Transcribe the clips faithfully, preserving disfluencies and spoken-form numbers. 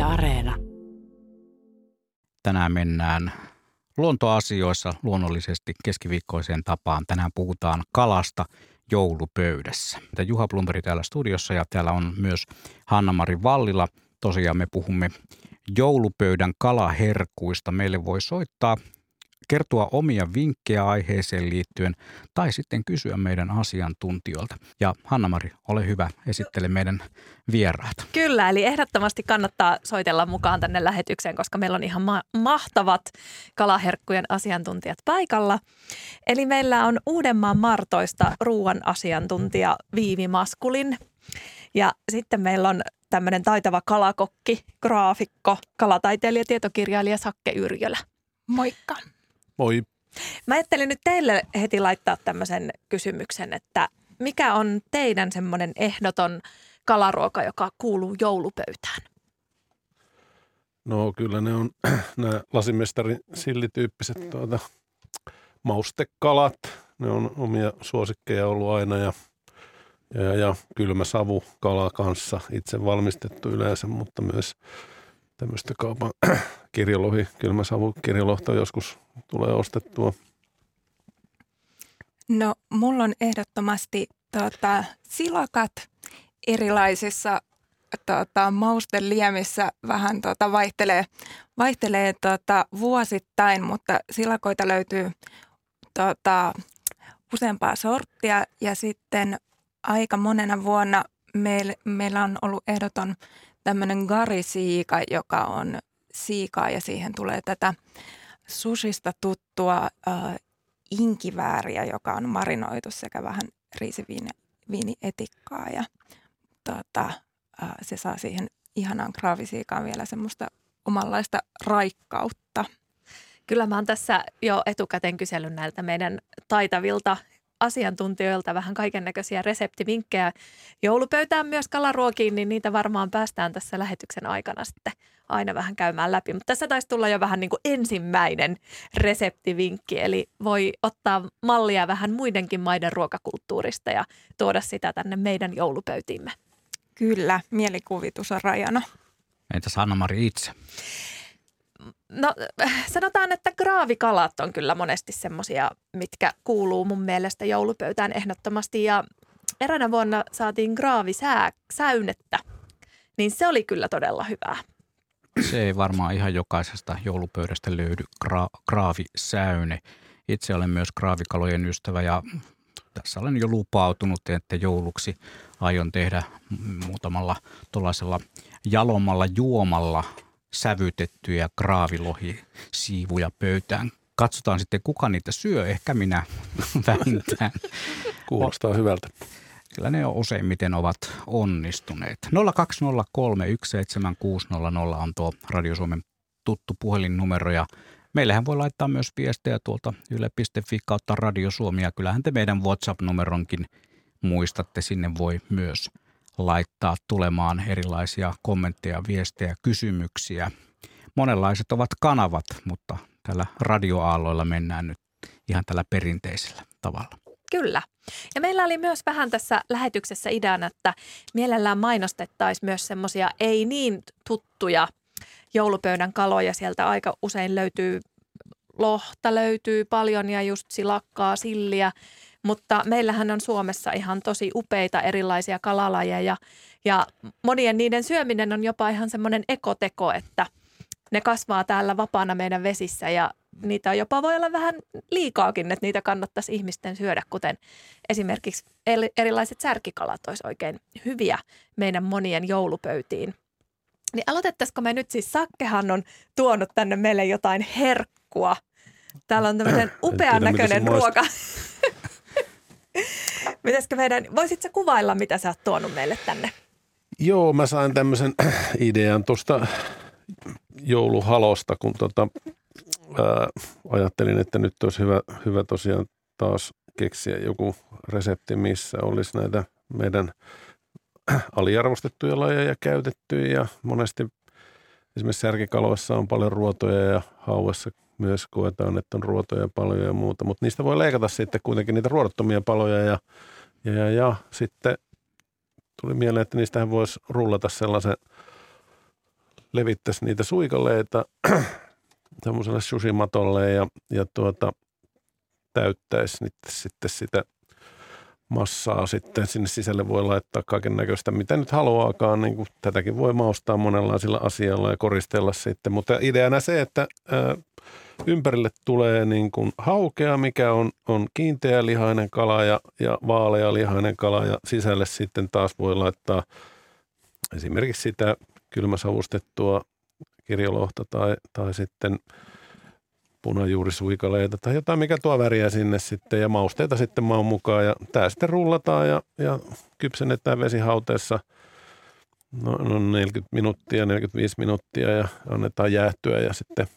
Areena. Tänään mennään luontoasioissa luonnollisesti keskiviikkoiseen tapaan. Tänään puhutaan kalasta joulupöydässä. Juha Blomberg täällä studiossa ja täällä on myös Hanna-Mari Vallila. Tosiaan me puhumme joulupöydän kalaherkuista. Meille voi soittaa, kertoa omia vinkkejä aiheeseen liittyen tai sitten kysyä meidän asiantuntijoilta. Ja Hanna-Mari, ole hyvä, esittele meidän vieraat. Kyllä, eli ehdottomasti kannattaa soitella mukaan tänne lähetykseen, koska meillä on ihan ma- mahtavat kalaherkkujen asiantuntijat paikalla. Eli meillä on Uudenmaan Martoista ruuan asiantuntija Viivi Maskulin ja sitten meillä on tämmöinen taitava kalakokki, graafikko, kalataiteilija, tietokirjailija Sakke Yrjölä. Moikka. Moi. Mä ajattelin nyt teille heti laittaa tämmöisen kysymyksen, että mikä on teidän semmoinen ehdoton kalaruoka, joka kuuluu joulupöytään? No kyllä ne on nämä lasimestarin sillityyppiset tuota, maustekalat. Ne on omia suosikkeja ollut aina ja, ja, ja kylmä savu kala kanssa itse valmistettu yleensä, mutta myös tämmöistä kaupan kirjolohi, kylmä savu kirjolohta joskus tulee ostettua. No mulla on ehdottomasti tota, silakat erilaisissa tota, mausteliemissä vähän tota, vaihtelee, vaihtelee tota, vuosittain, mutta silakoita löytyy tota, useampaa sorttia ja sitten aika monena vuonna meillä, meillä on ollut ehdoton tämmöinen garisiika, joka on siikaa ja siihen tulee tätä sushista tuttua äh, inkivääriä, joka on marinoitu sekä vähän riisiviinietikkaa ja tota, äh, se saa siihen ihanaan graavisiikaan vielä semmoista omanlaista raikkautta. Kyllä mä oon tässä jo etukäteen kysellyt näiltä meidän taitavilta asiantuntijoilta vähän kaikennäköisiä reseptivinkkejä joulupöytään myös kalaruokiin, niin niitä varmaan päästään tässä lähetyksen aikana sitten aina vähän käymään läpi. Mutta tässä taisi tulla jo vähän niin kuin ensimmäinen reseptivinkki, eli voi ottaa mallia vähän muidenkin maiden ruokakulttuurista ja tuoda sitä tänne meidän joulupöytiimme. Kyllä, mielikuvitus on rajana. Entäs Hanna-Mari itse? No sanotaan, että graavikalat on kyllä monesti semmoisia, mitkä kuuluu mun mielestä joulupöytään ehdottomasti. Ja eräänä vuonna saatiin graavisäynettä, niin se oli kyllä todella hyvää. Se ei varmaan ihan jokaisesta joulupöydästä löydy gra- graavisäyne. Itse olen myös graavikalojen ystävä ja tässä olen jo lupautunut, että jouluksi aion tehdä muutamalla tuollaisella jalommalla juomalla sävytettyjä graavilohisiivuja pöytään. Katsotaan sitten, kuka niitä syö. Ehkä minä vähintään. Kuulostaa hyvältä. Kyllä ne useimmiten ovat onnistuneet. nolla kaksi nolla kolme yksi seitsemän kuusi nolla nolla on tuo Radio Suomen tuttu puhelinnumero ja meillähän voi laittaa myös viestejä tuolta yle piste fi kautta Radio Suomi ja kyllähän te meidän WhatsApp-numeronkin muistatte. Sinne voi myös laittaa tulemaan erilaisia kommentteja, viestejä, kysymyksiä. Monenlaiset ovat kanavat, mutta tällä radioaalloilla mennään nyt ihan tällä perinteisellä tavalla. Kyllä. Ja meillä oli myös vähän tässä lähetyksessä ideana, että mielellään mainostettaisiin myös semmoisia ei niin tuttuja joulupöydän kaloja. Sieltä aika usein löytyy lohta, löytyy paljon ja just silakkaa, silliä. Mutta meillähän on Suomessa ihan tosi upeita erilaisia kalalajeja ja monien niiden syöminen on jopa ihan semmoinen ekoteko, että ne kasvaa täällä vapaana meidän vesissä ja niitä jopa voi olla vähän liikaakin, että niitä kannattaisi ihmisten syödä, kuten esimerkiksi erilaiset särkikalat olisi oikein hyviä meidän monien joulupöytiin. Niin aloitettaisiko me nyt siis, Sakkehan on tuonut tänne meille jotain herkkua. Täällä on tämmöinen upean näköinen ruoka. Mitäskö meidän, voisitko kuvailla, mitä sä oot tuonut meille tänne? Joo, mä sain tämmöisen idean tuosta jouluhalosta, kun tota, ää, ajattelin, että nyt olisi hyvä, hyvä tosiaan taas keksiä joku resepti, missä olisi näitä meidän aliarvostettuja lajeja käytettyjä ja monesti esimerkiksi särkikaloissa on paljon ruotoja ja hauessa myös koetaan, että on ruotoja paljon ja muuta, mutta niistä voi leikata sitten kuitenkin niitä ruodottomia paloja ja, ja, ja, ja sitten tuli mieleen, että niistähän voisi rullata sellaisen levittäisi niitä suikaleita semmoiselle sushimatolle ja, ja tuota, täyttäisi niitä, sitten sitä massaa sitten. Sinne sisälle voi laittaa kaiken näköistä, mitä nyt haluaakaan. Niin kuin tätäkin voi maustaa monenlaisilla asialla ja koristella sitten. Mutta ideana se, että ää, ympärille tulee niin kuin haukea, mikä on, on kiinteälihainen kala ja, ja vaalealihainen kala. Ja sisälle sitten taas voi laittaa esimerkiksi sitä kylmäsavustettua kirjolohta tai, tai sitten punajuurisuikaleita tai jotain, mikä tuo väriä sinne sitten ja mausteita sitten maun mukaan. Ja tämä sitten rullataan ja, ja kypsennetään vesihauteessa no, no neljäkymmentä minuuttia, neljäkymmentäviisi minuuttia ja annetaan jäähtyä ja sitten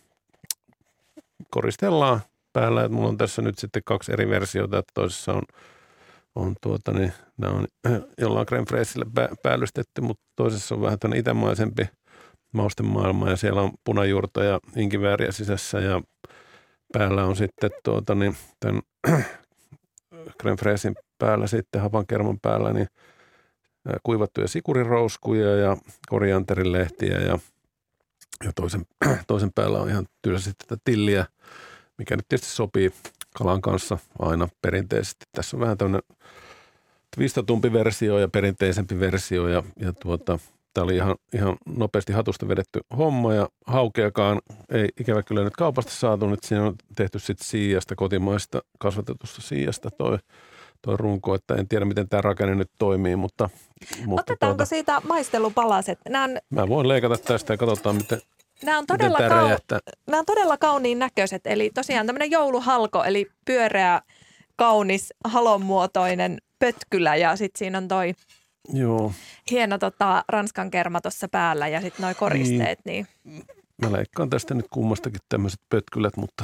koristellaan päällä. Et mulla on tässä nyt sitten kaksi eri versiota, että toisessa on, on tuota niin, nämä on jollain crème fraîchellä päällystetty, mutta toisessa on vähän tämmöinen itämaisempi maustemaailma ja siellä on punajuurta ja inkivääriä sisässä ja päällä on sitten tuota, niin, tämän crème fraîchen päällä sitten hapankerman päällä niin kuivattuja sikurirouskuja ja korianterilehtiä ja, ja toisen, toisen päällä on ihan tylsästi tätä tilliä, mikä nyt tietysti sopii kalan kanssa aina perinteisesti. Tässä on vähän tämmöinen twistatumpi versio ja perinteisempi versio ja, ja tuota, tämä oli ihan, ihan nopeasti hatusta vedetty homma ja haukeakaan ei ikävä kyllä nyt kaupasta saatu. Nyt siinä on tehty sitten siijasta, kotimaista kasvatetusta siijasta toi, toi runko, että en tiedä miten tämä rakenne nyt toimii, mutta... mutta Otetaanko tuota, siitä maistelupalaset? Nämä on, mä voin leikata tästä ja katsotaan miten, nämä on miten todella, tämä kau, räjähtää. nämä on todella kauniin näköiset. Eli tosiaan tämmöinen jouluhalko, eli pyöreä, kaunis, halonmuotoinen pötkylä ja sitten siinä on toi... Joo. Hieno tota, ranskan kerma tuossa päällä ja sitten noi koristeet. Niin. Niin. Mä leikkaan tästä nyt kummastakin tämmöiset pötkylät, mutta...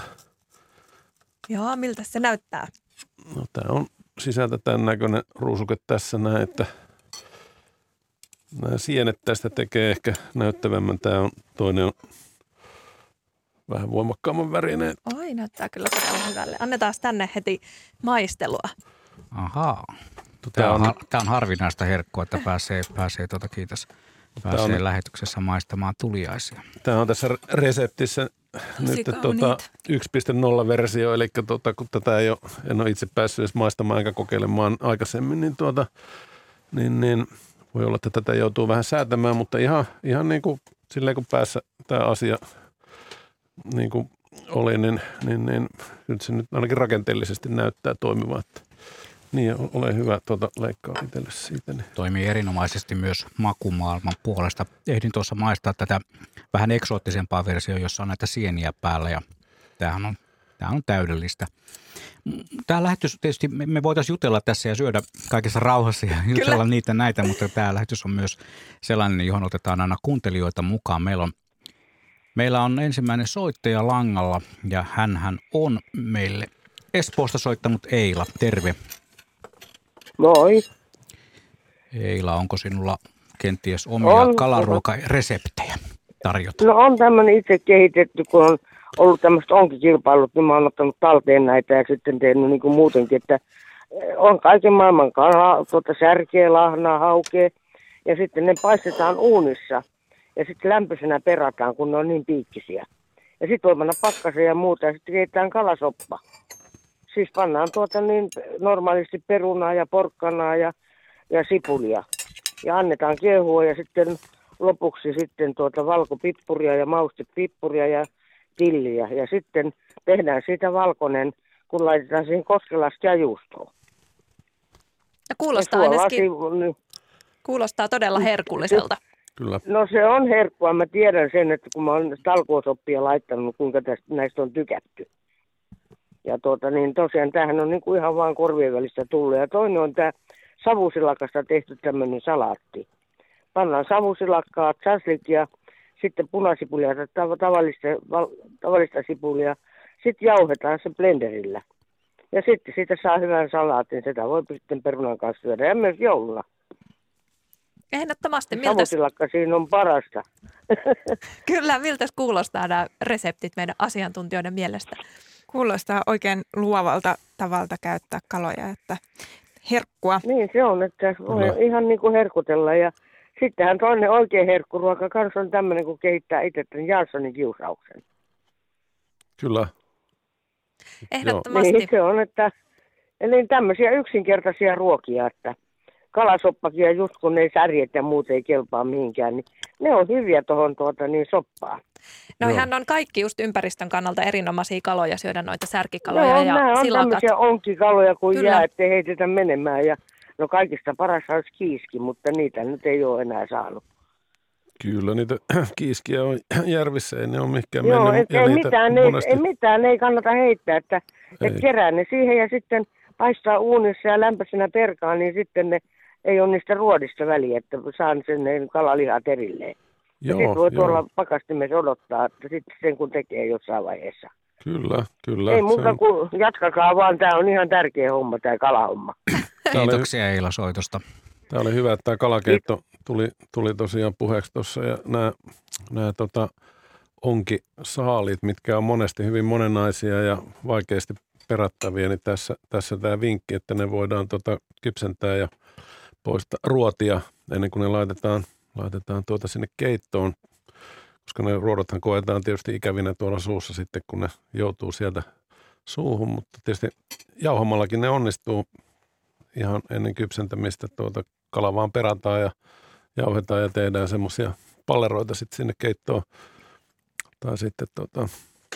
Joo, miltä se näyttää? No tää on sisältä tämän näköinen ruusuke tässä näin, että nämä sienet tästä tekee ehkä näyttävämmän. Tää on, toinen on vähän voimakkaamman värinen. Oi, näyttää kyllä todella hyvälle. Annetaan tänne heti maistelua. Ahaa. Tämä Tämä on, on, tämä on harvinaista herkkua, että pääsee, pääsee tuota, kiitos, pääsee on, lähetyksessä maistamaan tuliaisia. Tämä on tässä reseptissä nyt tuota, yksi piste nolla versio, eli tuota, kun tätä ei ole, en ole itse päässyt edes maistamaan eikä kokeilemaan aikaisemmin, niin, tuota, niin, niin voi olla, että tätä joutuu vähän säätämään, mutta ihan, ihan niin kuin silleen kun päässä tämä asia niin kuin oli, niin, niin, niin nyt se nyt ainakin rakenteellisesti näyttää toimivan. Niin, ole hyvä tuota, leikkaa itselle siitä. Niin. Toimii erinomaisesti myös makumaailman puolesta. Ehdin tuossa maistaa tätä vähän eksoottisempaa versiota, jossa on näitä sieniä päällä ja tämähän on, tämähän on täydellistä. Tämä lähetys tietysti, me voitaisiin jutella tässä ja syödä kaikessa rauhassa ja jutella Kyllä. niitä näitä, mutta tämä lähetys on myös sellainen, johon otetaan aina kuuntelijoita mukaan. Meillä on, meillä on ensimmäinen soittaja langalla ja hänhän on meille Espoosta soittanut Eila. Terve. Moi. Eila, onko sinulla kenties omia on, kalaruokareseptejä tarjota? No on tämmöinen itse kehitetty, kun on ollut tämmöistä onkikilpailut, niin mä oon ottanut talteen näitä ja sitten tehnyt niin kuin muutenkin, että on kaiken maailman kalaa, tuota särkeä, lahnaa, haukea ja sitten ne paistetaan uunissa ja sitten lämpöisenä perataan, kun ne on niin piikkisiä. Ja sitten voi panna pakkaseen ja muuta ja sitten keitetään kalasoppa. Siis pannaan tuota niin normaalisti perunaa ja porkkanaa ja, ja sipulia. Ja annetaan kiehua ja sitten lopuksi sitten tuota valkopippuria ja maustepippuria ja tilliä. Ja sitten tehdään siitä valkoinen, kun laitetaan siihen koskelasta ja juustoon. Ja kuulostaa ja ainakin, sivu, niin, kuulostaa todella herkulliselta. Kyllä. No se on herkkua. Mä tiedän sen, että kun mä oon talkoosoppia laittanut, kuinka tästä, näistä on tykätty. Ja tuota, niin tosiaan tämähän on niin kuin ihan vaan korvien välistä tullut. Ja toinen on tämä savusilakasta tehty tämmöinen salaatti. Pannaan savusilakkaa, chaslik ja sitten punasipulia tai tavallista, tavallista sipulia. Sitten jauhetaan se blenderillä. Ja sitten siitä saa hyvän salaatin. Sitä voi sitten perunan kanssa syödä ja myös jouluna. Ehdottomasti. Miltäs... Savusilakka siinä on parasta. Kyllä, miltä kuulostaa nämä reseptit meidän asiantuntijoiden mielestä? Kuulostaa oikein luovalta tavalta käyttää kaloja, että herkkua. Niin se on, että voi ihan niin kuin herkutella ja Sittenhän toinen oikein herkkuruoka kanssa on tämmöinen, kun kehittää itse tämän Janssonin kiusauksen. Kyllä. Ehdottomasti. Niin se on, että eli tämmöisiä yksinkertaisia ruokia, että kalasoppakin ja just kun ne särjet ja muut ei kelpaa mihinkään, niin ne on hyviä tuohon tuota, niin soppaan. Noihän on kaikki just ympäristön kannalta erinomaisia kaloja syödä noita särkikaloja Joo, ja nämä on silakat. tämmöisiä onkikaloja kuin Kyllä. jää, ettei heitetä menemään. Ja, no kaikista paras olisi kiiski, mutta niitä nyt ei ole enää saanut. Kyllä, niitä kiiskiä on järvissä, ei ne ole mihinkään Joo, mennyt. et ei, mitään, ei, ei mitään, ei kannata heittää, että et kerää ne siihen ja sitten paistaa uunissa ja lämpöisenä perkaan, niin sitten ne ei ole niistä ruodista väliä, että saan sen ne kalalihat erilleen. Joo, ja sitten voi joo. tuolla pakastimessa odottaa, että sitten sen kun tekee jossain vaiheessa. Kyllä, kyllä. Ei muuta on... kuin jatkakaa vaan, tämä on ihan tärkeä homma, tämä kalahomma. Kiitoksia Eila soitosta. Tämä oli hyvä, että tämä kalakeitto tuli, tuli tosiaan puheeksi tuossa ja nämä, nämä tota, onkisaalit, mitkä on monesti hyvin monenaisia ja vaikeasti perattavia, niin tässä, tässä tämä vinkki, että ne voidaan tota, kypsentää ja poistaa ruotia ennen kuin ne laitetaan, laitetaan tuota sinne keittoon, koska ne ruodothan koetaan tietysti ikävinä tuolla suussa sitten, kun ne joutuu sieltä suuhun, mutta tietysti jauhamallakin ne onnistuu ihan ennen kypsentämistä, tuota kala vaan perataan ja jauhetaan ja tehdään semmoisia palleroita sitten sinne keittoon tai sitten tuota,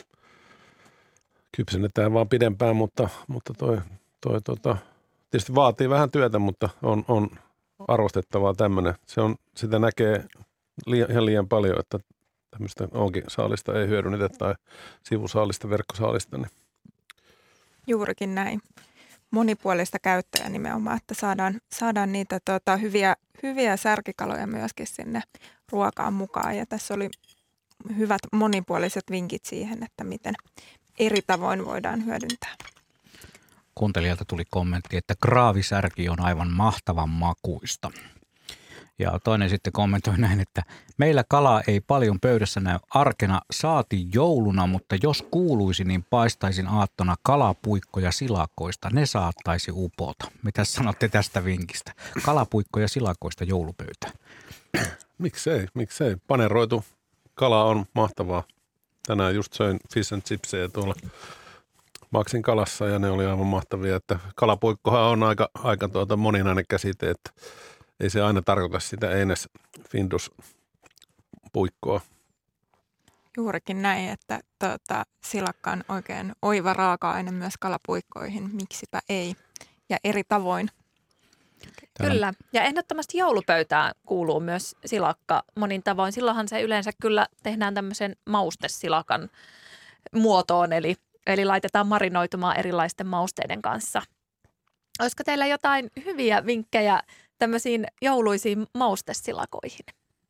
kypsennetään vaan pidempään, mutta, mutta toi, toi tota, tietysti vaatii vähän työtä, mutta on, on arvostettavaa tämmöinen. Se on, sitä näkee liian, ihan liian paljon, että tämmöistä onkisaalista ei hyödynnetä tai sivusaalista, verkkosaalista. Niin. Juurikin näin. Monipuolista käyttöä nimenomaan, että saadaan, saadaan niitä tota, hyviä, hyviä särkikaloja myöskin sinne ruokaan mukaan. Ja tässä oli hyvät monipuoliset vinkit siihen, että miten eri tavoin voidaan hyödyntää. Kuuntelijalta tuli kommentti, että kraavisärki on aivan mahtavan makuista. Ja toinen sitten kommentoi näin, että meillä kalaa ei paljon pöydässä näy arkena, saati jouluna, mutta jos kuuluisi, niin paistaisin aattona kalapuikkoja silakoista. Ne saattaisi upota. Mitä sanotte tästä vinkistä? Kalapuikkoja silakoista joulupöytään. Miksei, miksei. Paneroitu kala on mahtavaa. Tänään just söin fish and chipsejä tuolla Maxin kalassa ja ne oli aivan mahtavia. Että kalapuikkohan on aika, aika tuota moninainen käsite, että ei se aina tarkoita sitä Eines Findus puikkoa. Juurikin näin, että tuota, silakka on oikein oiva raaka-aine myös kalapuikkoihin, miksipä ei, ja eri tavoin. Kyllä, ja ehdottomasti joulupöytään kuuluu myös silakka monin tavoin. Silloinhan se yleensä kyllä tehdään tämmöisen maustesilakan muotoon, eli, eli laitetaan marinoitumaan erilaisten mausteiden kanssa. Olisiko teillä jotain hyviä vinkkejä tämmöisiin jouluisiin maustesilakoihin?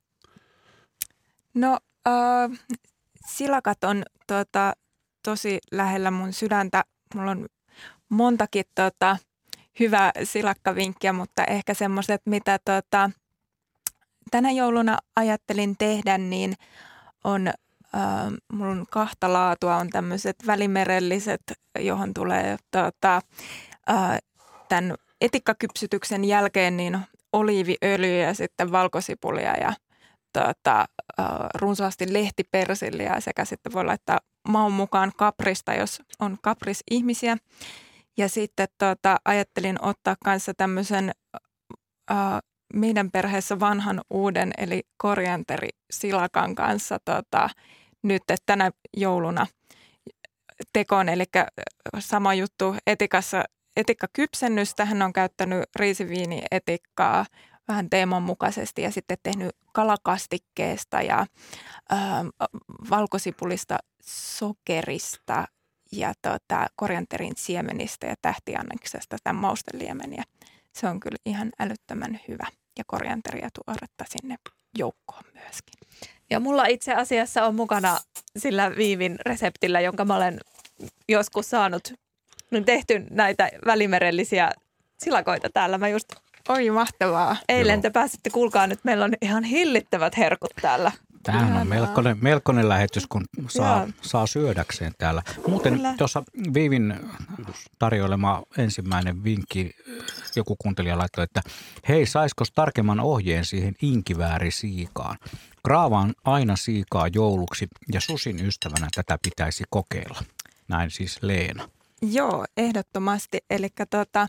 No äh, silakat on tota, tosi lähellä mun sydäntä. Mulla on montakin tota, hyvää silakkavinkkiä, mutta ehkä semmoiset, mitä tota, tänä jouluna ajattelin tehdä, niin on, äh, mulla on kahta laatua, on tämmöiset välimerelliset, johon tulee tota, äh, tämän etikkakypsytyksen jälkeen niin oliiviöljyä ja sitten valkosipulia ja tota, äh, runsaasti lehtipersilliä sekä sitten voi laittaa maun mukaan kaprista, jos on kaprisihmisiä. Ja sitten tota, ajattelin ottaa kanssa tämmöisen äh, meidän perheessä vanhan uuden eli korianterisilakan kanssa tota, nyt tänä jouluna tekoon. Eli sama juttu etikassa. Etikkakypsennystä, hän on käyttänyt riisiviinietikkaa vähän teeman mukaisesti ja sitten tehnyt kalakastikkeesta ja ö, valkosipulista, sokerista ja tota, korianterin siemenistä ja tähtianneksesta tämän mausteliemen. Ja se on kyllä ihan älyttömän hyvä ja korianteria tuoretta sinne joukkoon myöskin. Ja mulla itse asiassa on mukana sillä Viivin reseptillä, jonka mä olen joskus saanut on tehty näitä välimerellisiä silakoita täällä. Mä just Oi, mahtavaa. Eilen Joo. te pääsitte, kuulkaa nyt, meillä on ihan hillittävät herkut täällä. Tämähän on melkoinen, melkoinen lähetys, kun saa, saa syödäkseen täällä. Muuten tuossa Viivin tarjoilema ensimmäinen vinkki joku kuuntelija laittoi, että hei, saisko tarkemman ohjeen siihen inkiväärisiikaan? Graavaan aina siikaa jouluksi ja susin ystävänä tätä pitäisi kokeilla. Näin siis Leena. Joo, ehdottomasti. Eli tota,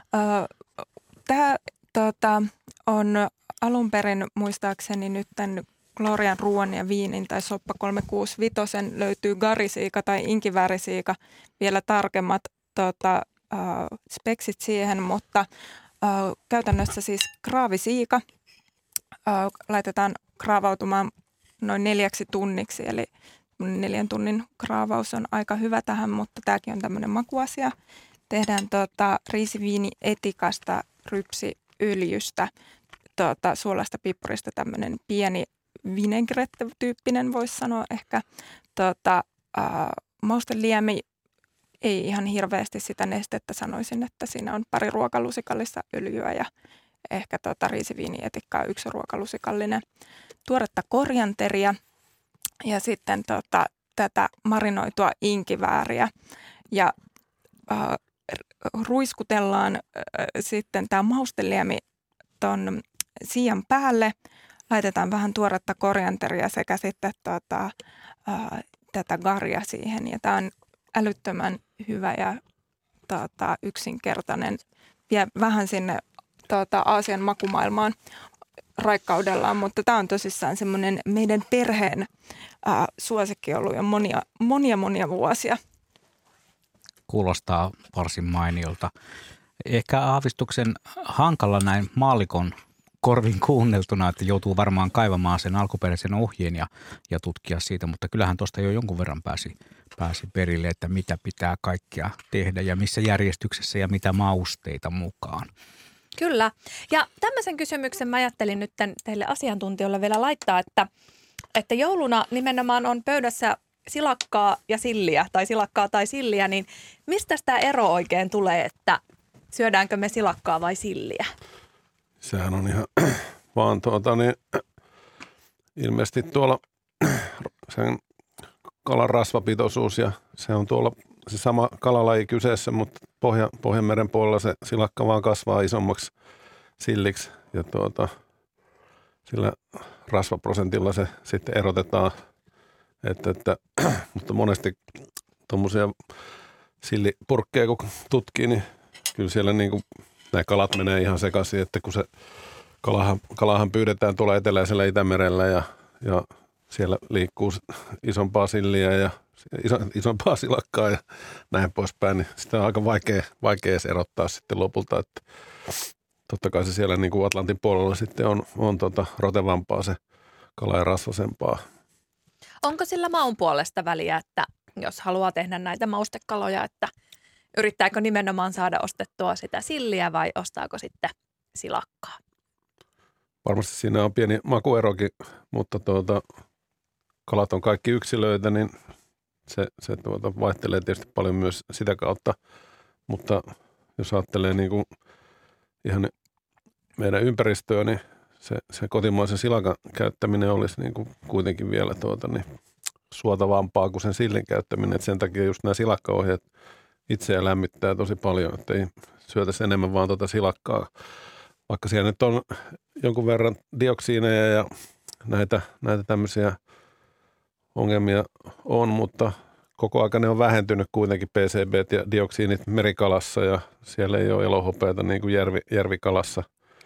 tämä tota, on alun perin muistaakseni nyt tämän Glorian ruoan ja viinin tai soppa kolmesataakuusikymmentäviisi löytyy garisiika tai inkiväärisiika, vielä tarkemmat tota, äh, speksit siihen, mutta äh, käytännössä siis graavisiika äh, laitetaan graavautumaan noin neljäksi tunniksi, eli neljän tunnin graavaus on aika hyvä tähän, mutta tämäkin on tämmöinen makuasia. Tehdään tota, riisiviinietikasta, rypsiöljystä, tota, suolasta pippurista tämmöinen pieni vinaigrette-tyyppinen, voisi sanoa ehkä. Tota, äh, mausteliemi, ei ihan hirveästi sitä nestettä, sanoisin, että siinä on pari ruokalusikallista öljyä ja ehkä tota, riisiviinietikkaa yksi ruokalusikallinen. Tuoretta korianteria ja sitten tota, tätä marinoitua inkivääriä ja äh, ruiskutellaan äh, sitten tämä mausteliemi ton siian päälle. Laitetaan vähän tuoretta korianteria sekä sitten tota, ää, tätä garja siihen. Ja tämä on älyttömän hyvä ja tota, yksinkertainen. Vie vähän sinne tota, Aasian makumaailmaan raikkaudellaan, mutta tämä on tosissaan semmoinen meidän perheen ää, suosikki ollut jo monia, monia, monia vuosia. Kuulostaa varsin mainiolta. Ehkä aavistuksen hankala näin maallikon korvin kuunneltuna, että joutuu varmaan kaivamaan sen alkuperäisen ohjeen ja, ja tutkia siitä, mutta kyllähän tuosta jo jonkun verran pääsi, pääsi perille, että mitä pitää kaikkia tehdä ja missä järjestyksessä ja mitä mausteita mukaan. Kyllä. Ja tämmöisen kysymyksen mä ajattelin nyt teille asiantuntijoille vielä laittaa, että, että jouluna nimenomaan on pöydässä silakkaa ja silliä tai silakkaa tai silliä, niin mistä tämä ero oikein tulee, että syödäänkö me silakkaa vai silliä? Sehän on ihan vaan tuota niin, ilmeisesti tuolla sen kalan rasvapitoisuus ja se on tuolla se sama kalalaji kyseessä, mutta Pohja, Pohjanmeren puolella se silakka vaan kasvaa isommaksi silliksi ja tuota, sillä rasvaprosentilla se sitten erotetaan, että, että, mutta monesti tuommoisia sillipurkkeja kun tutkii, niin kyllä siellä niin kuin nämä kalat menee ihan sekaisin, että kun se kalahan, kalahan pyydetään tuolla eteläisellä Itämerellä ja, ja siellä liikkuu isompaa silliä ja iso, isompaa silakkaa ja näin poispäin, niin sitä on aika vaikea, vaikea edes erottaa sitten lopulta, että totta kai se siellä niin kuin Atlantin puolella sitten on, on tota rotevampaa se kala ja rasvasempaa. Onko sillä maun puolesta väliä, että jos haluaa tehdä näitä maustekaloja, että yrittääkö nimenomaan saada ostettua sitä silliä vai ostaako sitten silakkaa? Varmasti siinä on pieni makuerokin, mutta tuota, kalat on kaikki yksilöitä, niin se, se tuota, vaihtelee tietysti paljon myös sitä kautta. Mutta jos ajattelee niin kuin ihan meidän ympäristöä, niin se, se kotimaisen silakan käyttäminen olisi niin kuin kuitenkin vielä tuota, niin suotavampaa kuin sen sillin käyttäminen. Et sen takia just nämä silakkaohjeet itseä lämmittää tosi paljon, että ei syötäisi enemmän vaan tuota silakkaa. Vaikka siellä nyt on jonkun verran dioksiineja ja näitä, näitä tämmöisiä ongelmia on, mutta koko ajan ne on vähentynyt kuitenkin P C B:t ja dioksiinit merikalassa ja siellä ei ole elohopeata niin kuin järvi, järvikalassa.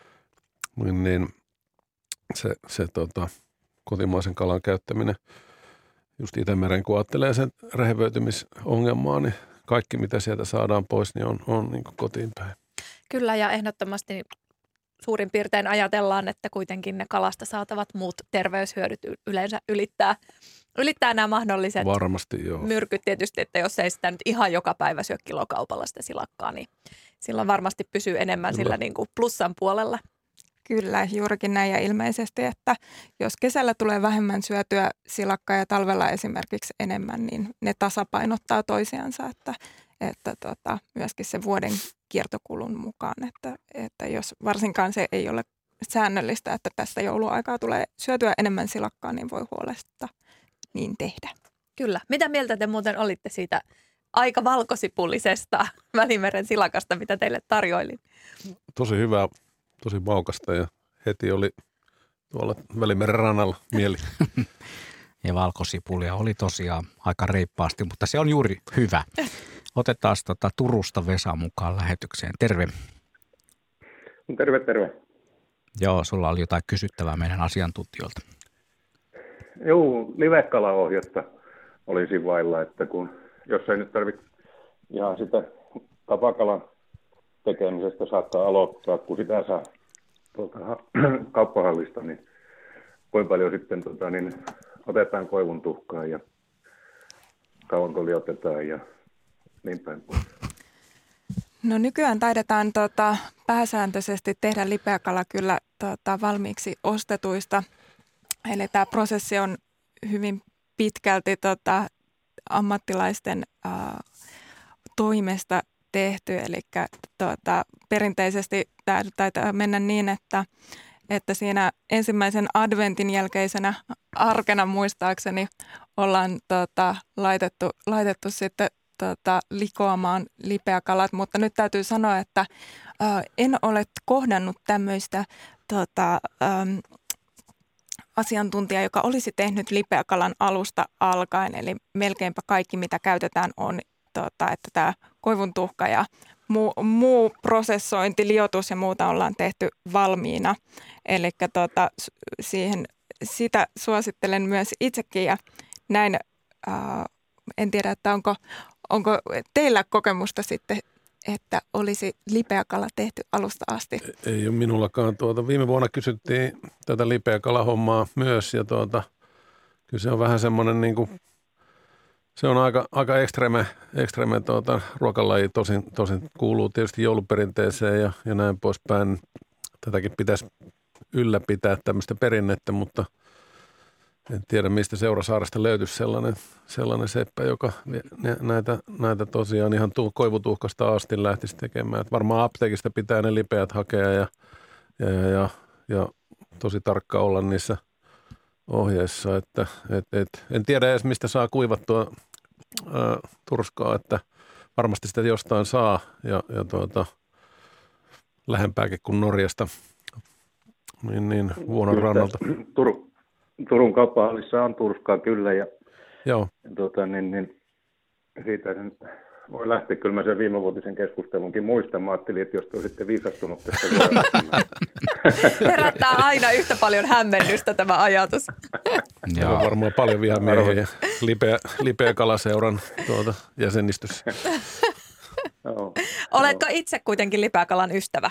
Niin, niin se, se tota, kotimaisen kalan käyttäminen, just Itämeren kun ajattelee sen rehevöitymisongelmaa, niin kaikki mitä sieltä saadaan pois, niin on, on niin kuin kotiin päin. Kyllä ja ehdottomasti suurin piirtein ajatellaan, että kuitenkin ne kalasta saatavat muut terveyshyödyt yleensä ylittää, ylittää nämä mahdolliset Varmasti, joo. myrkyt tietysti, että jos ei sitä nyt ihan joka päivä syö kilokaupalla sitä silakkaa, niin silloin varmasti pysyy enemmän Kyllä. sillä niin kuin plussan puolella. Kyllä, juurikin näin ja ilmeisesti, että jos kesällä tulee vähemmän syötyä silakkaa ja talvella esimerkiksi enemmän, niin ne tasapainottaa toisiansa, että, että tota, myöskin se vuoden kiertokulun mukaan, että, että jos varsinkaan se ei ole säännöllistä, että tästä jouluaikaa tulee syötyä enemmän silakkaa, niin voi huolesta niin tehdä. Kyllä. Mitä mieltä te muuten olitte siitä aika valkosipullisesta Välimeren silakasta, mitä teille tarjoilin. Tosi hyvää, tosi maukasta ja heti oli tuolla Välimeren rannalla mieli. Ja valkosipulia oli tosiaan aika reippaasti, mutta se on juuri hyvä. Otetaan tota Turusta Vesa mukaan lähetykseen. Terve. Terve, terve. Joo, sulla oli jotain kysyttävää meidän asiantuntijoilta. Joo, livekalaohjetta olisi vailla, että kun, jos ei nyt tarvitse ihan sitä kapakalan tekemisestä saattaa aloittaa, kun sitä saa tuolta kauppahallista, niin kuinka paljon sitten tota, niin otetaan koivun tuhkaa ja kauanko liotetaan ja niin päin pois. No nykyään taidetaan tota, pääsääntöisesti tehdä lipeäkala kyllä tota, valmiiksi ostetuista. Eli tämä prosessi on hyvin pitkälti tota, ammattilaisten ää, toimesta tehty. Eli tota, perinteisesti tämä taitaa mennä niin, että, että siinä ensimmäisen adventin jälkeisenä arkena muistaakseni ollaan tota, laitettu, laitettu sitten tota, likoamaan lipeäkalat. Mutta nyt täytyy sanoa, että ää, en ole kohdannut tämmöistä tota, äm, asiantuntija, joka olisi tehnyt lipeäkalan alusta alkaen, eli melkeinpä kaikki, mitä käytetään, on, tota, että tämä koivun tuhka ja muu, muu prosessointi, liotus ja muuta ollaan tehty valmiina. Eli tota, siihen, sitä suosittelen myös itsekin ja näin, ää, en tiedä, että onko, onko teillä kokemusta sitten, että olisi lipeäkala tehty alusta asti? Ei ole minullakaan. Tuota, viime vuonna kysyttiin tätä lipeäkalahommaa myös ja tuota, kyllä se on vähän semmoinen niin kuin, se on aika, aika ekstreme, ekstreme tuota, ruokalaji, tosin, tosin kuuluu tietysti jouluperinteeseen ja, ja näin poispäin. Tätäkin pitäisi ylläpitää tämmöistä perinnettä, mutta en tiedä, mistä Seurasaaresta löytyisi sellainen, sellainen seppä, joka näitä, näitä tosiaan ihan tu, koivutuhkasta asti lähtisi tekemään. Et varmaan apteekista pitää ne lipeät hakea ja, ja, ja, ja, ja tosi tarkka olla niissä ohjeissa. Että, et, et, en tiedä edes, mistä saa kuivattua ää, turskaa, että varmasti sitä jostain saa ja, ja tuota, lähempääkin kuin Norjasta, niin, niin vuonon rannalta. Tur- Turun kauppahallissa on turskaa kyllä ja, Joo. ja tota, niin, niin, siitä sen voi lähteä. Kyllä mä sen viimevuotisen keskustelunkin muistan. Mä ajattelin, että jos te olisitte viisastunut tästä. Herättää aina yhtä paljon hämmennystä tämä ajatus. Joo. On varmaan paljon vihamiehiä lipeä, lipeä kalaseuran tuota, jäsenistys. No, Oletko itse kuitenkin lipeäkalan ystävä?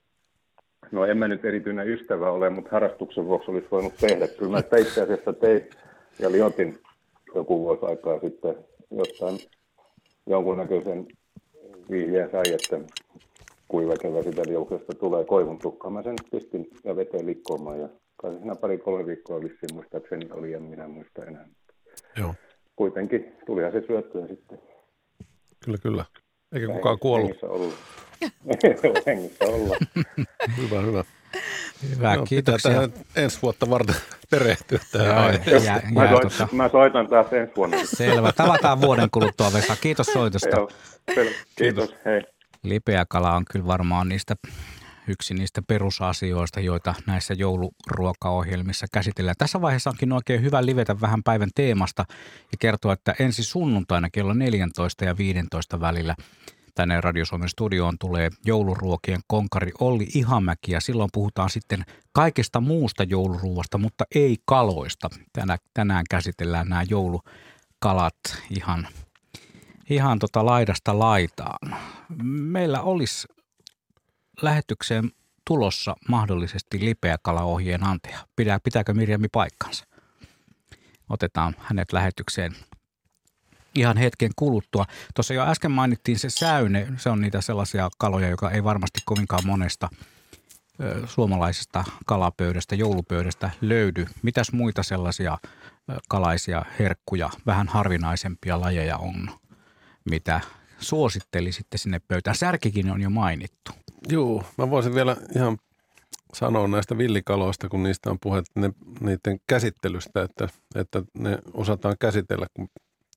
No en mä nyt erityinen ystävä ole, mutta harrastuksen vuoksi olisi voinut tehdä. Kyllä mä sitä itse asiassa tein ja liotin joku vuosi aikaa sitten jostain jonkunnäköisen vihjeen sai, että kuivakella sitä liuksesta tulee koivun tukkaa. Mä sen pistin ja veteen likkoamaan ja kai siinä pari-kolme viikkoa vissiin muistaakseni oli, en minä muista enää. Joo. Kuitenkin tulihan se syöttöä sitten. Kyllä, kyllä. Eikä kukaan kuollut. Hengissä olla. Hengissä olla. Hyvä, hyvä. Hyvä, no, kiitoksia. Tähän ensi vuotta varten perehtyä tähän Joo, aiheeseen. jää, Mä, jää, soit, tota, mä soitan taas ensi vuonna. Selvä. Tavataan vuoden kuluttua, Vesa. Kiitos soitosta. Joo, selvä. Kiitos, hei. Lipeäkala on kyllä varmaan niistä, yksi niistä perusasioista, joita näissä jouluruokaohjelmissa käsitellään. Tässä vaiheessa onkin oikein hyvä livetä vähän päivän teemasta ja kertoa, että ensi sunnuntaina kello neljätoista ja viisitoista välillä tänne Radio Suomen studioon tulee jouluruokien konkari Olli Ihamäki ja silloin puhutaan sitten kaikesta muusta jouluruuasta, mutta ei kaloista. Tänä, tänään käsitellään nämä joulukalat ihan, ihan tota laidasta laitaan. Meillä olisi lähetykseen tulossa mahdollisesti lipeäkalaohjeen antaja. Pitää, pitääkö Mirjami paikkansa? Otetaan hänet lähetykseen ihan hetken kuluttua. Tuossa jo äsken mainittiin se säyne. Se on niitä sellaisia kaloja, joka ei varmasti kovinkaan monesta ö, suomalaisesta kalapöydästä, joulupöydästä löydy. Mitäs muita sellaisia ö, kalaisia herkkuja, vähän harvinaisempia lajeja on, mitä suosittelisitte sinne pöytään? Särkikin on jo mainittu. Joo, mä voisin vielä ihan sanoa näistä villikaloista, kun niistä on puhe ne, niiden käsittelystä, että, että ne osataan käsitellä, kun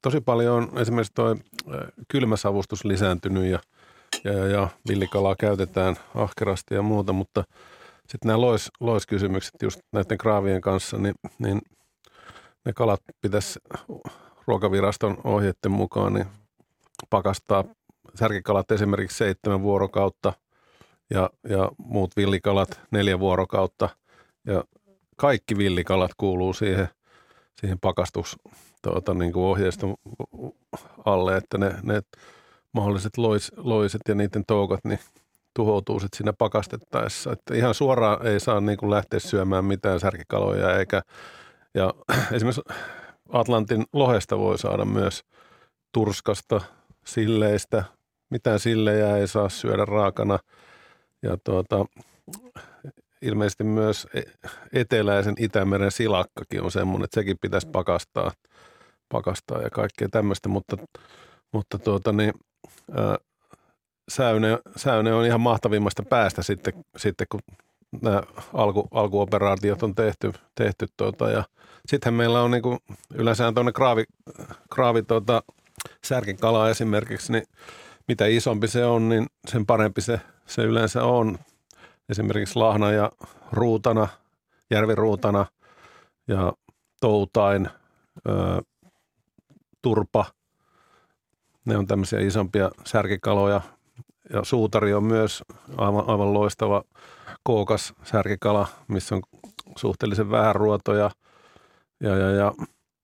tosi paljon on esimerkiksi tuo kylmäsavustus lisääntynyt ja, ja, ja, ja villikalaa käytetään ahkerasti ja muuta, mutta sitten nämä lois, loiskysymykset just näiden kraavien kanssa, niin, niin ne kalat pitäisi Ruokaviraston ohjeiden mukaan niin pakastaa särkikalat esimerkiksi seitsemän vuorokautta ja, ja muut villikalat neljä vuorokautta. Ja kaikki villikalat kuuluu siihen, siihen pakastus tuota, niin kuin ohjeiston alle, että ne, ne mahdolliset lois, loiset ja niiden toukat niin tuhoutuu sitten siinä pakastettaessa. Että ihan suoraan ei saa niin kuin lähteä syömään mitään särkikaloja eikä, ja esimerkiksi Atlantin lohesta voi saada myös turskasta, silleistä. Mitään sillejä ei saa syödä raakana. Ja tuota, ilmeisesti myös eteläisen Itämeren silakkakin on semmoinen, että sekin pitäisi pakastaa, pakastaa ja kaikkea tämmöistä. Mutta, mutta tuota niin, ää, säyne, säyne on ihan mahtavimmasta päästä sitten, sitten kun nämä alku, alkuoperaatiot on tehty. tehty tuota, ja sittenhän meillä on niin kuin, yleensä on tuonne kraavi, kraavi tuota, särkikala esimerkiksi, niin mitä isompi se on, niin sen parempi se, se yleensä on. Esimerkiksi lahna ja ruutana, järviruutana ja toutain, ää, turpa. Ne on tämmöisiä isompia särkikaloja. Ja suutari on myös aivan, aivan loistava kookas särkikala, missä on suhteellisen vähän ruotoja. Ja, ja, ja,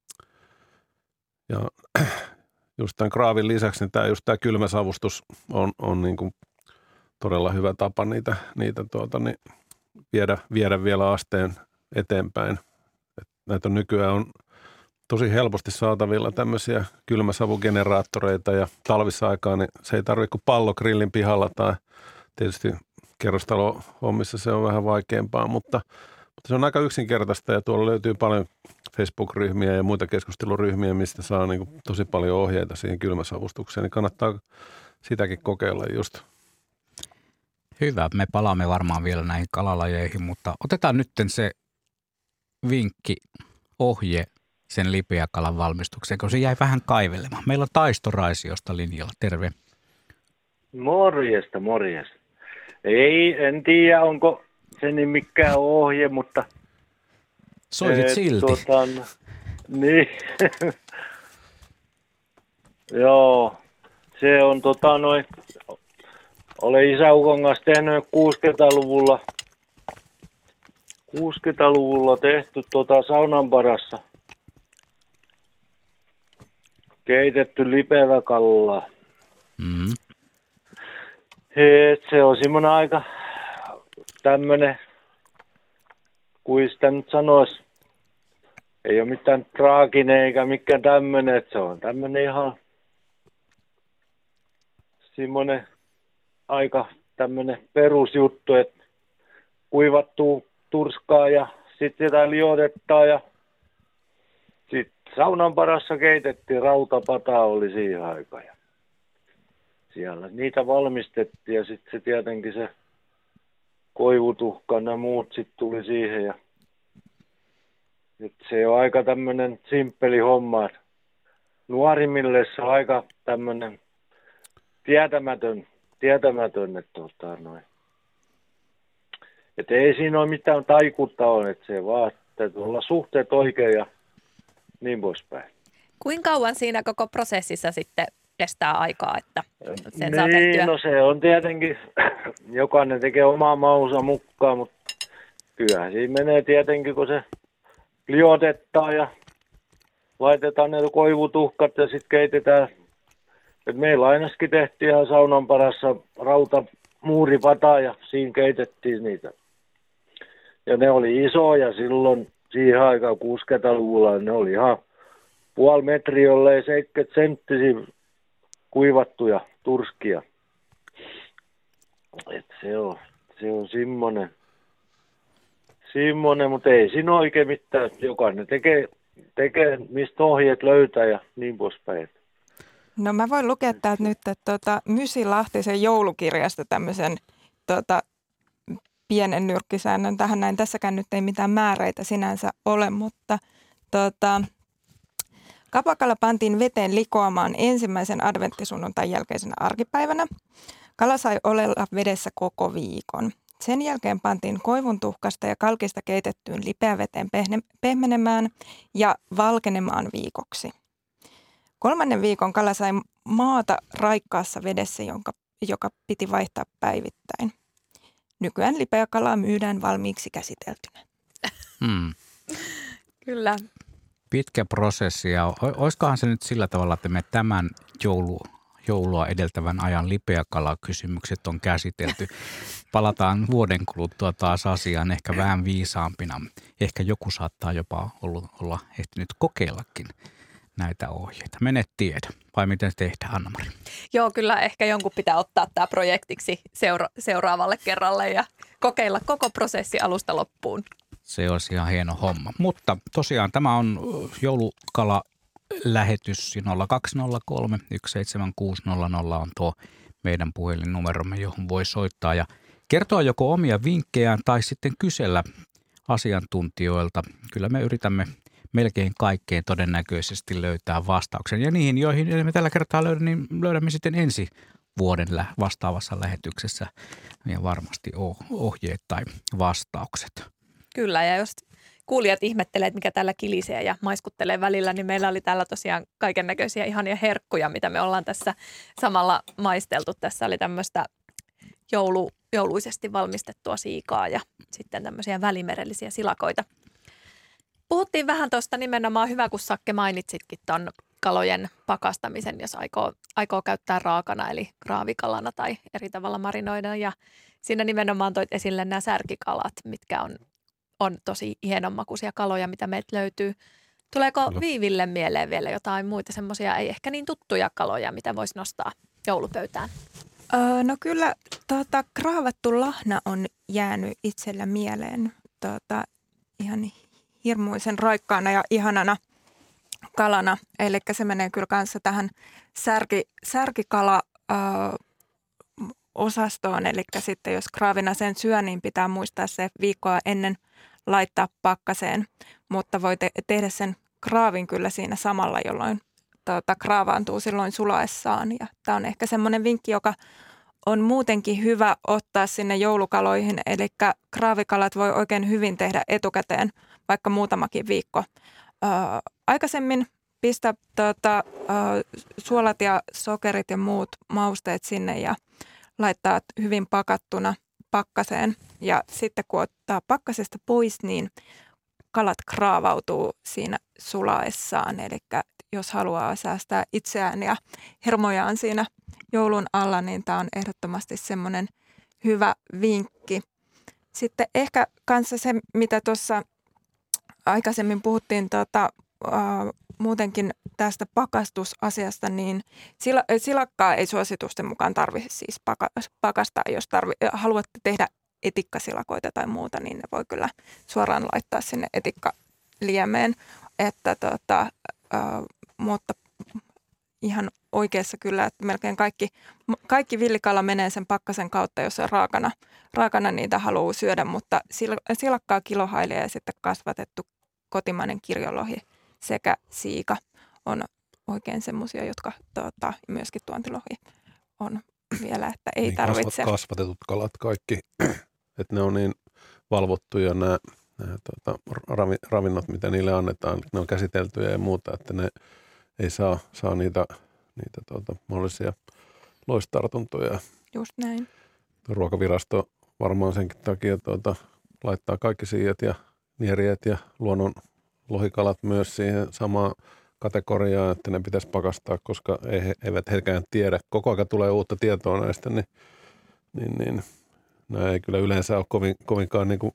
ja just tämän kraavin lisäksi niin tämä, just tämä kylmäsavustus on, on niin kuin todella hyvä tapa niitä, niitä tuota, niin viedä, viedä vielä asteen eteenpäin. Et näitä on nykyään on tosi helposti saatavilla tämmöisiä kylmäsavugeneraattoreita ja talvissa aikaa niin se ei tarvitse kuin pallo grillin pihalla tai tietysti kerrostalo-hommissa se on vähän vaikeampaa, mutta, mutta se on aika yksinkertaista ja tuolla löytyy paljon Facebook-ryhmiä ja muita keskusteluryhmiä, mistä saa niin kuin tosi paljon ohjeita siihen kylmäsavustukseen, niin kannattaa sitäkin kokeilla just. Hyvä, me palaamme varmaan vielä näihin kalalajeihin, mutta otetaan nyt se vinkki, ohje sen lipeäkalan valmistukseen, kun se jäi vähän kaivelemaan. Meillä on Taisto Raisiosta linjalla, terve. Morjesta, morjesta. Ei, en tiedä, onko se niin mikään ohje, mutta soisit silti. Tuota, niin. Joo, se on tota noin, olen isäukon kanssa tehnyt kuusikymmentäluvulla, kuusikymmentäluvulla tehty tota saunanparassa. Keitetty lipeväkallaa. Mm-hmm. Et se on semmoinen aika tämmönen, kuin sitä nyt sanois, ei ole mitään traaginen eikä mikään tämmönen, että se on tämmönen ihan semmoinen aika tämmönen perusjuttu, että kuivattuu turskaa ja sitten jotain liotettaa ja sitten saunan parassa keitettiin, rautapata oli siihen aikaan ja siellä niitä valmistettiin ja sitten se tietenkin se koivutuhka ja muut sitten tuli siihen ja nyt se on aika tämmöinen simppeli homma. Nuorimmille se on aika tämmöinen tietämätön, tietämätön, että tota noin. Että ei siinä ole mitään taikuutta ole, että se vaan täytyy olla suhteet oikein ja niin poispäin. Kuinka kauan siinä koko prosessissa sitten kestää aikaa, että sen niin, saa tehtyä? No se on tietenkin, jokainen tekee omaa mausa mukaan, mutta kyllähän siinä menee tietenkin, kun se liotetaan ja laitetaan ne koivutuhkat ja sitten keitetään. Et meillä ainakin tehtiin ihan saunan parassa rautamuuripata ja siinä keitettiin niitä. Ja ne oli isoja silloin siihen aikaan kuusikymmentäluvulla, ne oli ihan puoli metriä, jollei seitsemänkymmentä senttisiä kuivattuja turskia. Et se on, se on semmoinen, semmoinen, mutta ei siinä oikein mitään. Jokainen tekee, tekee mistä ohjeet löytää ja niin poispäin. No mä voin lukea täältä nyt, että tuota, Mysi Lahtisen joulukirjasta tämmöisen tuota, pienen nyrkkisäännön tähän näin. Tässäkään nyt ei mitään määreitä sinänsä ole, mutta tuota, Kapakala pantiin veteen likoamaan ensimmäisen adventtisunnuntain jälkeisenä arkipäivänä. Kala sai olla vedessä koko viikon. Sen jälkeen pantiin koivun tuhkasta ja kalkista keitettyyn lipeäveteen pehmenemään ja valkenemaan viikoksi. Kolmannen viikon kala sai maata raikkaassa vedessä, jonka, joka piti vaihtaa päivittäin. Nykyään lipeäkalaa myydään valmiiksi käsiteltynä. Hmm. Kyllä. Pitkä prosessi ja olisikohan se nyt sillä tavalla, että me tämän joulu, joulua edeltävän ajan lipeäkalakysymykset on käsitelty. Palataan vuoden kuluttua taas asiaan ehkä vähän viisaampina. Ehkä joku saattaa jopa olla, olla ehtinyt kokeillakin näitä ohjeita. Mene tiedä. Vai miten se tehdään, Anna-Mari? Joo, kyllä ehkä jonkun pitää ottaa tämä projektiksi seura- seuraavalle kerralle ja kokeilla koko prosessi alusta loppuun. Se olisi ihan hieno homma. Mutta tosiaan tämä on joulukala-lähetys. nolla kaksi nolla kolme yksi seitsemän kuusi nolla nolla on tuo meidän puhelinnumeromme, johon voi soittaa ja kertoa joko omia vinkkejään tai sitten kysellä asiantuntijoilta. Kyllä me yritämme melkein kaikkeen todennäköisesti löytää vastauksen. Ja niihin, joihin emme tällä kertaa löydä, niin löydämme sitten ensi vuoden vastaavassa lähetyksessä ja varmasti ohjeet tai vastaukset. Kyllä, ja jos kuulijat ihmettelee, mikä täällä kilisee ja maiskuttelee välillä, niin meillä oli täällä tosiaan kaiken näköisiä ihania herkkuja, mitä me ollaan tässä samalla maisteltu. Tässä oli tämmöistä joulu, jouluisesti valmistettua siikaa ja sitten tämmöisiä välimerellisiä silakoita. Puhuttiin vähän tuosta nimenomaan, hyvä kun Sakke mainitsitkin tuon kalojen pakastamisen, jos aikoo, aikoo käyttää raakana eli kraavikalana tai eri tavalla marinoida. Ja siinä nimenomaan toit esille nämä särkikalat, mitkä on, on tosi hienommakuisia kaloja, mitä meiltä löytyy. Tuleeko Kyllä. Viiville mieleen vielä jotain muita semmoisia ei ehkä niin tuttuja kaloja, mitä voisi nostaa joulupöytään? Öö, no kyllä tota, kraavattu lahna on jäänyt itsellä mieleen tota, ihan hirmuisen raikkaana ja ihanana kalana. Eli se menee kyllä kanssa tähän särki, särkikala öö, osastoon. Eli sitten jos kraavina sen syö, niin pitää muistaa se viikkoa ennen laittaa pakkaseen. Mutta voi te- tehdä sen kraavin kyllä siinä samalla, jolloin tota, kraavaantuu silloin sulaessaan. Ja tämä on ehkä semmoinen vinkki, joka on muutenkin hyvä ottaa sinne joulukaloihin. Eli kraavikalat voi oikein hyvin tehdä etukäteen, vaikka muutamakin viikko öö, aikaisemmin. Pistä tota, öö, suolat ja sokerit ja muut mausteet sinne ja laittaa hyvin pakattuna pakkaseen. Ja sitten kun ottaa pakkasesta pois, niin kalat kraavautuu siinä sulaessaan. Eli jos haluaa säästää itseään ja hermojaan siinä joulun alla, niin tämä on ehdottomasti semmoinen hyvä vinkki. Sitten ehkä kanssa se, mitä tuossa aikaisemmin puhuttiin tota, äh, muutenkin tästä pakastusasiasta, niin sila, silakkaa ei suositusten mukaan tarvitse siis paka, pakastaa. Jos tarvi, haluatte tehdä etikkasilakoita tai muuta, niin ne voi kyllä suoraan laittaa sinne etikkaliemeen. Että, tota, äh, mutta ihan oikeassa kyllä, että melkein kaikki, kaikki villikala menee sen pakkasen kautta, jos on raakana, raakana niitä haluaa syödä, mutta silakkaa, kilohailia ja sitten kasvatettu kotimainen kirjolohi sekä siika on oikein semmoisia, jotka tota, myöskin tuontilohi on vielä, että ei niin tarvitse. Kasvatetut kalat kaikki, että ne on niin valvottuja nämä, nämä tuota, ravinnot, mitä niille annetaan, ne on käsiteltyjä ja muuta, että ne ei saa, saa niitä, niitä tuota, mahdollisia loistartuntoja. Just näin. Ruokavirasto varmaan senkin takia tuota, laittaa kaikki siijat ja nieriät ja luonnon lohikalat myös siihen samaan kategoriaan, että ne pitäisi pakastaa, koska ei, eivät heikään tiedä. Koko ajan tulee uutta tietoa näistä, niin, niin, niin nämä ei kyllä yleensä ole kovin, kovinkaan niin kuin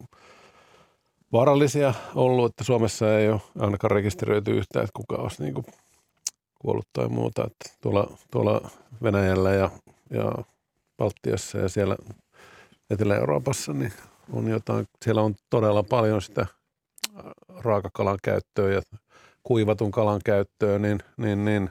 vaarallisia ollut, että Suomessa ei ole ainakaan rekisteröity yhtään, että kuka olisi niin kuin kuollut tai muuta. Että tuolla, tuolla Venäjällä ja, ja Baltiassa ja siellä Etelä-Euroopassa niin on jotain, siellä on todella paljon sitä raakakalan käyttöä ja kuivatun kalan käyttöä, niin, niin, niin,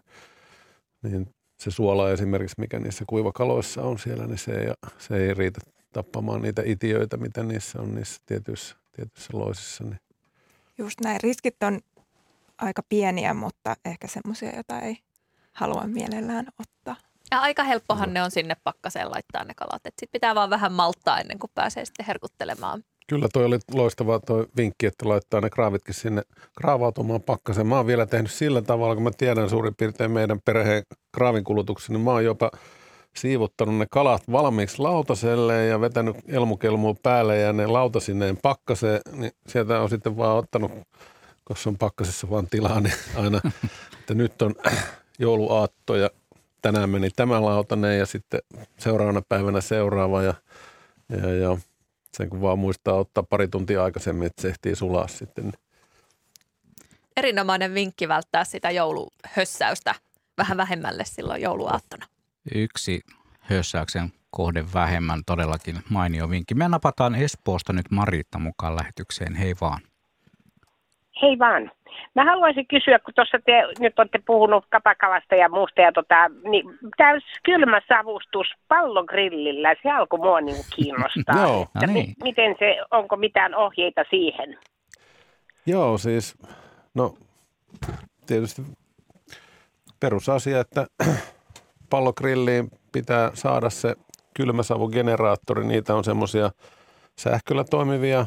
niin se suola esimerkiksi, mikä niissä kuivakaloissa on siellä, niin se ei, se ei riitä tappamaan niitä itiöitä, mitä niissä on niissä tietyissä, tietyissä loisissa. Niin. Just näin. Riskit on aika pieniä, mutta ehkä semmoisia, joita ei halua mielellään ottaa. Ja aika helppohan ne on sinne pakkaseen laittaa ne kalat. Sitten pitää vaan vähän malttaa ennen kuin pääsee sitten herkuttelemaan. Kyllä toi oli loistava toi vinkki, että laittaa ne kraavitkin sinne kraavautumaan pakkaseen. Mä oon vielä tehnyt sillä tavalla, kun mä tiedän suurin piirtein meidän perheen kraavinkulutuksen, niin mä oon jopa siivuttanut ne kalat valmiiksi lautaselle ja vetänyt elmukelmua päälle ja ne lautasineen pakkaseen, niin sieltä on sitten vaan ottanut, koska on pakkasessa vaan tilaa, niin aina, että nyt on jouluaatto ja tänään meni tämä lautanen ja sitten seuraavana päivänä seuraava ja, ja, ja sen kun vaan muistaa ottaa pari tuntia aikaisemmin, että se ehtii sulaa sitten. Erinomainen vinkki välttää sitä jouluhössäystä vähän vähemmälle silloin jouluaattona. Yksi hössäyksen kohde vähemmän, todellakin mainio vinkki. Me napataan Espoosta nyt Maritta mukaan lähetykseen. Hei vaan. Hei vaan. Mä haluaisin kysyä, kun tuossa te nyt olette puhunut kapakalasta ja muusta, ja tota, niin tämä kylmä savustus pallogrillillä, se alkoi mua niin kiinnostaa. Joo, että no niin. mi- miten se, onko mitään ohjeita siihen? Joo, siis no tietysti perusasia, että pallogrilliin pitää saada se kylmäsavugeneraattori. Niitä on semmoisia sähköllä toimivia.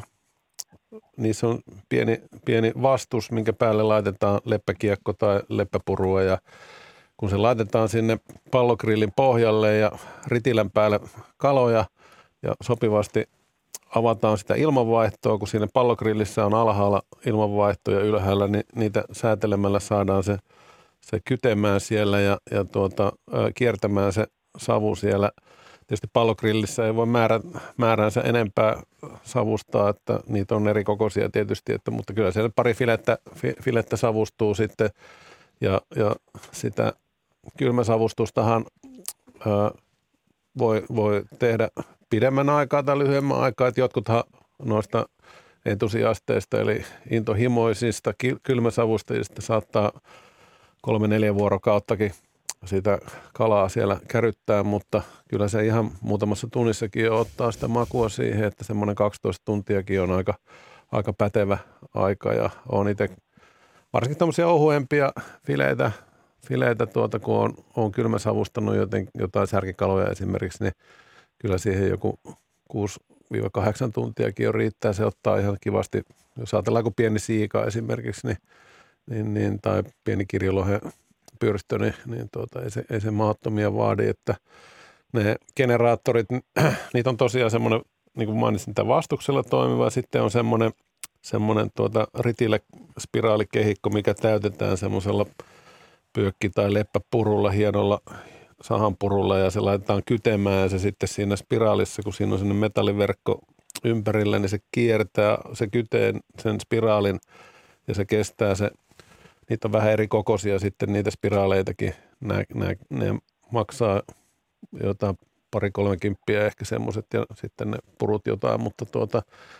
Niissä on pieni, pieni vastus, minkä päälle laitetaan leppäkiekko tai leppäpurua ja kun se laitetaan sinne pallogrillin pohjalle ja ritilän päälle kaloja ja sopivasti avataan sitä ilmanvaihtoa, kun siinä pallogrillissä on alhaalla ilmanvaihto ja ylhäällä, niin niitä säätelemällä saadaan se, se kytemään siellä ja, ja tuota, kiertämään se savu siellä. Tietysti pallogrillissä ei voi määrä, määräänsä enempää savustaa, että niitä on eri kokoisia tietysti, että, mutta kyllä siellä pari filettä, filettä savustuu sitten ja, ja sitä kylmäsavustustahan ää, voi, voi tehdä pidemmän aikaa tai lyhyemmän aikaa, että jotkuthan noista entusiasteista eli intohimoisista kylmäsavustajista saattaa kolme neljä vuorokauttakin sitä kalaa siellä käryttää, mutta kyllä se ihan muutamassa tunnissakin jo ottaa sitä makua siihen, että semmoinen kaksitoista tuntiakin on aika, aika pätevä aika ja on itse varsinkin tämmöisiä ohuempia fileitä, fileitä tuota, kun on, on kylmäsavustanut joten, jotain särkikaloja esimerkiksi, niin kyllä siihen joku kuusi kahdeksan tuntiakin jo riittää. Se ottaa ihan kivasti, jos ajatellaan kuin pieni siika esimerkiksi, niin, niin, niin, tai pieni kirjolohen pyrstö, niin, niin tuota, ei, se, ei se maattomia vaadi, että ne generaattorit, niitä on tosiaan semmoinen, niin kuin mainitsin, tämä vastuksella toimiva, sitten on semmoinen, semmoinen tuota, ritille spiraalikehikko, mikä täytetään semmoisella pyökki- tai leppäpurulla, hienolla sahanpurulla, ja se laitetaan kytemään, ja se sitten siinä spiraalissa, kun siinä on semmoinen metalliverkko ympärillä, niin se kiertää, se kyteen sen spiraalin, ja se kestää se. Niitä on vähän eri kokoisia sitten niitä spiraaleitakin. Nämä, nämä, ne maksaa jotain pari kolmekymppiä ehkä semmoiset ja sitten ne purut jotain, mutta tuota,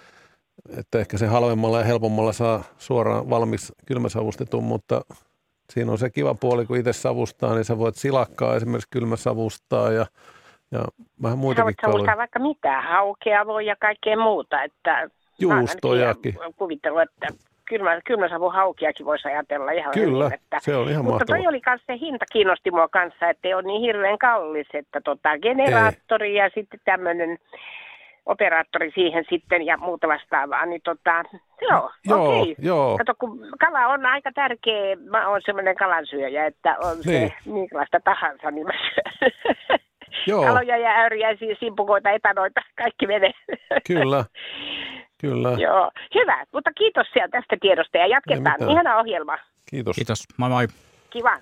että ehkä se halvemmalla ja helpommalla saa suoraan valmis kylmäsavustetun, mutta siinä on se kiva puoli, kun itse savustaa, niin sä voit silakkaa esimerkiksi kylmäsavustaa ja, ja vähän muitakin kaloja. Savustaa vaikka mitä, haukea voi ja kaikkea muuta, että juustojakin. Kuvittelu, että Kylmä, kylmäsavun haukiakin voisi ajatella ihan Kyllä, hyvin, että, se on ihan mutta mahtavaa. toi oli myös se hinta kiinnosti mua kanssa, että ei ole niin hirveän kallis, että tota, generaattori ei. Ja sitten tämmöinen operaattori siihen sitten ja muuta vastaavaa, niin tota, joo, joo, okei. joo. Kato, kun kala on aika tärkeä, mä oon semmoinen kalansyöjä, että on niin. Se minkälaista tahansa, niin mä syön. Joo. Kaloja ja äyriäisiä, simpukoita, etanoita, kaikki menee. Kyllä. Kyllä. Joo, hyvä. Mutta kiitos siellä tästä tiedosta ja jatketaan. Ihana ohjelma. Kiitos. Kiitos. Moi moi. Kiva.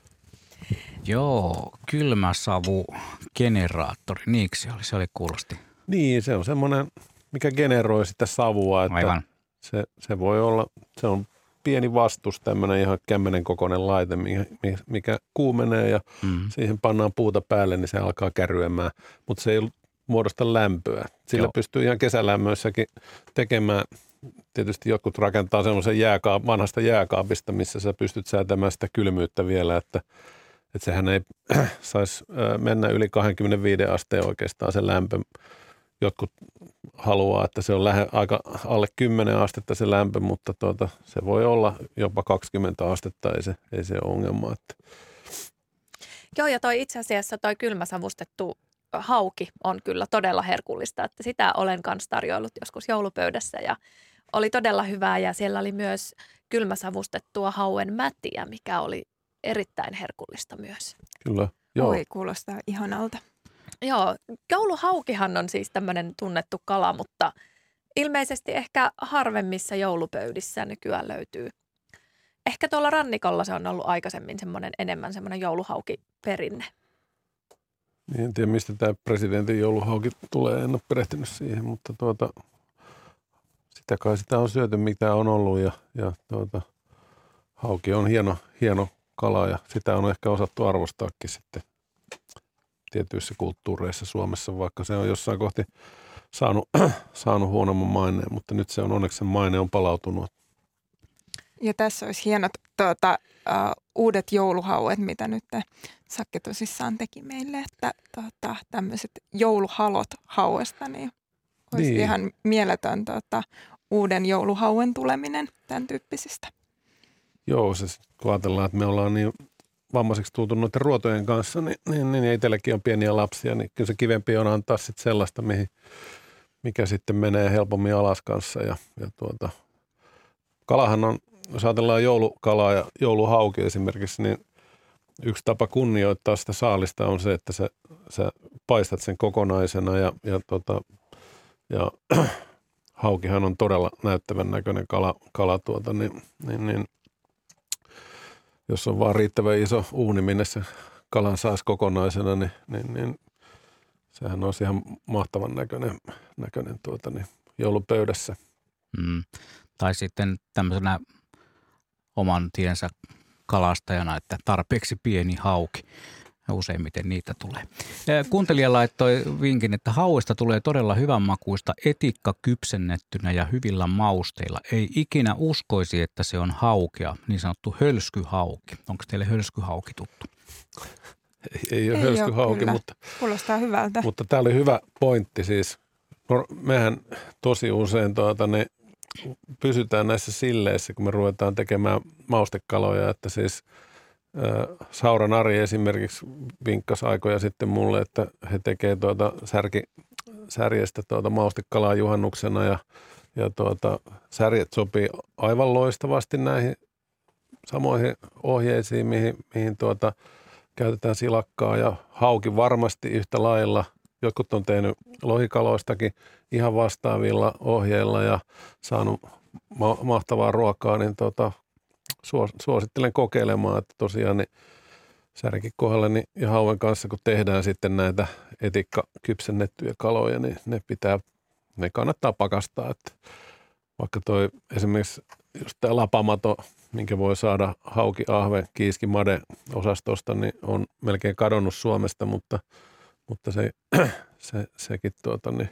Joo, kylmäsavugeneraattori. Niinkö se oli? Se oli kuulosti. Niin, se on semmoinen, mikä generoi sitä savua. Että Aivan. Se, se voi olla, se on pieni vastus, tämmöinen ihan kämmenen kokoinen laite, mikä kuumenee ja mm. siihen pannaan puuta päälle, niin se alkaa käryämään. Mutta se ei muodosta lämpöä. Sillä Joo. pystyy ihan kesälämmöissäkin tekemään. Tietysti jotkut rakentaa semmoisen jääkaap- vanhasta jääkaapista, missä sä pystyt säätämään sitä kylmyyttä vielä, että, että sehän ei saisi mennä yli kaksikymmentäviisi asteen oikeastaan se lämpö. jotkut haluaa, että se on lähe, aika alle kymmenen astetta se lämpö, mutta tuota, se voi olla jopa kaksikymmentä astetta, ei se, ei se ole ongelma. Että. Joo, ja toi itse asiassa toi kylmäsavustettu hauki on kyllä todella herkullista, että sitä olen kanssa tarjoillut joskus joulupöydässä ja oli todella hyvää ja siellä oli myös kylmäsavustettua hauen mätiä, mikä oli erittäin herkullista myös. Kyllä, joo. Oi, kuulostaa ihanalta. Joo, jouluhaukihan on siis tämmöinen tunnettu kala, mutta ilmeisesti ehkä harvemmissa joulupöydissä nykyään löytyy. Ehkä tuolla rannikolla se on ollut aikaisemmin semmoinen enemmän semmoinen jouluhaukiperinne. Niin, en tiedä, mistä tämä presidentin jouluhauki tulee, en ole perehtynyt siihen, mutta tuota, sitä kai sitä on syöty, mitä on ollut ja, ja tuota, hauki on hieno, hieno kala ja sitä on ehkä osattu arvostaakin sitten tietyissä kulttuureissa Suomessa, vaikka se on jossain kohti saanut, saanut huonomman maineen, mutta nyt se on onneksi sen maine on palautunut. Ja tässä olisi hienot tuota, uh, uudet jouluhauet, mitä nyt Sakke tosissaan teki meille, että tuota, tämmöiset jouluhalot hauesta, niin olisi niin. ihan mieletön tuota, uuden jouluhauen tuleminen tämän tyyppisistä. Joo, se kun ajatellaan, että me ollaan niin vammaiseksi tultu noiden ruotojen kanssa, niin, niin, niin itselläkin on pieniä lapsia, niin kyllä se kivempi on antaa sitten sellaista, mihin, mikä sitten menee helpommin alas kanssa. Ja, ja tuota, kalahan on, jos ajatellaan joulukalaa ja jouluhauki esimerkiksi, niin yksi tapa kunnioittaa sitä saalista on se, että sä, sä paistat sen kokonaisena ja, ja, tota, ja haukihan on todella näyttävän näköinen kala, kala tuota, niin, niin, niin jos on vaan riittävän iso uuni, minne se kalan saisi kokonaisena, niin, niin, niin sehän on ihan mahtavan näköinen, näköinen tuota, niin joulupöydässä. Mm. Tai sitten tämmöisenä oman tiensä kalastajana, että tarpeeksi pieni hauki. Useimmiten niitä tulee. Kuuntelija laittoi vinkin, että hauesta tulee todella hyvän makuista etikka kypsennettynä ja hyvillä mausteilla. Ei ikinä uskoisi, että se on haukea, niin sanottu hölskyhauki. Onko teille hölskyhauki tuttu? Ei, ei ole ei hölskyhauki, ole, mutta, kuulostaa hyvältä. Mutta tämä oli hyvä pointti siis. No, mehän tosi usein tuota, ne pysytään näissä silleissä, kun me ruvetaan tekemään maustekaloja, että siis Sauran Ari esimerkiksi vinkkasi aikoja sitten mulle, että he tekee tuota särki, särjestä tuota maustekalaa juhannuksena ja, ja tuota, särjet sopii aivan loistavasti näihin samoihin ohjeisiin, mihin, mihin tuota, käytetään silakkaa ja hauki varmasti yhtä lailla. Jotkut on tehnyt lohikaloistakin ihan vastaavilla ohjeilla ja saanut ma- mahtavaa ruokaa, niin tuota, suosittelen kokeilemaan, että tosiaan niin särkin kohdalla niin, ja hauen kanssa, kun tehdään sitten näitä etikka kypsennettyjä kaloja, niin ne pitää, ne kannattaa pakastaa. Että vaikka toi esimerkiksi just tämä lapamato, minkä voi saada hauki, ahve, kiiski, made osastosta, niin on melkein kadonnut Suomesta, mutta, mutta se, se, sekin tuota, niin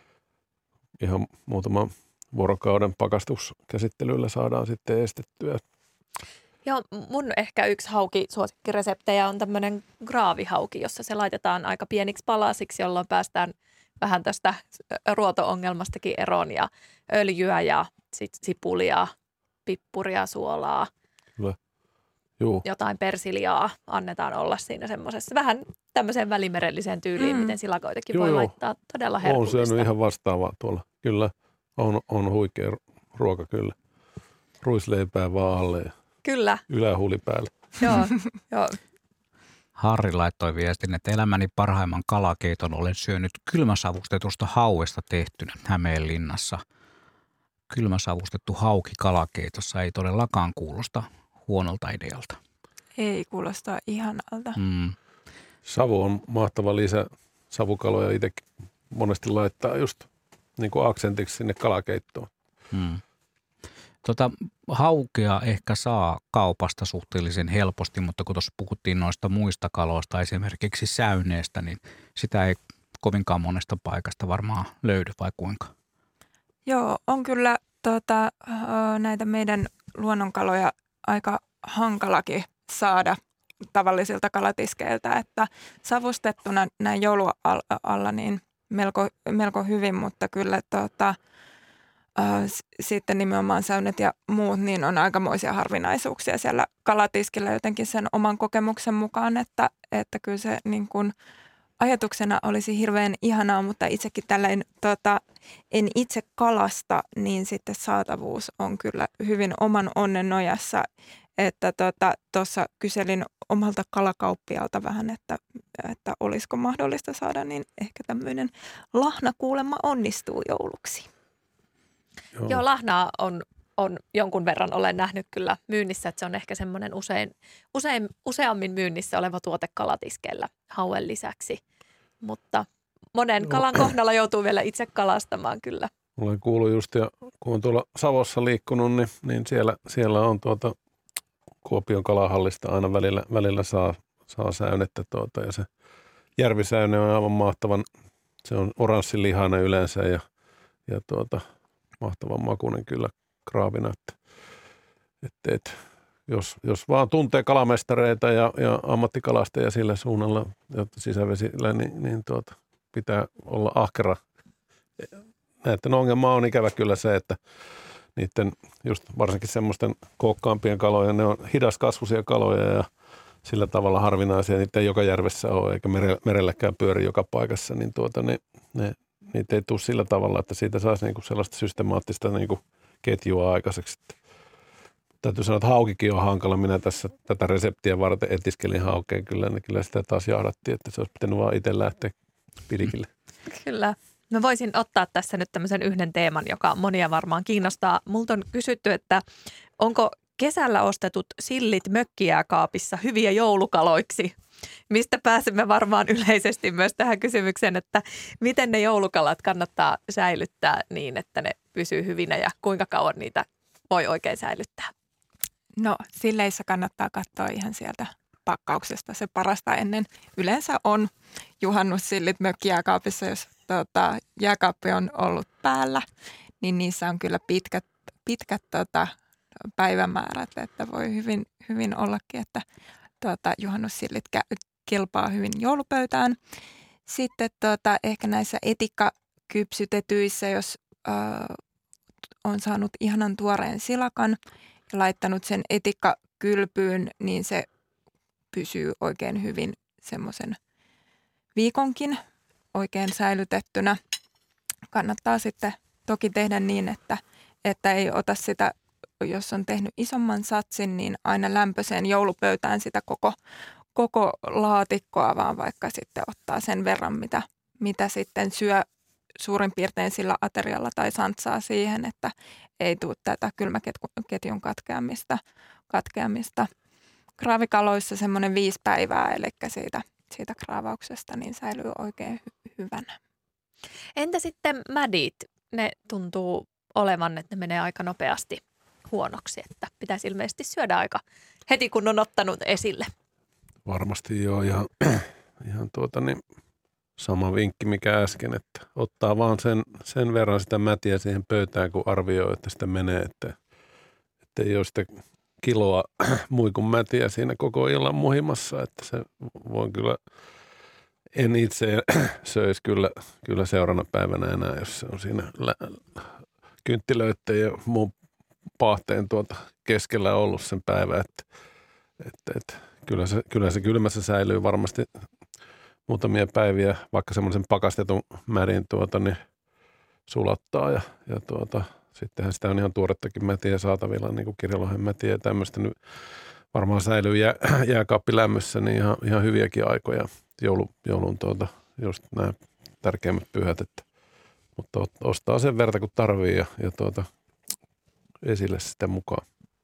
ihan muutaman vuorokauden pakastuskäsittelyllä saadaan sitten estettyä. Joo, mun ehkä yksi hauki-suosikkireseptejä on tämmöinen graavihauki, jossa se laitetaan aika pieniksi palasiksi, jolloin päästään vähän tästä ruoto-ongelmastakin eroon ja öljyä ja sit sipulia, pippuria, suolaa, Kyllä. Juu. jotain persiliaa annetaan olla siinä semmoisessa vähän tämmöiseen välimerelliseen tyyliin, mm. miten silakoitakin Joo, voi joo. laittaa. Todella herkullista. Olen syönyt ihan vastaavaa tuolla. Kyllä, on, on huikea ruoka kyllä. Ruisleipää vaan alle ja Kyllä. ylähuuli päälle. Joo, joo. Harri laittoi viestin, että elämäni parhaimman kalakeiton olen syönyt kylmäsavustetusta hauesta tehtynä Hämeenlinnassa. Kylmäsavustettu hauki kalakeitossa ei todellakaan kuulosta huonolta idealta. Ei kuulostaa ihanalta. Mm. Savu on mahtava lisä. Savukaloja itsekin monesti laittaa just niin kuin aksentiksi sinne kalakeittoon. Mm. Tota, haukea ehkä saa kaupasta suhteellisen helposti, mutta kun tuossa puhuttiin noista muista kaloista, esimerkiksi säyneestä, niin sitä ei kovinkaan monesta paikasta varmaan löydy, vai kuinka? Joo, on kyllä tota, näitä meidän luonnonkaloja aika hankalakin saada tavallisilta kalatiskeiltä, että savustettuna näin joulun alla niin melko, melko hyvin, mutta kyllä tota, ää, s- sitten nimenomaan säynet ja muut, niin on aikamoisia harvinaisuuksia siellä kalatiskillä jotenkin sen oman kokemuksen mukaan, että, että kyllä se niin kuin ajatuksena olisi hirveän ihanaa, mutta itsekin tällainen, tota, en itse kalasta, niin sitten saatavuus on kyllä hyvin oman onnen nojassa, että tuossa tota, kyselin omalta kalakauppialta vähän, että, että olisiko mahdollista saada, niin ehkä tämmöinen lahna kuulemma onnistuu jouluksi. Joo, Joo lahnaa on, on jonkun verran olen nähnyt kyllä myynnissä, että se on ehkä semmoinen usein, usein, useammin myynnissä oleva tuote kalatiskeillä hauen lisäksi, mutta monen kalan kohdalla joutuu vielä itse kalastamaan kyllä. Olen kuullut just, ja kun on tuolla Savossa liikkunut, niin, niin siellä, siellä on tuota Kuopion kalahallista aina välillä, välillä saa, saa säynettä tuota, ja se järvisäyne on aivan mahtavan, se on oranssilihainen yleensä ja, ja tuota, mahtavan makuinen kyllä kraavina, että, että, että jos, jos vaan tuntee kalamestareita ja, ja ammattikalastajia sillä suunnalla sisävesillä, niin, niin tuota, pitää olla ahkera. Näiden ongelma on ikävä kyllä se, että niiden just varsinkin semmoisten kookkaampien kalojen, ne on hidaskasvuisia kaloja ja sillä tavalla harvinaisia, niitä ei joka järvessä ole eikä merelläkään pyöri joka paikassa, niin tuota, ne, ne, niitä ei tule sillä tavalla, että siitä saisi niinku sellaista systemaattista niinku ketjua aikaiseksi. Täytyy sanoa, että haukikin on hankala. Minä tässä tätä reseptiä varten etiskelin haukeen kyllä, niin kyllä sitä taas jahdattiin, että se olisi pitänyt vaan itse lähteä pilkille. Kyllä. Mä voisin ottaa tässä nyt tämmöisen yhden teeman, joka monia varmaan kiinnostaa. Multa on kysytty, että onko kesällä ostetut sillit mökkijääkaapissa hyviä joulukaloiksi? Mistä pääsemme varmaan yleisesti myös tähän kysymykseen, että miten ne joulukalat kannattaa säilyttää niin, että ne pysyy hyvinä ja kuinka kauan niitä voi oikein säilyttää? No silleissä kannattaa katsoa ihan sieltä pakkauksesta se parasta ennen. Yleensä on juhannussillit mökkijääkaapissa, jos tota, jääkaappi on ollut päällä, niin niissä on kyllä pitkät, pitkät tota, päivämäärät, että voi hyvin, hyvin ollakin, että tota, juhannussillit kä- kelpaa hyvin joulupöytään. Sitten tota, ehkä näissä etikkakypsytetyissä, jos ö, on saanut ihanan tuoreen silakan ja laittanut sen etikkakylpyyn, niin se pysyy oikein hyvin semmoisen viikonkin oikein säilytettynä. Kannattaa sitten toki tehdä niin, että, että ei ota sitä, jos on tehnyt isomman satsin, niin aina lämpöiseen joulupöytään sitä koko, koko laatikkoa, vaan vaikka sitten ottaa sen verran, mitä, mitä sitten syö suurin piirtein sillä aterialla tai santsaa siihen, että ei tule tätä kylmäketjun katkeamista. katkeamista. Kraavikaloissa semmoinen viisi päivää, eli siitä, siitä kraavauksesta niin säilyy oikein hy- hyvänä. Entä sitten mädit? Ne tuntuu olevan, että ne menee aika nopeasti huonoksi, että pitäisi ilmeisesti syödä aika heti, kun on ottanut esille. Varmasti joo, ihan, ihan tuota niin, sama vinkki mikä äsken, että ottaa vaan sen, sen verran sitä mätiä siihen pöytään, kun arvioi, että sitä menee, että, että ei ole sitä kiloa muikun mätiä siinä koko illan muhimassa, että se voi kyllä, en itse söisi kyllä, kyllä seuraavana päivänä enää, jos se on siinä lä- kynttilöiden ja muun paahteen tuota keskellä ollut sen päivä, että, että, että kyllä, se, kyllä se kylmässä säilyy varmasti muutamia päiviä, vaikka semmoisen pakastetun märin tuota, niin sulattaa ja, ja tuota, sittenhän sitä on ihan tuorettakin mätiä saatavilla, niin kuin kirjalohen mätiä ja tämmöistä. Nyt varmaan säilyy jää, jääkaappi lämmössä niin ihan, ihan hyviäkin aikoja joulu, joulun tuota, just nämä tärkeimmät pyhät. Että, mutta ostaa sen verta kun tarvii ja, ja tuota, esille sitä mukaan.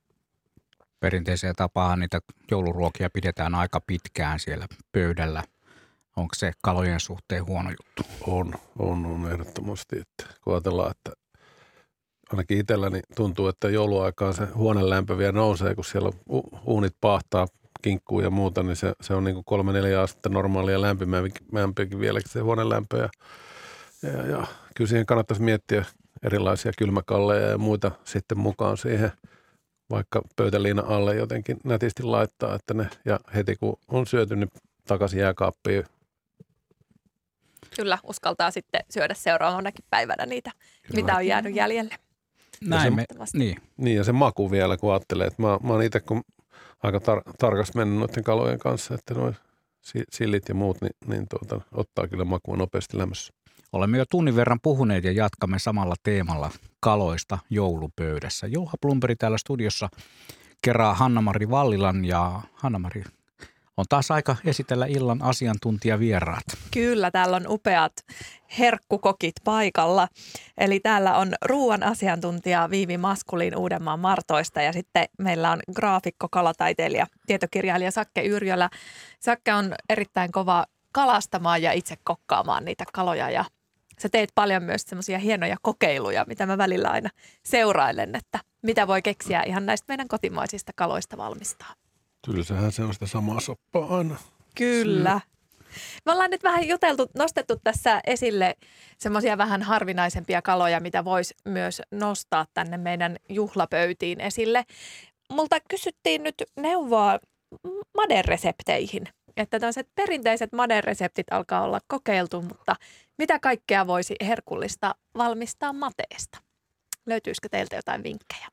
Perinteiseen tapaan niitä jouluruokia pidetään aika pitkään siellä pöydällä. Onko se kalojen suhteen huono juttu? On, on, on ehdottomasti. Että kun ajatellaan, että ainakin itselläni tuntuu, että jouluaikaan se huoneen lämpö vielä nousee, kun siellä uunit paahtaa kinkkuu ja muuta, niin se, se on niin kuin kolme neljä astetta normaalia lämpimämpiäkin vieläkin se huoneen lämpö. Ja, ja, ja kyllä siihen kannattaisi miettiä erilaisia kylmäkalleja ja muita sitten mukaan siihen, vaikka pöytäliinan alle jotenkin nätisti laittaa, että ne, ja heti kun on syöty, niin takaisin jääkaappiin. Kyllä, uskaltaa sitten syödä seuraavanakin päivänä niitä, Kyllä. mitä on jäänyt jäljelle. Näin me, niin. Niin ja se maku vielä, kun ajattelee, että mä, mä oon itse kun aika tar- tarkasti mennyt noiden kalojen kanssa, että noin sillit ja muut, niin, niin tuota, ottaa kyllä makua nopeasti lämmössä. Olemme jo tunnin verran puhuneet ja jatkamme samalla teemalla kaloista joulupöydässä. Juha Blomberg täällä studiossa kerää Hanna-Mari Vallilan ja Hanna-Mari, on taas aika esitellä illan asiantuntijavieraat. Kyllä, täällä on upeat herkkukokit paikalla. Eli täällä on ruoan asiantuntija Viivi Maskulin Uudenmaan Martoista ja sitten meillä on graafikko, kalataiteilija, tietokirjailija Sakke Yrjölä. Sakke on erittäin kova kalastamaan ja itse kokkaamaan niitä kaloja ja sä teet paljon myös semmoisia hienoja kokeiluja, mitä mä välillä aina seurailen, että mitä voi keksiä ihan näistä meidän kotimaisista kaloista valmistaa. Tylsähän se on sitä samaa soppaa aina. Kyllä. Me ollaan nyt vähän juteltu, nostettu tässä esille semmoisia vähän harvinaisempia kaloja, mitä voisi myös nostaa tänne meidän juhlapöytiin esille. Multa kysyttiin nyt neuvoa maderesepteihin, että tämmöiset perinteiset madereseptit alkaa olla kokeiltu, mutta mitä kaikkea voisi herkullista valmistaa mateesta? Löytyisikö teiltä jotain vinkkejä?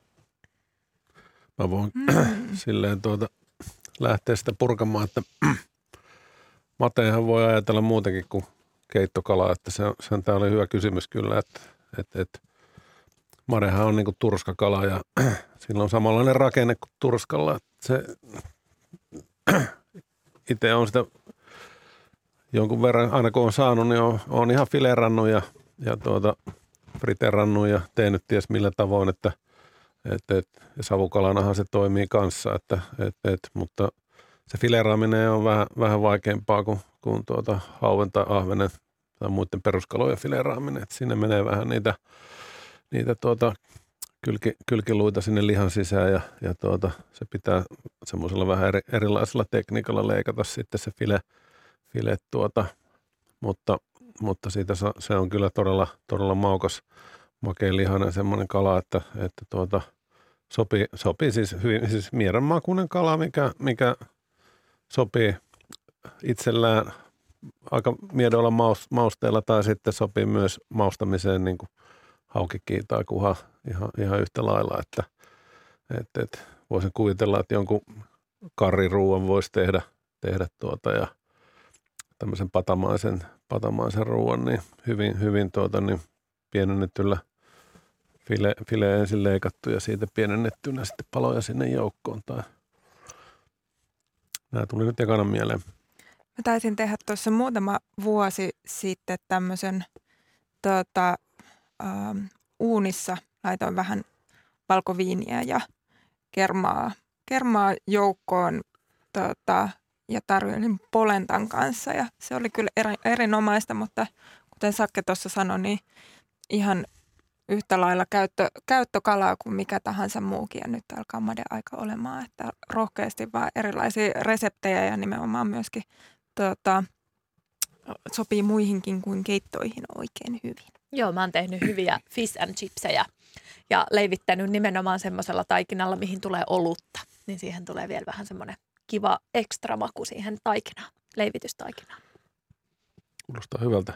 Mä voin mm. silleen tuota, lähteä sitä purkamaan, että mateehan voi ajatella muutenkin kuin keittokalaa, että se on, sen tämä oli hyvä kysymys kyllä, että, että, että madehan on niin kuin turskakala ja sillä on samanlainen rakenne kuin turskalla. Se, itse on sitä jonkun verran, aina kun on saanut, niin on, on ihan fileerannut ja, ja tuota, friterannut ja tehnyt ties millä tavoin, että et, et, ja savukalanahan se toimii kanssa, että, et, et, mutta se fileeraaminen on vähän, vähän vaikeampaa kuin, kuin tuota hauen tai ahvenen tai muiden peruskalojen fileeraaminen. Et sinne menee vähän niitä, niitä tuota, kylki, kylkiluita sinne lihan sisään ja, ja tuota, se pitää semmoisella vähän eri, erilaisella tekniikalla leikata sitten se file, file tuota, mutta, mutta siitä se on kyllä todella, todella maukas, makea lihainen semmoinen kala, että, että tuota, sopii, sopii siis hyvin, siis mieronmakuinen kala, mikä, mikä sopii itsellään aika miedolla maus, mausteella tai sitten sopii myös maustamiseen niin kuin haukikin tai kuha ihan, ihan yhtä lailla, että et, et, voisin kuvitella, että jonkun karriruuan voisi tehdä, tehdä tuota ja tämmöisen patamaisen, patamaisen ruuan niin hyvin, hyvin tuota niin pienennettyllä file, file ensin leikattu ja siitä pienennettynä sitten paloja sinne joukkoon tai nämä tuli nyt ekana mieleen. Mä taisin tehdä tuossa muutama vuosi sitten tämmöisen tota, ähm, uunissa, laitoin vähän valkoviiniä ja kermaa, kermaa joukkoon tota, ja tarjoilin polentan kanssa ja se oli kyllä eri, erinomaista, mutta kuten Sakke tuossa sanoi, niin ihan yhtä lailla käyttö, käyttökalaa kuin mikä tahansa muukin ja nyt alkaa made aika olemaan, että rohkeasti vaan erilaisia reseptejä ja nimenomaan myöskin tuota, sopii muihinkin kuin keittoihin oikein hyvin. Joo, mä oon tehnyt hyviä fish and chipsejä ja leivittänyt nimenomaan semmoisella taikinalla, mihin tulee olutta. Niin siihen tulee vielä vähän semmoinen kiva ekstra maku siihen taikinaan, leivitystaikinaan. Kuulostaa hyvältä.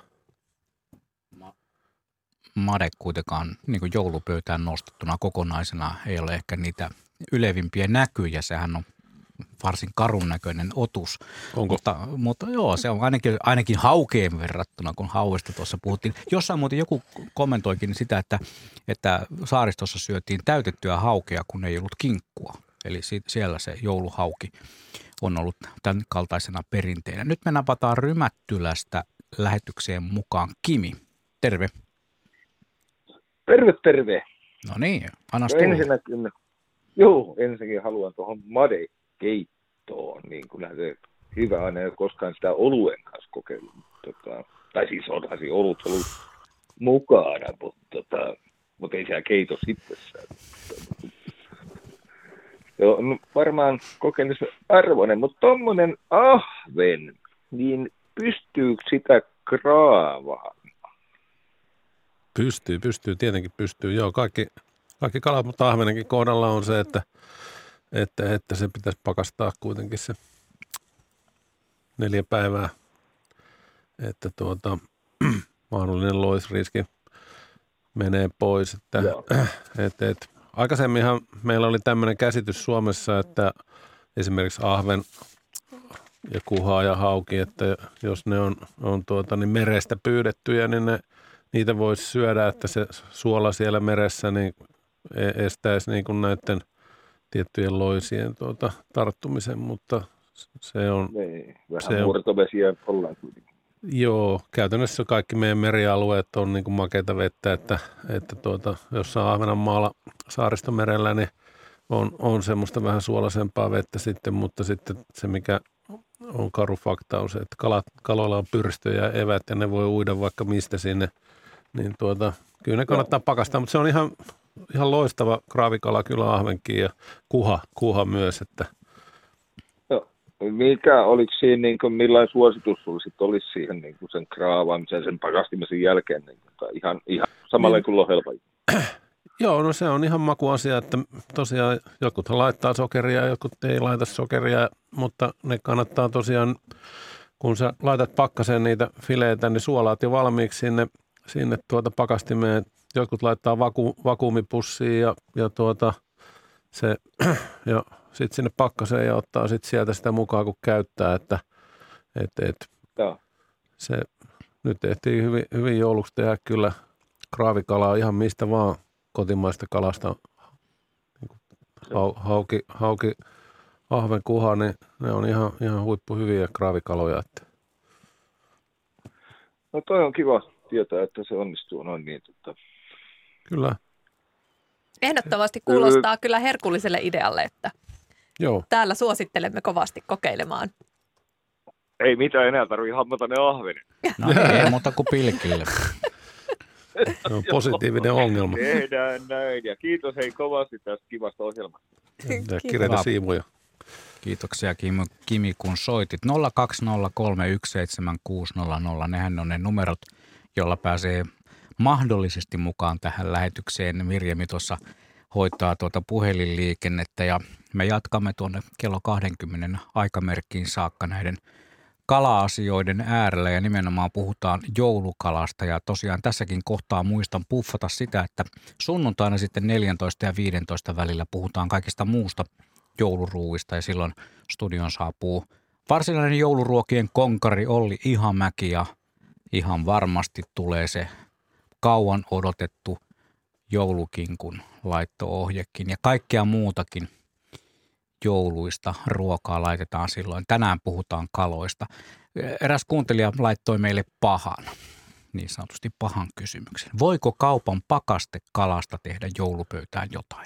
Made kuitenkaan niin kuin joulupöytään nostettuna kokonaisena ei ole ehkä niitä ylevimpiä näkyjä. Sehän on varsin karun näköinen otus. Onko? Mutta, mutta joo, se on ainakin, ainakin haukeen verrattuna, kun hauesta tuossa puhuttiin. Jossain muuten joku kommentoikin sitä, että, että saaristossa syötiin täytettyä haukea, kun ei ollut kinkkua. Eli siellä se jouluhauki on ollut tämän kaltaisena perinteenä. Nyt me napataan Rymättylästä lähetykseen mukaan Kimi. Terve. Terve, terve. No niin, annas tulla. Ensinnäkin, joo, ensinnäkin haluan tuohon madekeittoon, niin kyllähän se hyvä aina, ei ole koskaan sitä oluen kanssa kokeillut. Tota, tai siis onhan siinä olut ollut mukana, mutta, tota, mutta ei siellä keitossa itsessään. Joo, on varmaan kokeillut arvoinen, mutta tommonen ahven, niin pystyykö sitä kraavaa? Pystyy, pystyy, tietenkin pystyy. Joo, kaikki, kaikki kalat, mutta ahvenenkin kohdalla on se, että, että, että se pitäisi pakastaa kuitenkin se neljä päivää että tuota, mahdollinen loisriski menee pois. Että, et, et, aikaisemminhan meillä oli tämmöinen käsitys Suomessa, että esimerkiksi ahven ja kuha ja hauki, että jos ne on, on tuota, niin merestä pyydettyjä, niin ne, niitä voisi syödä, että se suola siellä meressä niin estäisi niin kuin näiden tiettyjen loisien tuota, tarttumisen, mutta se on... Niin, vähän se murtovesiä ollaan kuitenkin. Joo, käytännössä kaikki meidän merialueet on niin kuin makeita vettä, että, että tuota, jossain Ahvenanmaalla saaristomerellä niin on, on semmoista vähän suolaisempaa vettä sitten, mutta sitten se mikä on karu fakta on se, että kalat, kaloilla on pyrstöjä ja evät ja ne voi uida vaikka mistä sinne, niin tuota, kyllä ne kannattaa pakastaa, mutta se on ihan, ihan loistava kraavikala kyllä ahvenkin ja kuha, kuha myös, että mikä, oliko siinä, niin kuin, millainen suositus sulla sitten olisi siihen niin kuin sen kraavaamisen, sen pakastimisen jälkeen, niin kuin, tai ihan, ihan samalla niin. kuin lohelva? Joo, no se on ihan makuasia, että tosiaan jokuthan laittaa sokeria ja jokut ei laita sokeria, mutta ne kannattaa tosiaan, kun sä laitat pakkaseen niitä fileitä, niin suolaat jo valmiiksi sinne, sinne tuota pakastimeen. Jotkut laittaa vaku, vakuumipussiin ja, ja tuota, se... ja sitten sinne pakkaseen ja ottaa sitten sieltä sitä mukaan, kun käyttää, että et, et, se nyt tehtiin hyvin, hyvin jouluksi tehdä kyllä kraavikalaa ihan mistä vaan kotimaista kalasta, niin hauki, hauki, ahven, kuha, niin ne on ihan, ihan huippuhyviä kraavikaloja. Että. No toi on kiva tietää, että se onnistuu noin niin. Että... Kyllä. Ehdottomasti kuulostaa kyllä herkulliselle idealle, että Joo. täällä suosittelemme kovasti kokeilemaan. Ei mitään enää tarvitse hammata ne ahvenet. No ei muuta kuin pilkille. Se on positiivinen ongelma. Tehdään näin ja kiitos hei kovasti tästä kivasta ohjelmasta. Ja kireitä siivuja. Kiitoksia Kimi, Kimi kun soitit. nolla kaksi nolla kolme yksi seitsemän kuusi nolla nolla. Nehän on ne numerot, jolla pääsee mahdollisesti mukaan tähän lähetykseen. Mirjami tuossa hoitaa tuota puhelinliikennettä ja me jatkamme tuonne kello kaksikymmentä aikamerkkiin saakka näiden kala-asioiden äärellä ja nimenomaan puhutaan joulukalasta ja tosiaan tässäkin kohtaa muistan puffata sitä, että sunnuntaina sitten neljäntoista ja viidentoista välillä puhutaan kaikista muusta jouluruuista ja silloin studion saapuu varsinainen jouluruokien konkari Olli Ihamäki ja ihan varmasti tulee se kauan odotettu joulukinkun laitto-ohjekin ja kaikkea muutakin jouluista ruokaa laitetaan silloin. Tänään puhutaan kaloista. Eräs kuuntelija laittoi meille pahan, niin sanotusti pahan kysymyksen. Voiko kaupan pakastekalasta tehdä joulupöytään jotain?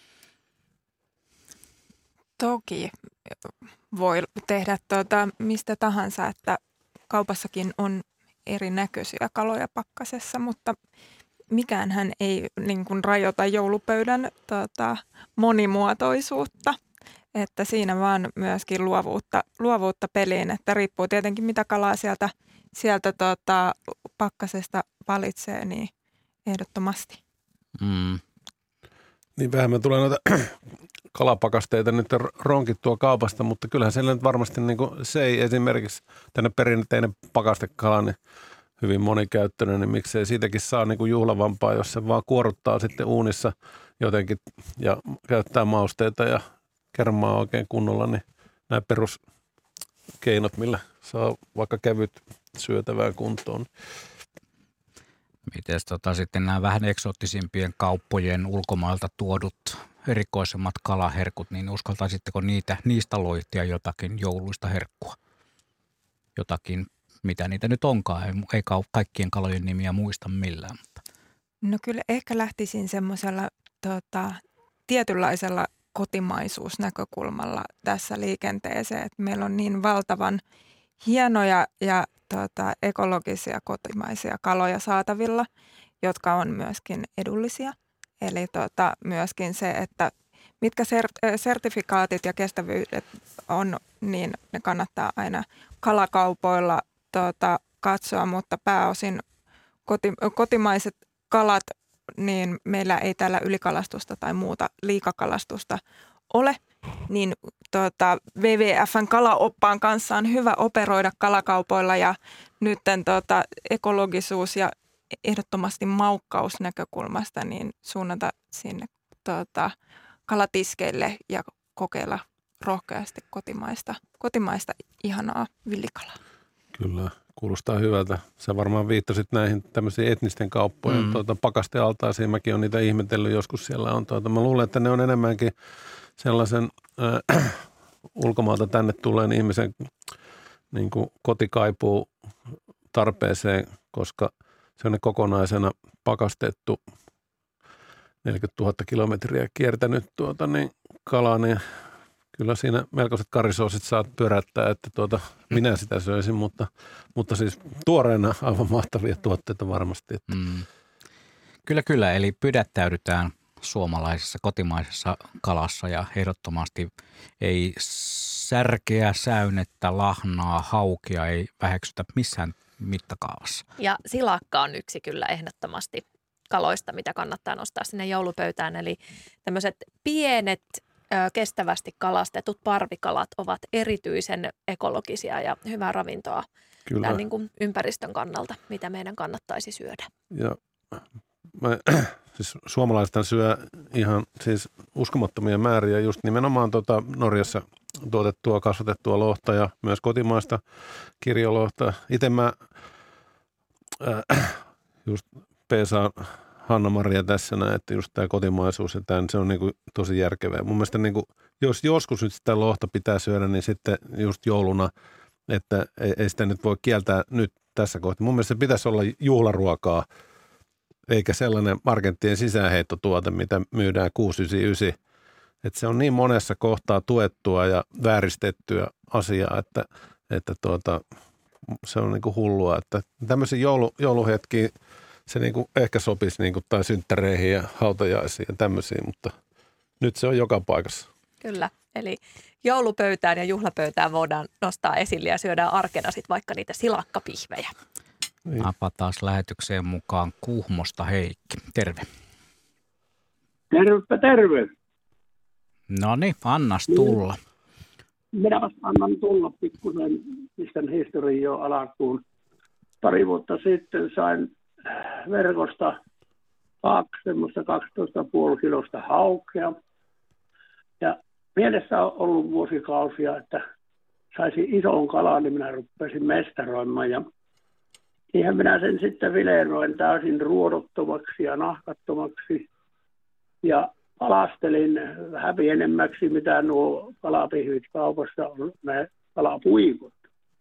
Toki voi tehdä tuota mistä tahansa, että kaupassakin on erinäköisiä kaloja pakkasessa, mutta mikäänhän ei niin kuin rajoita joulupöydän tota, monimuotoisuutta, että siinä vaan myöskin luovuutta, luovuutta peliin, että riippuu tietenkin mitä kalaa sieltä, sieltä tota, pakkasesta valitsee, niin ehdottomasti. Mm. Niin vähän tulee noita kalapakasteita nyt ronkittua kaupasta, mutta kyllähän siellä nyt varmasti niin kuin se ei esimerkiksi tänne perinteinen pakastekala, niin hyvin monikäyttöinen, niin miksei siitäkin saa niin kuin juhlavampaa, jos se vaan kuoruttaa sitten uunissa jotenkin ja käyttää mausteita ja kermaa oikein kunnolla, niin nämä peruskeinot, millä saa vaikka kävyt syötävään kuntoon. Miten tota, sitten nämä vähän eksoottisimpien kauppojen ulkomailta tuodut erikoisemmat kalaherkut, niin uskaltaisitteko niitä, niistä loihtia jotakin jouluista herkkua? Jotakin, mitä niitä nyt onkaan, ei, ei kaikkien kalojen nimiä muista millään. Mutta. No kyllä ehkä lähtisin semmoisella tota, tietynlaisella kotimaisuusnäkökulmalla tässä liikenteeseen, että meillä on niin valtavan hienoja ja tota, ekologisia kotimaisia kaloja saatavilla, jotka on myöskin edullisia. Eli tota, myöskin se, että mitkä ser- sertifikaatit ja kestävyydet on, niin ne kannattaa aina kalakaupoilla tota, katsoa, mutta pääosin koti- kotimaiset kalat, niin meillä ei täällä ylikalastusta tai muuta liikakalastusta ole, niin tuota, W W F:n kalaoppaan kanssa on hyvä operoida kalakaupoilla ja nyt tuota, ekologisuus ja ehdottomasti maukkausnäkökulmasta niin suunnata sinne tuota, kalatiskeille ja kokeilla rohkeasti kotimaista, kotimaista ihanaa villikalaa. Kyllä, kuulostaa hyvältä. Sä varmaan viittasit näihin tämmöisiin etnisten kauppojen mm. tuota, pakastealtaisiin. Mäkin olen niitä ihmetellyt, joskus siellä on. Tuota, mä luulen, että ne on enemmänkin sellaisen äh, ulkomaalta tänne tulleen ihmisen niin kuin kotikaipuu tarpeeseen, koska se on ne kokonaisena pakastettu neljäkymmentätuhatta kilometriä kiertänyt tuota, niin kalaa, niin kyllä siinä melkoiset karisoosit saat pyörättää, että tuota, minä sitä söisin, mutta, mutta siis tuoreena aivan mahtavia tuotteita varmasti. Että. Mm. Kyllä, kyllä. Eli pidättäydytään suomalaisessa kotimaisessa kalassa ja ehdottomasti ei särkeä, säynettä, lahnaa, haukea ei väheksytä missään mittakaavassa. Ja silakka on yksi kyllä ehdottomasti kaloista, mitä kannattaa nostaa sinne joulupöytään. Eli tämmöiset pienet, kestävästi kalastetut parvikalat ovat erityisen ekologisia ja hyvää ravintoa tämän niin kuin ympäristön kannalta, mitä meidän kannattaisi syödä. Ja mä, siis suomalaiset syö ihan siis uskomattomia määriä just nimenomaan tuota Norjassa tuotettua, kasvatettua lohta ja myös kotimaista kirjolohta. Itse mä äh, just peesaan Hanna-Maria tässä näin, että just tämä kotimaisuus ja tämän, se on niin kuin tosi järkevää. Mun mielestä niin kuin, jos joskus nyt sitä lohta pitää syödä, niin sitten just jouluna, että ei, ei sitä nyt voi kieltää nyt tässä kohtaa. Mun mielestä se pitäisi olla juhlaruokaa, eikä sellainen markettien sisäänheittotuote, mitä myydään kuusi yhdeksänkymmentäyhdeksän. Että se on niin monessa kohtaa tuettua ja vääristettyä asiaa, että, että tuota, se on niin kuin hullua. Että tämmöisiä joulu, jouluhetkiä se niin kuin ehkä sopisi niin kuin, tai synttäreihin ja hautajaisiin ja tämmöisiin, mutta nyt se on joka paikassa. Kyllä, eli joulupöytään ja juhlapöytään voidaan nostaa esille ja syödään arkena sitten vaikka niitä silakkapihvejä. Niin. Apa taas lähetykseen mukaan Kuhmosta Heikki. Terve. Tervepä terve. No niin, annas tulla. Minä vasta annan tulla pikkusen, pistän historiaa alkuun. Pari vuotta sitten sain verkosta kaksi semmoista kaksitoista pilkku viisi kilosta haukea. Ja mielessä on ollut vuosikausia, että saisin ison kalan, niin minä rupesin mestaroimaan. Ja ihan minä sen sitten vileroin täysin ruodottomaksi ja nahkattomaksi. Ja kalastelin vähän pienemmäksi, mitä nuo kalapihvit kaupassa on, ne kalapuikot.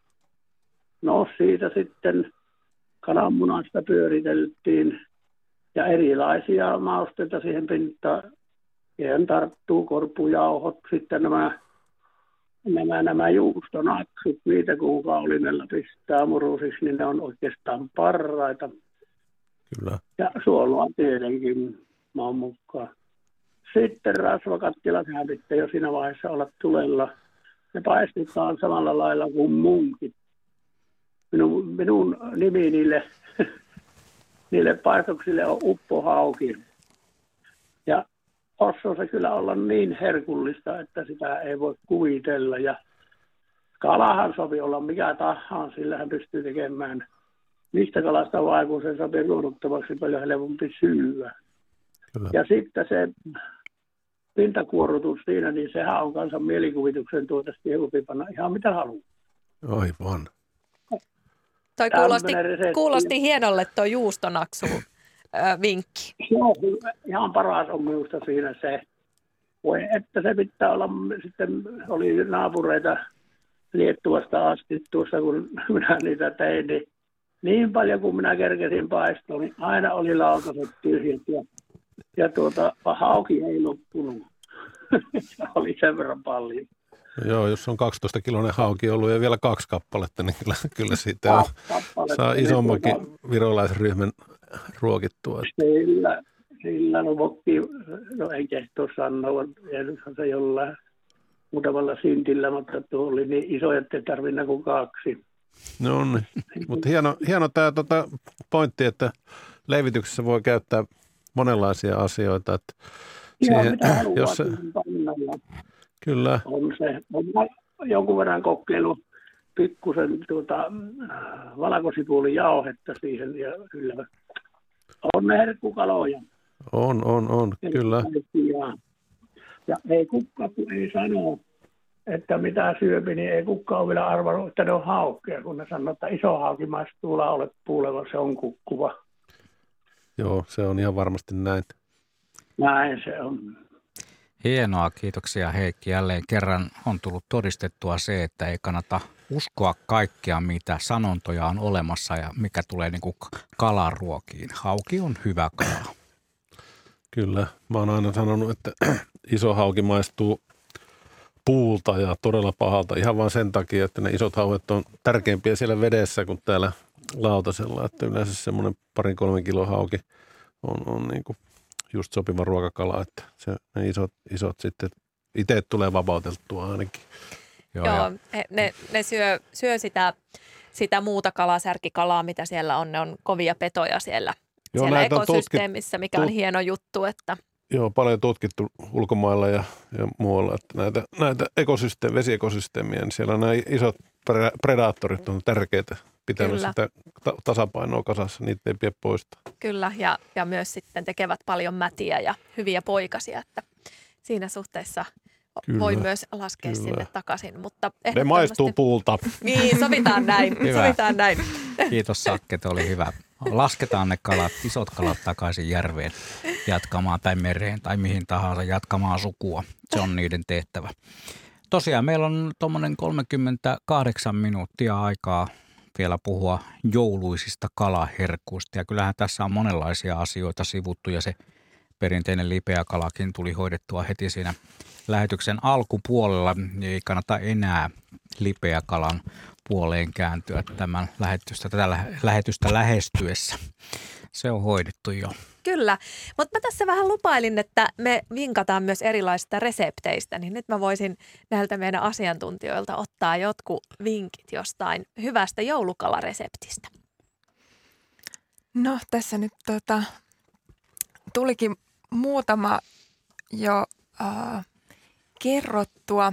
No siitä sitten kananmunasta pyöriteltiin ja erilaisia mausteita siihen pintaan. Siihen tarttuu korpujauhot, sitten nämä, nämä, nämä juustonaksut, niitä kun kaulinella pistää murusiksi, niin ne on oikeastaan parhaita. Kyllä. Ja suolua tietenkin maan mukaan. Sitten rasvakattilat pitää jo siinä vaiheessa olla tulella. Ne paistetaan samalla lailla kuin munkit. Minun, minun nimi niille, niille paistoksille on uppohauki. Ja osaa se kyllä olla niin herkullista, että sitä ei voi kuvitella. Ja kalahan sopi olla mikä tahansa, sillä hän pystyy tekemään mistä kalasta vaan, kun se sopii ruoduttavaksi paljon helpompi syyä. Kyllä. Ja sitten se pintakuorrutus siinä, niin sehän on kanssa mielikuvituksen tuotesta panna ihan mitä haluaa. Aivan. Toi kuulosti, kuulosti hienolle tuo juustonaksu äh, vinkki. Joo, ihan paras on minusta siinä se. Voi, että se pitää olla, sitten oli naapureita Liettuasta asti tuossa, kun minä niitä tein, niin, niin paljon kuin minä kerkesin paistoa, niin aina oli lautaset tyhjät ja, ja tuota, hauki ei loppunut. Se oli sen verran paljon. Joo, jos on kaksitoista kiloinen hauki ollut ja vielä kaksi kappaletta, niin kyllä, kyllä siitä on, saa isommankin virolaisryhmän ruokittua. Sillä, sillä no vokki, no en kehto sanoa, edushan se jollain muutamalla sintillä, mutta tuo oli niin iso, että ei tarvinnut kuin kaksi. No niin, mutta hieno, hieno tämä tota, pointti, että leivityksessä voi käyttää monenlaisia asioita. Että Joo, siihen, mitä haluaa, jos se, Kyllä. On se. On jonkun verran kokeilu pikkusen tuota, valkosipuulin jauhetta siihen ja kyllä on ne herkkukaloja. On, on, on, kyllä. Ja, ja ei kukaan, kun ei sano, että mitä syöpi, niin ei kukaan ole vielä arvannut, että ne on haukkeja, kun ne sanoo, että iso hauki maistuu laulet puulevan, se on kukkuva. Joo, se on ihan varmasti näin. Näin se on. Hienoa, kiitoksia Heikki. Jälleen kerran on tullut todistettua se, että ei kannata uskoa kaikkea, mitä sanontoja on olemassa ja mikä tulee niin kuin kalaruokiin. Hauki on hyvä kala. Kyllä, mä oon aina sanonut, että iso hauki maistuu puulta ja todella pahalta ihan vain sen takia, että ne isot hauet on tärkeimpiä siellä vedessä kuin täällä lautasella. Että yleensä semmoinen parin kolmen kilon hauki on, on niin kuin just sopiva ruokakala, että se, ne isot, isot sitten itse tulee vapauteltua ainakin. Joo, Joo ne, ne syö, syö sitä, sitä muuta kalaa, särkikalaa, mitä siellä on. Ne on kovia petoja siellä, Joo, siellä ekosysteemissä, mikä on tut- hieno juttu. Että Joo, paljon tutkittu ulkomailla ja, ja muualla, että näitä, näitä ekosysteem, vesiekosysteemiä, niin siellä nämä isot pre- predaattorit on tärkeitä pitämään Kyllä. sitä ta- tasapainoa kasassa, niitä ei pidä poistaa. Kyllä, ja, ja myös sitten tekevät paljon mätiä ja hyviä poikasia, että siinä suhteessa Kyllä. voi myös laskea Kyllä. sinne takaisin. Mutta ne maistuu puulta. Niin, sovitaan näin. sovitaan näin. Kiitos Sakke, oli hyvä. Lasketaan ne kalat, isot kalat takaisin järveen jatkamaan tai mereen tai mihin tahansa jatkamaan sukua. Se on niiden tehtävä. Tosiaan meillä on tuommoinen kolmekymmentäkahdeksan minuuttia aikaa vielä puhua jouluisista kalaherkkuista. Ja kyllähän tässä on monenlaisia asioita sivuttu ja se perinteinen lipeä kalakin tuli hoidettua heti siinä lähetyksen alkupuolella. Ei kannata enää lipeä kalan puoleen kääntyä tämän lähetystä, tätä lähetystä lähestyessä. Se on hoidettu jo. Kyllä, mutta mä tässä vähän lupailin, että me vinkataan myös erilaisista resepteistä, niin nyt mä voisin näiltä meidän asiantuntijoilta ottaa jotkut vinkit jostain hyvästä joulukalareseptistä. No tässä nyt tota, tulikin muutama jo äh, kerrottua,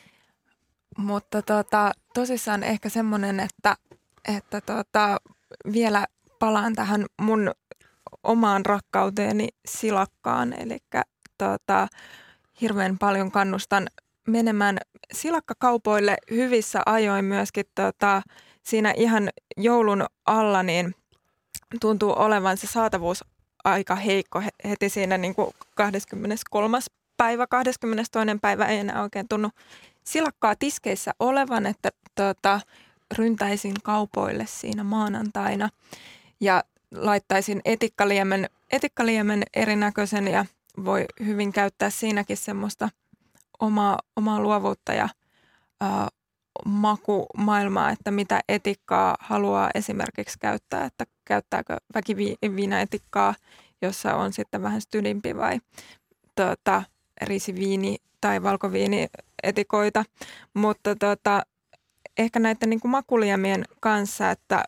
mutta tota, tosissaan ehkä semmoinen, että, että tota, vielä palaan tähän mun omaan rakkauteeni silakkaan. Eli tota, hirveän paljon kannustan menemään silakkakaupoille hyvissä ajoin myöskin tota, siinä ihan joulun alla, niin tuntuu olevan se saatavuus aika heikko heti siinä niin kuin kahdeskymmeneskolmas päivä, kahdeskymmenestoinen päivä ei enää oikein tunnu silakkaa tiskeissä olevan, että tota, ryntäisin kaupoille siinä maanantaina ja laittaisin etikkaliemen, etikkaliemen erinäköisen ja voi hyvin käyttää siinäkin semmoista omaa, omaa luovuutta ja ää, makumaailmaa, että mitä etikkaa haluaa esimerkiksi käyttää, että käyttääkö väkiviinaetikkaa, jossa on sitten vähän stydimpi vai tuota, risiviini tai valkoviinietikoita, mutta tuota, ehkä näiden niin kuin makuliemien kanssa, että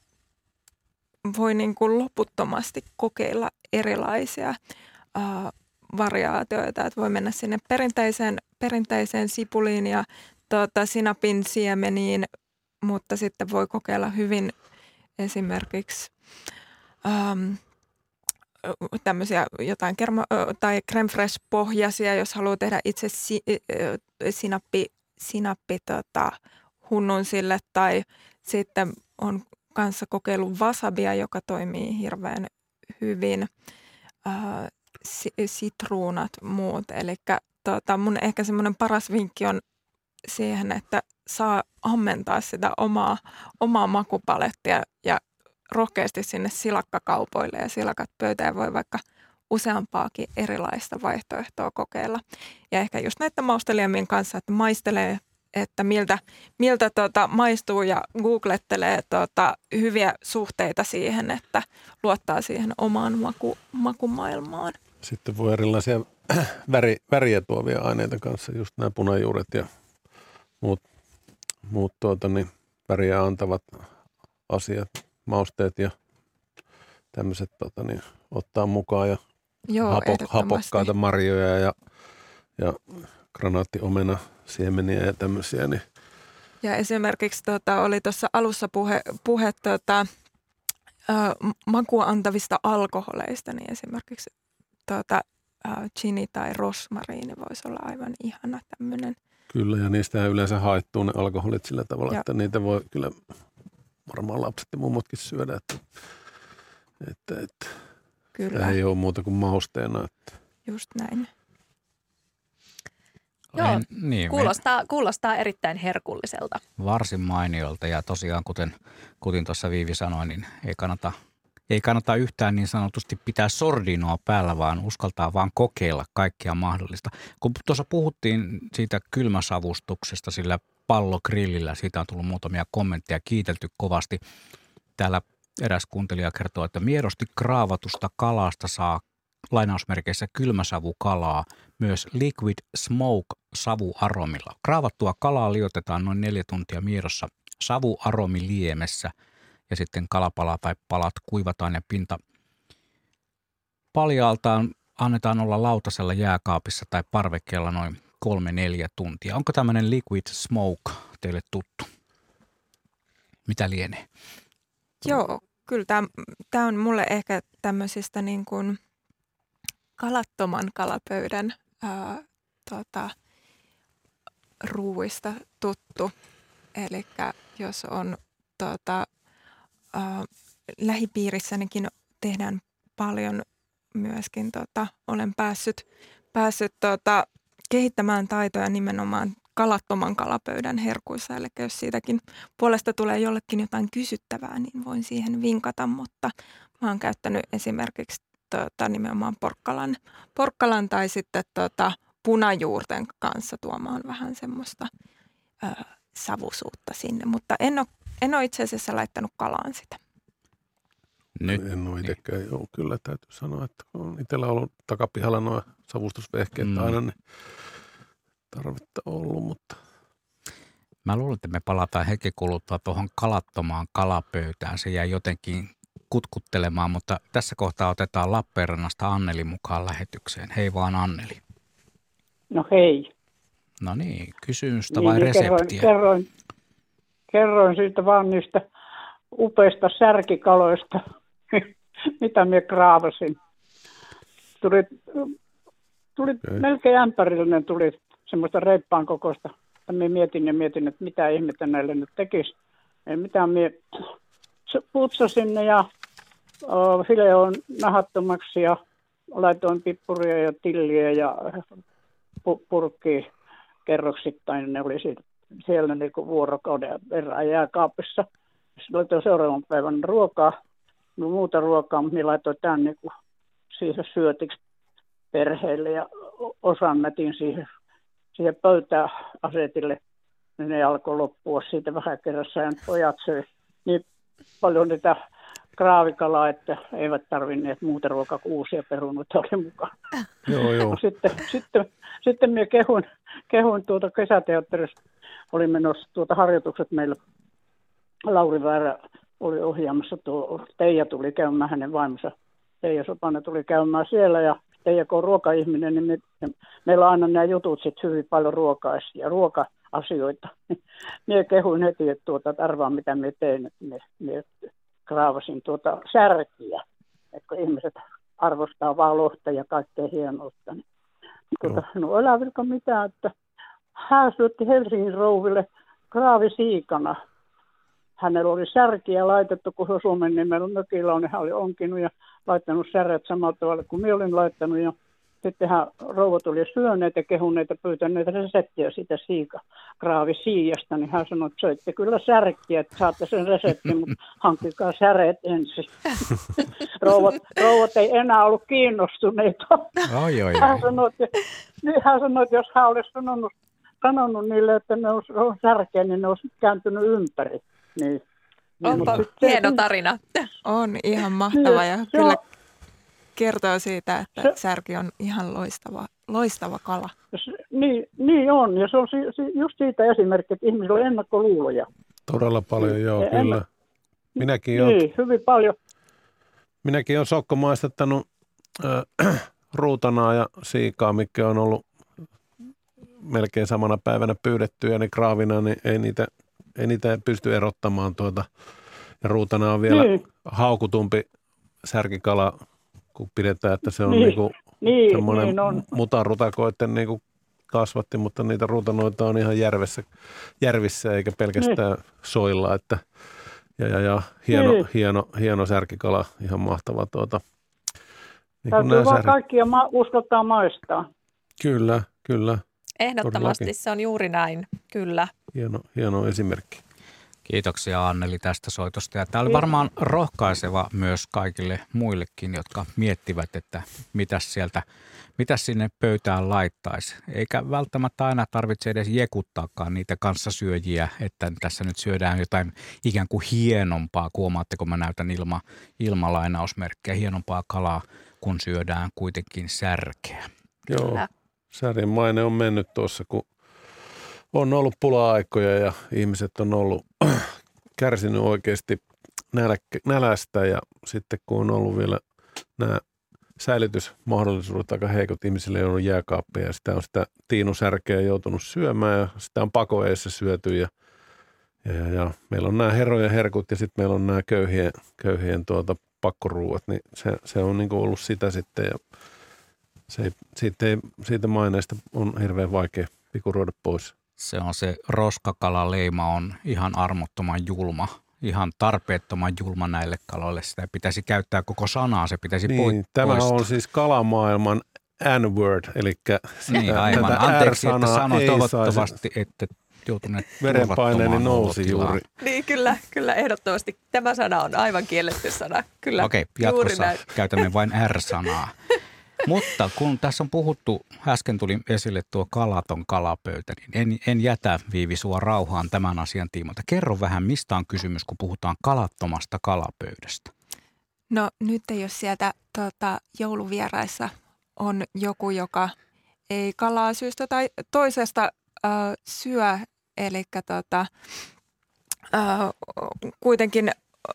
voi niin kuin loputtomasti kokeilla erilaisia ää, variaatioita, että voi mennä sinne perinteiseen, perinteiseen sipuliin ja tuota, sinapin siemeniin, mutta sitten voi kokeilla hyvin esimerkiksi äm, tämmöisiä jotain kerma- tai crème fraîche-pohjaisia, jos haluaa tehdä itse si- sinappi, sinappi tota, hunnun sille, tai sitten on kanssa kokeillut wasabia, joka toimii hirveän hyvin, äh, sitruunat muut. Eli tota, mun ehkä semmoinen paras vinkki on siihen, että saa ammentaa sitä omaa, omaa makupalettia ja rohkeasti sinne silakkakaupoille ja silakat pöytään voi vaikka useampaakin erilaista vaihtoehtoa kokeilla. Ja ehkä just näiden mausteliemien kanssa, että maistelee, että miltä, miltä tuota maistuu ja googlettelee tuota hyviä suhteita siihen, että luottaa siihen omaan maku, makumaailmaan. Sitten voi erilaisia väri, väriä tuovia aineita kanssa, just nämä punajuuret ja muut, muut tuota, niin, väriä antavat asiat, mausteet ja tämmöiset tota, niin, ottaa mukaan ja Joo, hapok, hapokkaita marjoja ja, ja granaattiomena siemeniä ja tämmöisiä. Niin. Ja esimerkiksi tota, oli tuossa alussa puhe, puhe tota, ö, makua antavista alkoholeista, niin esimerkiksi tota, ö, gini tai rosmariini voisi olla aivan ihana tämmöinen. Kyllä, ja niistä yleensä haettuu ne alkoholit sillä tavalla, ja. että niitä voi kyllä varmaan lapset ja mummotkin syödä, että, että, että kyllä. ei ole muuta kuin mausteena. Että. Just näin. Joo, niin, kuulostaa, me... kuulostaa erittäin herkulliselta. Varsin mainiolta ja tosiaan kuten, kuten tuossa Viivi sanoi, niin ei kannata, ei kannata yhtään niin sanotusti pitää sordinoa päällä, vaan uskaltaa vaan kokeilla kaikkea mahdollista. Kun tuossa puhuttiin siitä kylmäsavustuksesta sillä pallogrillillä, siitä on tullut muutamia kommentteja, kiitelty kovasti. Täällä eräs kuuntelija kertoo, että miedosti kraavatusta kalasta saa lainausmerkeissä kylmäsavukalaa myös liquid smoke savuaromilla. Kraavattua kalaa liotetaan noin neljä tuntia miedossa savuaromiliemessä ja sitten kalapala tai palat kuivataan ja pinta paljaaltaan annetaan olla lautasella jääkaapissa tai parvekkeella noin kolme neljä tuntia. Onko tämmöinen liquid smoke teille tuttu? Mitä lienee? Joo, kyllä tämä on mulle ehkä tämmöisistä niin kuin kalattoman kalapöydän ää, tota, ruuista tuttu. Eli jos on tota, ää, lähipiirissänikin tehdään paljon myöskin, tota, olen päässyt, päässyt tota, kehittämään taitoja nimenomaan kalattoman kalapöydän herkuissa. Eli jos siitäkin puolesta tulee jollekin jotain kysyttävää, niin voin siihen vinkata, mutta mä oon käyttänyt esimerkiksi tota, nimenomaan porkkalan, porkkalan tai sitten tota, punajuurten kanssa tuomaan vähän semmoista ö, savusuutta sinne, mutta en ole, en ole itse asiassa laittanut kalaan sitä. Nyt. En ole itsekään, niin. Joo, kyllä täytyy sanoa, että on itsellä ollut takapihalla nuo savustusvehkeet mm. aina, niin tarvetta ollut, mutta. Mä luulen, että me palataan hetken kuluttua tuohon kalattomaan kalapöytään. Se jäi jotenkin kutkuttelemaan, mutta tässä kohtaa otetaan Lappeenrannasta Anneli mukaan lähetykseen. Hei vaan Anneli. No hei. No niin, kysymystä niin, vai reseptiä? Kerroin, kerroin, kerroin siitä vaan niistä upeista särkikaloista, mitä minä kraavasin. Tuli, tuli okay. melkein ämpärillinen, tuli semmoista reippaan kokoista. Minä mietin ja mietin, että mitä ihmettä näille nyt tekisi. Ei mitään, minä putsasin ne ja uh, fileoin nahattomaksi ja laitoin pippuria ja tilliä ja pu- purkkiä kerroksittain. Ne oli siitä, siellä niin kuin vuorokauden verran jääkaapissa. Sitten laitoin seuraavan päivän ruokaa, no muuta ruokaa, mutta minä laitoin tämän niin kuin siihen syötiksi perheelle ja osan mätin siihen, siihen pöytään asetille. Niin ne alkoi loppua siitä vähän kerrassa ja pojat söi niin paljon niitä kraavikalaa, että eivät tarvinneet muuta ruokaa kuin uusia perunoita oli mukaan. Joo, joo. Sitten, sitten, sitten minä kehuin, kehuin tuota kesäteatterissa, oli menossa tuota harjoitukset meillä. Lauri Väärä oli ohjaamassa, tuo Teija tuli käymään, hänen vaimonsa Teija Sopanen tuli käymään siellä ja Teija kun on ruokaihminen, niin me, meillä on aina nämä jutut sitten hyvin paljon ruokaa ja ruoka-asioita. Minä kehuin heti, että tuota, arvaa mitä minä tein, että minä, minä kraavasin tuota särkiä, että ihmiset arvostaa vaan lohta ja kaikkea hienoutta. Niin, tuota, no älä vilka mitään, että hän syötti Helsingin rouville kraavisiikana. Hänellä oli särkiä laitettu, kun se Suomen nimellä mökillä on, niin hän oli onkinut ja laittanut särät samalla tavalla kuin minä olin laittanut. Ja sitten hän rouva tuli syöneet ja kehuneet ja pyytäneet reseptiä sitä siika, kraavisiijasta, niin hän sanoi, että söitte kyllä särkiä, että saatte sen reseptin, mutta hankkikaa säreet ensin. rouvat, rouvat ei enää ollut kiinnostuneita. Oi, oi, oi. Hän sanoi, että, hän sanoi, että jos hän olisi sanonut, sanonut niille, että ne olisi särkeä, niin ne olisi kääntynyt ympäri. Niin, onpa niin, hieno tarina. On ihan mahtava ja kyllä kertoo siitä, että se, särki on ihan loistava, loistava kala. Se, niin, niin on ja se on si, si, just siitä esimerkki, että ihmisillä on ennakkoluuloja. Todella paljon, niin, joo, en, kyllä. Minäkin niin, olen, hyvin paljon. Minäkin olen Sokko maistattanut äh, ruutanaa ja siikaa, mikä on ollut melkein samana päivänä pyydettyjä, niin kraavina, niin ei niitä, ei niitä pysty erottamaan tuota. Ja ruutana on vielä mm. haukutumpi särkikala, kun pidetään, että se on niin, niinku niin, semmoinen niin on. mutarutakoiden niinku kasvatti, mutta niitä ruutanoita on ihan järvessä, järvissä eikä pelkästään niin. soilla, että ja, ja, ja hieno, niin. hieno, hieno särkikala, ihan mahtava tuota. Niin täytyy vaan sär... kaikkia ma- uskottaa maistaa. Kyllä, kyllä. Ehdottomasti Todellakin. Se on juuri näin, kyllä. Hieno, hieno esimerkki. Kiitoksia Anneli tästä soitosta. Ja tämä oli varmaan rohkaiseva myös kaikille muillekin, jotka miettivät, että mitäs sieltä, mitäs sinne pöytään laittaisi. Eikä välttämättä aina tarvitse edes jekuttaakaan niitä kanssasyöjiä, että tässä nyt syödään jotain ikään kuin hienompaa. Huomaatteko, mä näytän ilma, ilmalainausmerkkejä, hienompaa kalaa, kun syödään kuitenkin särkeä. Joo, särjen maine on mennyt tuossa, kun on ollut pula-aikoja ja ihmiset on ollut kärsinyt oikeasti nälkä, nälästä ja sitten kun on ollut vielä nämä säilytysmahdollisuudet aika heikot, ihmisille on ollut jääkaappia ja sitä on sitä tiinusärkeä joutunut syömään ja sitä on pakoeissa syöty ja, ja, ja, ja meillä on nämä herojen herkut ja sitten meillä on nämä köyhien, köyhien tuota pakkoruuat, niin se, se on niin kuin ollut sitä sitten ja se ei, siitä, ei, siitä maineesta on hirveän vaikea pikuroida pois. Se on se roskakalaleima on ihan armottoman julma, ihan tarpeettoman julma näille kaloille. Sitä pitäisi käyttää koko sanaa, se pitäisi niin, poistaa. Tämä on siis kalamaailman N-word, eli niin, aivan. Anteeksi, että sanoin toivottavasti, että joutuneet verenpaineeni nousi juuri. Niin, kyllä, kyllä ehdottomasti. Tämä sana on aivan kielletty sana. Kyllä, okei, jatkossa käytämme vain R-sanaa. Mutta kun tässä on puhuttu, äsken tuli esille tuo kalaton kalapöytä, niin en, en jätä Viivi sua rauhaan tämän asian tiimoilta. Kerro vähän, mistä on kysymys, kun puhutaan kalattomasta kalapöydästä. No nyt jos sieltä tuota, jouluvieraissa on joku, joka ei kalaa syystä tai toisesta äh, syö, eli tota, äh, kuitenkin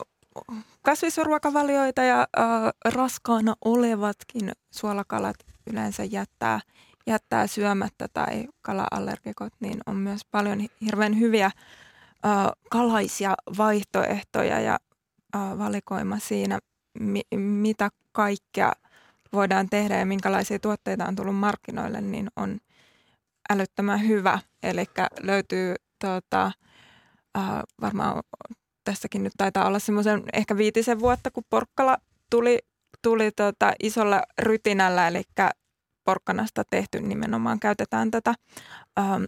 kasvisruokavalioita ja äh, raskaana olevatkin suolakalat yleensä jättää, jättää syömättä tai kala-allergikot, niin on myös paljon hirveän hyviä äh, kalaisia vaihtoehtoja ja äh, valikoima siinä, mi- mitä kaikkea voidaan tehdä ja minkälaisia tuotteita on tullut markkinoille, niin on älyttömän hyvä. Eli löytyy tota, äh, varmaan tässäkin nyt taitaa olla semmoisen ehkä viitisen vuotta, kun porkkala tuli, tuli tota isolla rytinällä, eli porkkanasta tehty nimenomaan käytetään tätä ähm,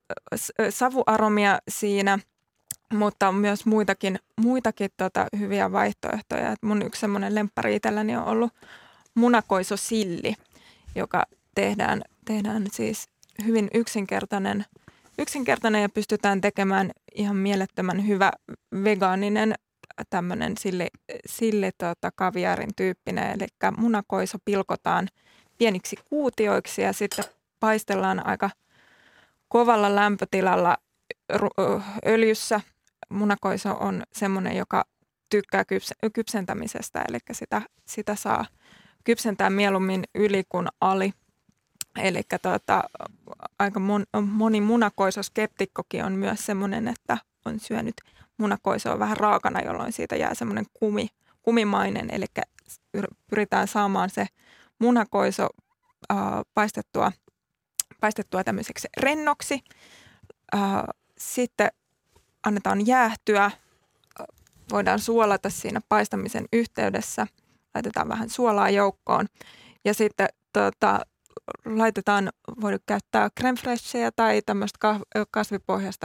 savuaromia siinä, mutta on myös muitakin, muitakin tota hyviä vaihtoehtoja. Et mun yksi semmoinen lemppari itselläni on ollut munakoisosilli, joka tehdään, tehdään siis hyvin yksinkertainen Yksinkertainen ja pystytään tekemään ihan mielettömän hyvä vegaaninen tämmöinen silli, silli tota, kaviarin tyyppinen. Eli munakoiso pilkotaan pieniksi kuutioiksi ja sitten paistellaan aika kovalla lämpötilalla öljyssä. Munakoiso on semmoinen, joka tykkää kyps- kypsentämisestä, eli sitä, sitä saa kypsentää mieluummin yli kuin ali. Eli tuota, aika mon, moni munakoisoskeptikkokin on myös semmoinen, että on syönyt munakoisoa vähän raakana, jolloin siitä jää semmoinen kumi, kumimainen. Eli pyritään saamaan se munakoiso äh, paistettua, paistettua tämmöiseksi rennoksi. Äh, sitten annetaan jäähtyä, voidaan suolata siinä paistamisen yhteydessä, laitetaan vähän suolaa joukkoon ja sitten tuota, laitetaan, voidaan käyttää crème fraîcheä tai tämmöistä kasvipohjaista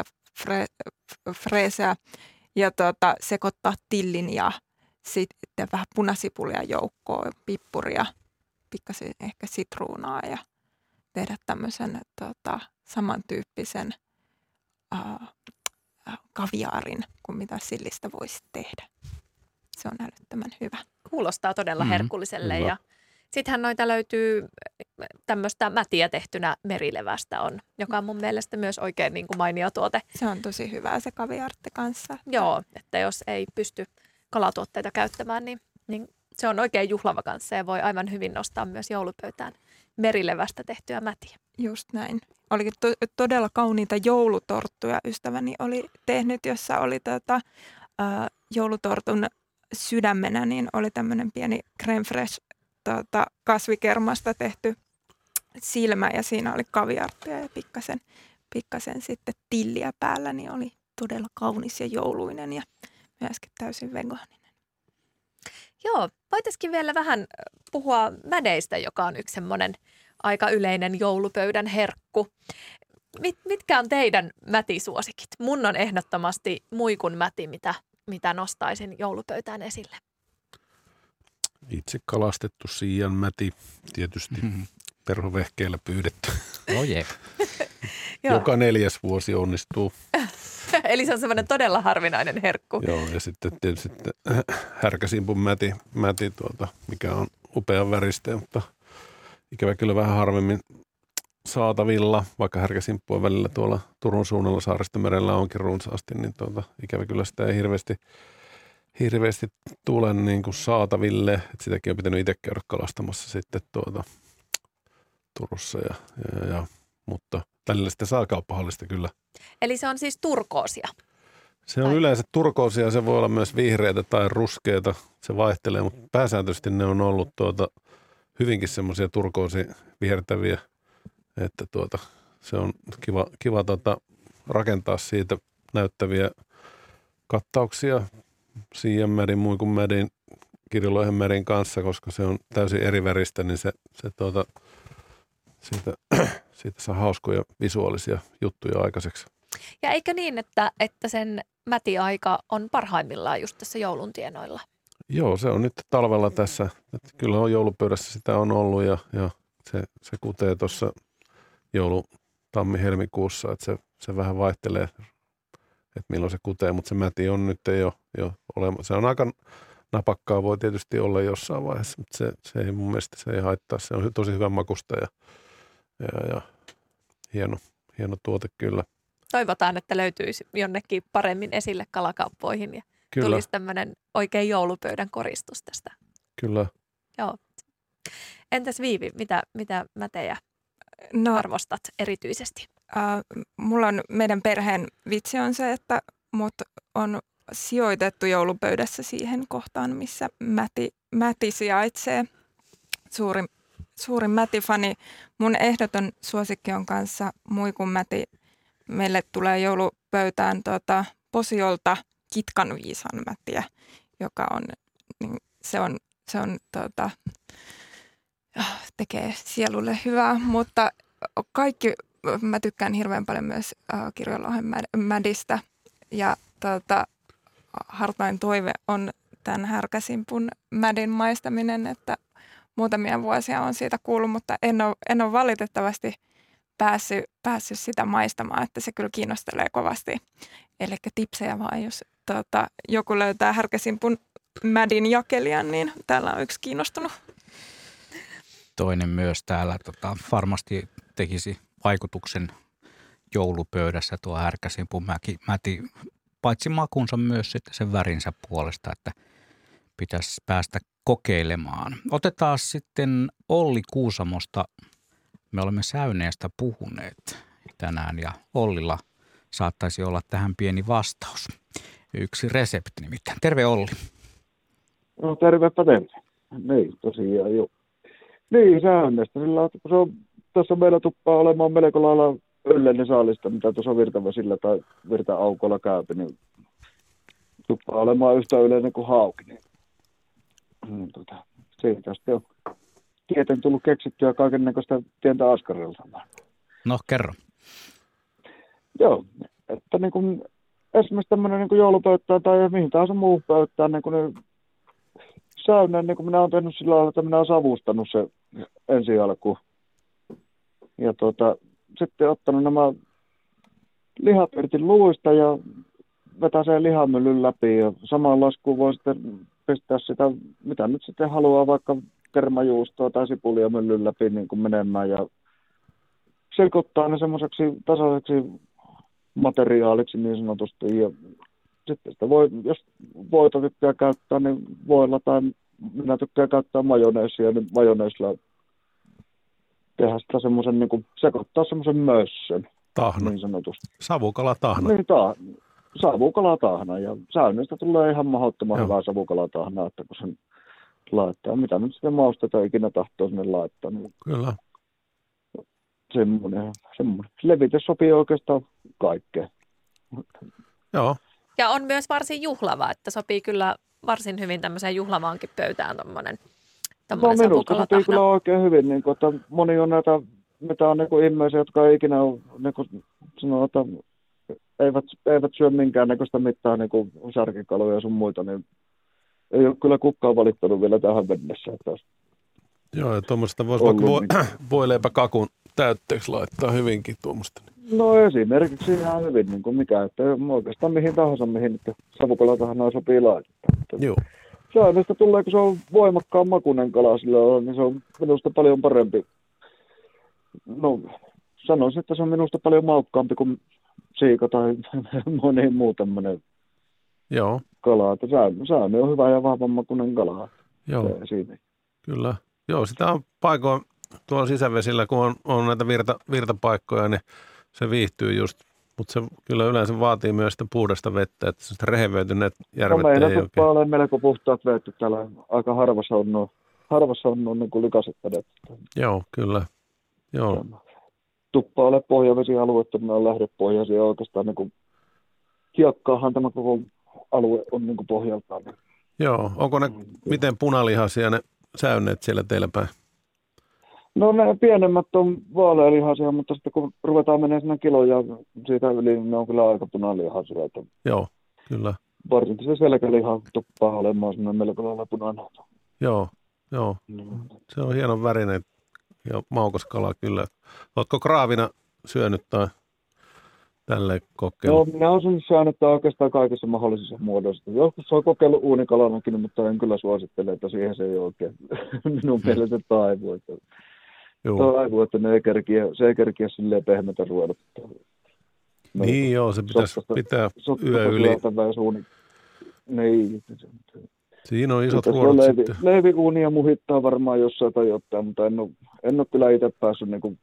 freeseä ja tuota, sekoittaa tillin ja sitten vähän punasipulia joukkoon, pippuria, pikkasen ehkä sitruunaa ja tehdä tämmöisen tuota, samantyyppisen äh, kaviaarin kuin mitä sillistä voisi tehdä. Se on älyttömän hyvä. Kuulostaa todella herkulliselle mm, ja sittenhän noita löytyy tämmöistä mätiä tehtynä merilevästä on, joka on mun mielestä myös oikein niin kuin mainio tuote. Se on tosi hyvää se kaviartti kanssa. Joo, että jos ei pysty kalatuotteita käyttämään, niin, niin se on oikein juhlava kanssa ja voi aivan hyvin nostaa myös joulupöytään merilevästä tehtyä mätiä. just näin. Oli to- todella kauniita joulutorttuja ystäväni oli tehnyt, jossa oli tota, ä, joulutortun sydämenä, niin oli tämmöinen pieni crème fraîche tota, kasvikermasta tehty silmä ja siinä oli kaviarttia ja pikkasen, pikkasen sitten tilliä päällä, niin oli todella kaunis ja jouluinen ja myöskin täysin vegaaninen. Joo, voitaisiin vielä vähän puhua mädeistä, joka on yksi semmoinen aika yleinen joulupöydän herkku. Mit, mitkä on teidän mätisuosikit? Mun on ehdottomasti muikun mäti, mitä, mitä nostaisin joulupöytään esille. Itse kalastettu siian mäti, tietysti mm-hmm. perhovehkeellä pyydetty. Oh yeah. Joka neljäs vuosi onnistuu. Eli se on semmoinen todella harvinainen herkku. Joo, ja sitten tietysti härkäsimpun mäti, mäti tuota, mikä on upean väristä, mutta ikävä kyllä vähän harvemmin saatavilla, vaikka härkäsimppu on välillä tuolla Turun suunnalla Saaristomerellä onkin runsaasti, niin tuota, ikävä kyllä sitä ei hirveästi, hirveästi tule niin kuin saataville. Et sitäkin on pitänyt itse käydä kalastamassa sitten tuota Turussa, ja, ja, ja, mutta välillä sitä saa kauppahallista kyllä. Eli se on siis turkoosia? Se on Ai. yleensä turkoosia, se voi olla myös vihreitä tai ruskeita, se vaihtelee, mutta pääsääntöisesti ne on ollut tuota, hyvinkin semmoisia turkoosi vihertäviä, että tuota, se on kiva, kiva tuota, rakentaa siitä näyttäviä kattauksia siianmädin, muikunmädin, kirjoloihenmädin kanssa, koska se on täysin eri väristä, niin se, se tuota, siitä, siitä saa hauskoja visuaalisia juttuja aikaiseksi. Ja eikö niin, että, että sen mätiaika on parhaimmillaan just tässä joulun tienoilla? Joo, se on nyt talvella tässä. Että kyllä on joulupöydässä sitä on ollut ja, ja se, se kutee tuossa joulu tammi-helmikuussa, että se, se vähän vaihtelee, että milloin se kutee, mutta se mäti on nyt jo, jo olemassa. Se on aika napakkaa, voi tietysti olla jossain vaiheessa, mutta se, se ei mun mielestä se ei haittaa. Se on tosi hyvän makusta ja, ja, ja hieno, hieno tuote kyllä. Toivotaan, että löytyisi jonnekin paremmin esille kalakauppoihin ja Kyllä. tulisi tämmöinen oikein joulupöydän koristus tästä. Kyllä. Joo. Entäs Viivi, mitä, mitä mätejä no, arvostat erityisesti? Äh, mulla on, meidän perheen vitsi on se, että mut on sijoitettu joulupöydässä siihen kohtaan, missä mäti, mäti sijaitsee. Suuri, suuri mätifani. Mun ehdoton suosikki on kanssa muikun mäti. Meille tulee joulupöytään tuota, Posiolta kitkan viisan mätiä, joka on, niin se on, se on tuota, tekee sielulle hyvää, mutta kaikki, mä tykkään hirveän paljon myös äh, kirjolohen mädistä ja tuota, hartain toive on tämän härkäsimpun mädin maistaminen, että muutamia vuosia on siitä kuullut, mutta en ole, en ole valitettavasti päässyt, päässyt sitä maistamaan, että se kyllä kiinnostelee kovasti. Eli tipsejä vaan, jos tuota, joku löytää härkäsimpun mädin jakelijan, niin täällä on yksi kiinnostunut. Toinen myös täällä tota, varmasti tekisi vaikutuksen joulupöydässä tuo härkäsimpun mäti, paitsi makunsa myös sitten sen värinsä puolesta, että pitäisi päästä kokeilemaan. Otetaan sitten Olli Kuusamosta. Me olemme säyneestä puhuneet tänään ja Ollilla saattaisi olla tähän pieni vastaus. Yksi resepti nimittäin. Terve Olli. No tervepä terve. Niin, tosiaan jo. Niin, säyneestä. Sillä kun se on, tässä meillä tuppaa olemaan melko lailla yleinen saalista, mitä tuossa virtavesillä tai virta-aukolla käypi, niin tuppaa olemaan yhtä yleinen kuin hauki. Niin, niin tota, siitä sitten on tieten tullut keksittyä kaikennäköistä pientä askarelta. No, kerro. Joo, että niin kuin esimerkiksi tämmöinen niin kuin joulupöyttään tai mihin tahansa muu pöyttään, niin kuin ne säyneen, niin kuin minä olen tehnyt sillä lailla, että minä olen savustanut se ensi alkuun. Ja tuota, sitten ottanut nämä lihapirtin luista ja vetäisee lihamyllyn läpi ja samaan laskuun voi sitten pistää sitä, mitä nyt sitten haluaa, vaikka kermajuustoa tai sipulia myllyn läpi niin kuin menemään ja sekoittaa ne semmoiseksi tasaiseksi materiaaliksi niin sanotusti ja sitten sitä voi, jos voita tykkää käyttää, niin voilla tai minä tykkään käyttää majoneesia, niin majoneesilla tehdä sitä semmoisen, niin kuin, sekoittaa semmoisen mössön. Tahna. Niin sanotusti. Savukalatahna. Niin, ta- savukalatahna. Ja säynestä tulee ihan mahdottoman Joo. hyvää savukalatahna, että kun sen laittaa, mitä nyt sitten mausteita ikinä tahtoo sinne laittaa. Niin Kyllä. semmoinen, semmoinen. Levite sopii oikeastaan kaikkeen. Joo. Ja on myös varsin juhlava, että sopii kyllä varsin hyvin tämmöiseen juhlavaankin pöytään tommonen, No tommonen minusta sopii savukalatahna. kyllä oikein hyvin, niin kuin, että moni on näitä, mitä on niin ihmisiä, jotka ei ikinä ole, niin kuin sanoo, että eivät, eivät syö minkäännäköistä mittaa niin kuin särkikaluja ja sun muita, niin ei ole kyllä kukaan valittanut vielä tähän mennessä. Että Joo, ja tuommoista voisi vaikka voi, voileipäkakun täytteeksi laittaa hyvinkin tuommoista. No esimerkiksi ihan hyvin, niin kuin mikä, että oikeastaan mihin tahansa, mihin savukalatahna sopii laittaa. Joo. Säännöstä tulee, kun se on voimakkaan makuinen kala, sillä niin se on minusta paljon parempi. No sanoisin, että se on minusta paljon maukkaampi kuin siika tai moni muu tämmöinen Joo. kala. Että säännö on hyvä ja vahvan makuinen kala. Joo. Siinä. Kyllä. Joo, sitä on paikoin tuolla sisävesillä, kun on, on näitä virta, virtapaikkoja, niin se viihtyy just. Mutta se kyllä yleensä vaatii myös sitä puhdasta vettä, että sitä rehevöityneet järvet no, meillä ei oikein. tuppaa olemaan melko puhtaat vettä täällä. Aika harvassa on nuo, harvassa on nuo niin kuin likaiset vedet. Joo, kyllä. Joo. Tuppaa olemaan pohjavesialuetta, minä olen lähdepohjaisia oikeastaan niin kuin hiekkaahan tämä koko alue on niin kuin pohjaltaan. Joo, onko ne miten punalihaisia ne säyneet siellä teillä päin? No ne pienemmät on vaalealihaisia, mutta sitten kun ruvetaan menemään sinne kiloja siitä yli, niin ne on kyllä aika punalihaisia. Että Joo, kyllä. varsinkin se selkäliha tuppaa olemaan semmoinen melko lailla punainen. Joo, joo. Se on hienon värinen ja maukas kala kyllä. Oletko kraavina syönyt tai tälleen kokeillut? Joo, minä olen sen syönyt oikeastaan kaikissa mahdollisissa muodoissa. Joskus se on kokeillut uunikalanakin, mutta en kyllä suosittele, että siihen se ei oikein minun mielestä taivu. Että taivu, että ne ei kerkiä, se ei kerkiä silleen pehmetä ruoda. No, niin joo, se pitäisi pitää yö yli. Suuni. Niin. Siinä on isot Mutta ruodot leivi, sitten. leiviuunia muhittaa varmaan jossain tai jotain, mutta en ole, en ole kyllä itse päässyt niin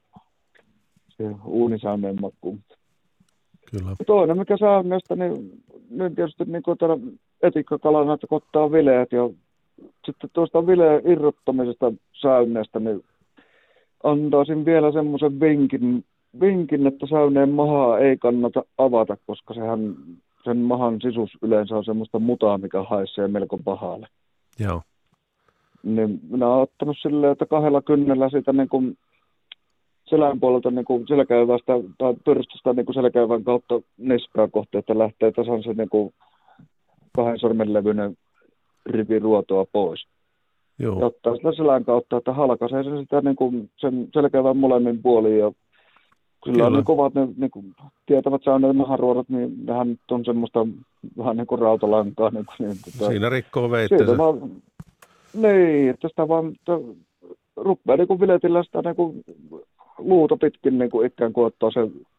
uunisäyneen makuun. Kyllä. Toinen, mikä säännöstä, niin, niin tietysti niin etikkakalana, että kun ottaa vileet ja sitten tuosta vileen irrottamisesta säyneestä, niin antaisin vielä semmoisen vinkin, vinkin, että säyneen mahaa ei kannata avata, koska sehän, sen mahan sisus yleensä on semmoista mutaa, mikä haisee melko pahalle. Joo. Niin minä olen ottanut silleen, että kahdella kynnellä siitä niin kuin selän puolelta niin kuin selkäyvästä tai pyrstöstä niin kuin selkäyvän kautta niskaa kohti, että lähtee tasan se niin kuin kahden sormen levyinen rivi ruotoa pois. Joo. Ja ottaa sitä selän kautta, että halkaisee sen sitä niin kuin sen selkäyvän molemmin puoliin ja kyllä on niin kovat ne niin kuin tietävät säännöt mahanruodot, niin nehän nyt on semmoista vähän niin kuin rautalankaa. Niin kuin, niin, tota, siinä rikkoo veitteensä. Vaan, niin, että sitä vaan että rupeaa niin kuin viletillä sitä niin kuin luuta pitkin niin kuin ikään kuin ottaa se,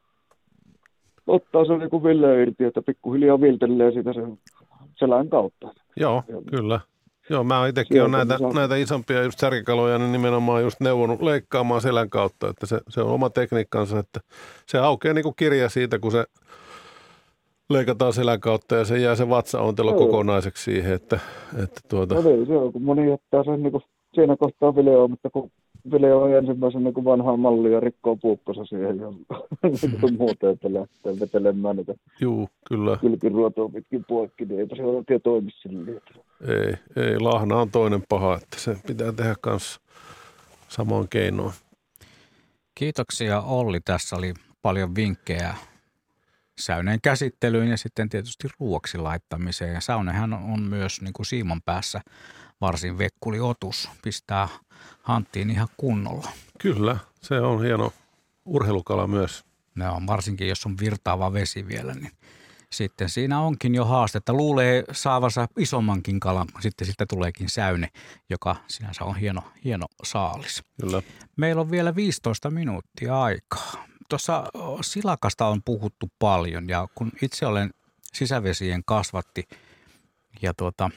ottaa se niin kuin villeen irti, että pikkuhiljaa viltelee sitä sen selän kautta. Joo, ja, kyllä. Joo, mä itsekin olen näitä, näitä isompia just särkikaloja, niin nimenomaan just neuvonut leikkaamaan selän kautta, että se, se on oma tekniikkansa, että se aukeaa niin kuin kirja siitä, kun se leikataan selän kautta ja se jää se vatsaontelo kokonaiseksi siihen, että, että tuota. No niin, se on, kun moni jättää sen niin kuin siinä kohtaa videoon, mutta kun video on ensimmäisen niin kuin vanhaa mallia ja rikkoo puukkosa siihen ja muuta, että lähtee vetelemään niitä Juu, kyllä. kylkiruotoa pitkin poikki, niin eipä se oikein toimi silleen. Ei, ei, lahna on toinen paha, että se pitää tehdä kanssa samoin keinoin. Kiitoksia Olli. Tässä oli paljon vinkkejä säyneen käsittelyyn ja sitten tietysti ruoksi laittamiseen. Ja säynehän on myös niin kuin siiman päässä varsin vekkuli otus. Pistää hanttiin ihan kunnolla. Kyllä, se on hieno urheilukala myös. No, varsinkin jos on virtaava vesi vielä, niin sitten siinä onkin jo haastetta. Luulee saavansa isommankin kalan, sitten siitä tuleekin säyne, joka sinänsä on hieno, hieno saalis. Kyllä. Meillä on vielä viisitoista minuuttia aikaa. Tuossa silakasta on puhuttu paljon ja kun itse olen sisävesien kasvatti ja tuota,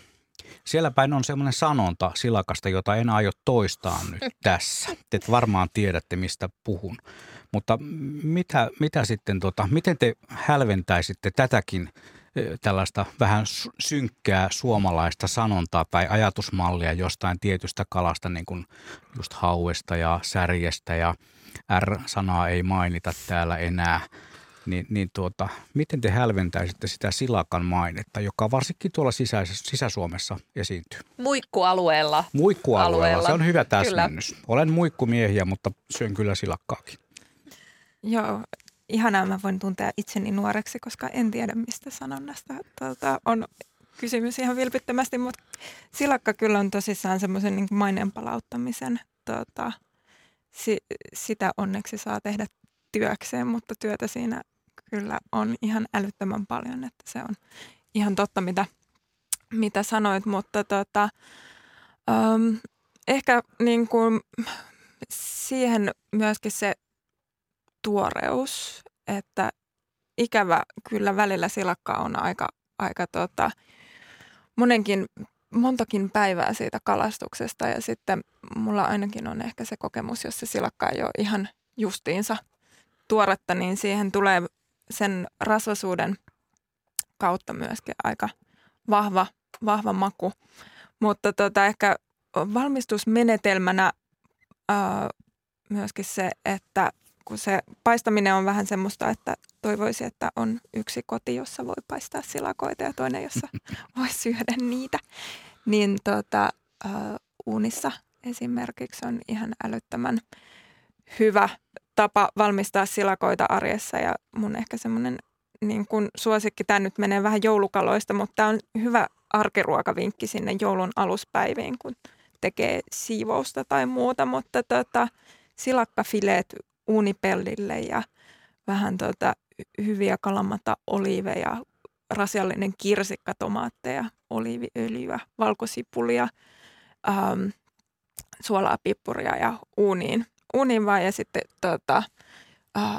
Siellä päin on semmoinen sanonta silakasta, jota en aio toistaa nyt tässä. Te varmaan tiedätte, mistä puhun. Mutta mitä, mitä sitten, tota, miten te hälventäisitte tätäkin tällaista vähän synkkää suomalaista sanontaa tai ajatusmallia jostain tietystä kalasta, niin kuin just hauesta ja särjestä ja R-sanaa ei mainita täällä enää. Niin, niin tuota, miten te hälventäisitte sitä silakan mainetta, joka varsinkin tuolla sisäisessä, Sisä-Suomessa esiintyy? Muikkualueella. Muikkualueella, se on hyvä täsmennys. Kyllä. Olen muikkumiehiä, mutta syön kyllä silakkaakin. Joo, ihanaa mä voin tuntea itseni nuoreksi, koska en tiedä mistä sanonnasta tuota, on kysymys ihan vilpittömästi, mutta silakka kyllä on tosissaan semmoisen niin maineen palauttamisen, tuota, si, sitä onneksi saa tehdä työkseen, mutta työtä siinä kyllä on ihan älyttömän paljon, että se on ihan totta, mitä, mitä sanoit, mutta tota, um, ehkä niin kuin siihen myöskin se tuoreus, että ikävä kyllä välillä silakka on aika, aika tota, monenkin, montakin päivää siitä kalastuksesta ja sitten mulla ainakin on ehkä se kokemus, jos se silakka ei ole ihan justiinsa tuoretta, niin siihen tulee sen rasvasuuden kautta myöskin aika vahva, vahva maku. Mutta tota, ehkä valmistusmenetelmänä ää, myöskin se, että kun se paistaminen on vähän semmoista, että toivoisi, että on yksi koti, jossa voi paistaa silakoita ja toinen, jossa voi syödä niitä, niin tota, ää, uunissa esimerkiksi on ihan älyttömän hyvä tapa valmistaa silakoita arjessa ja mun ehkä semmoinen niin kuin suosikki, tämä nyt menee vähän joulukaloista, mutta tämä on hyvä arkiruokavinkki sinne joulun aluspäiviin, kun tekee siivousta tai muuta, mutta tota, silakkafileet uunipellille ja vähän tota, hyviä kalamata-oliiveja, rasiallinen kirsikka, tomaatteja, oliiviöljyä, valkosipulia, ähm, suolaa, pippuria ja uuniin. Uuniin vaan ja sitten tota, äh,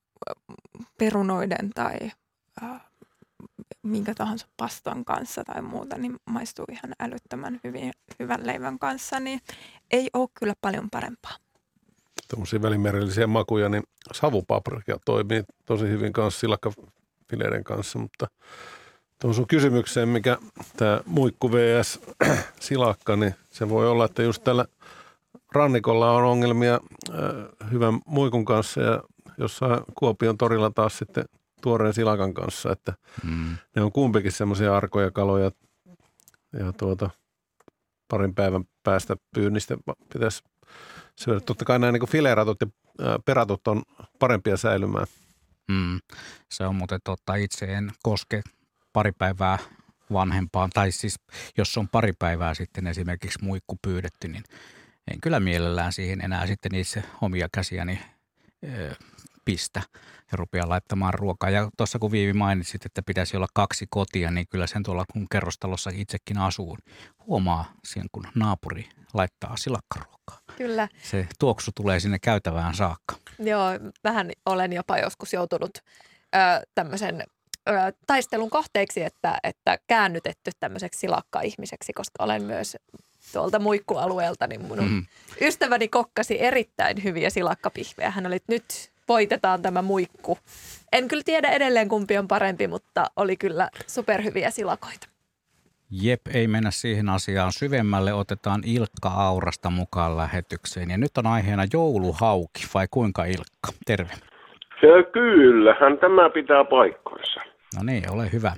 perunoiden tai äh, minkä tahansa pastan kanssa tai muuta, niin maistuu ihan älyttömän hyvin, hyvän leivän kanssa, niin ei ole kyllä paljon parempaa. Tuommoisia välimerellisiä makuja, niin savupaprika toimii tosi hyvin kanssa silakkafileiden kanssa, mutta tuohon sun kysymykseen, mikä tämä muikku vs. silakka, niin se voi olla, että just tällä rannikolla on ongelmia äh, hyvän muikun kanssa ja jossain Kuopion torilla taas sitten tuoreen silakan kanssa, että mm. ne on kumpikin semmoisia arkoja kaloja ja tuota, parin päivän päästä pyynnistä pitäisi syödä. Totta kai nämä niin kuin fileeratut ja ää, peratut on parempia säilymään. Mm. Se on muuten totta. Itse en koske pari päivää vanhempaan, tai siis jos on pari päivää sitten esimerkiksi muikku pyydetty, niin en kyllä mielellään siihen enää sitten itse omia käsiäni ö, pistä ja rupeaa laittamaan ruokaa. Ja tuossa kun Viivi mainitsit, että pitäisi olla kaksi kotia, niin kyllä sen tuolla kun kerrostalossa itsekin asuu, huomaa siihen kun naapuri laittaa silakkaruokaa. Kyllä. Se tuoksu tulee sinne käytävään saakka. Joo, vähän olen jopa joskus joutunut ö, tämmöisen ö, taistelun kohteeksi, että, että käännytetty tämmöiseksi silakka-ihmiseksi, koska olen myös tuolta muikkualueelta, niin mun mm. ystäväni kokkasi erittäin hyviä silakkapihvejä. Hän oli, nyt voitetaan tämä muikku. En kyllä tiedä edelleen kumpi on parempi, mutta oli kyllä superhyviä silakoita. Jep, ei mennä siihen asiaan syvemmälle. Otetaan Ilkka Aurasta mukaan lähetykseen. Ja nyt on aiheena jouluhauki, vai kuinka Ilkka? Terve. Ja kyllähän tämä pitää paikkansa. No niin, ole hyvä.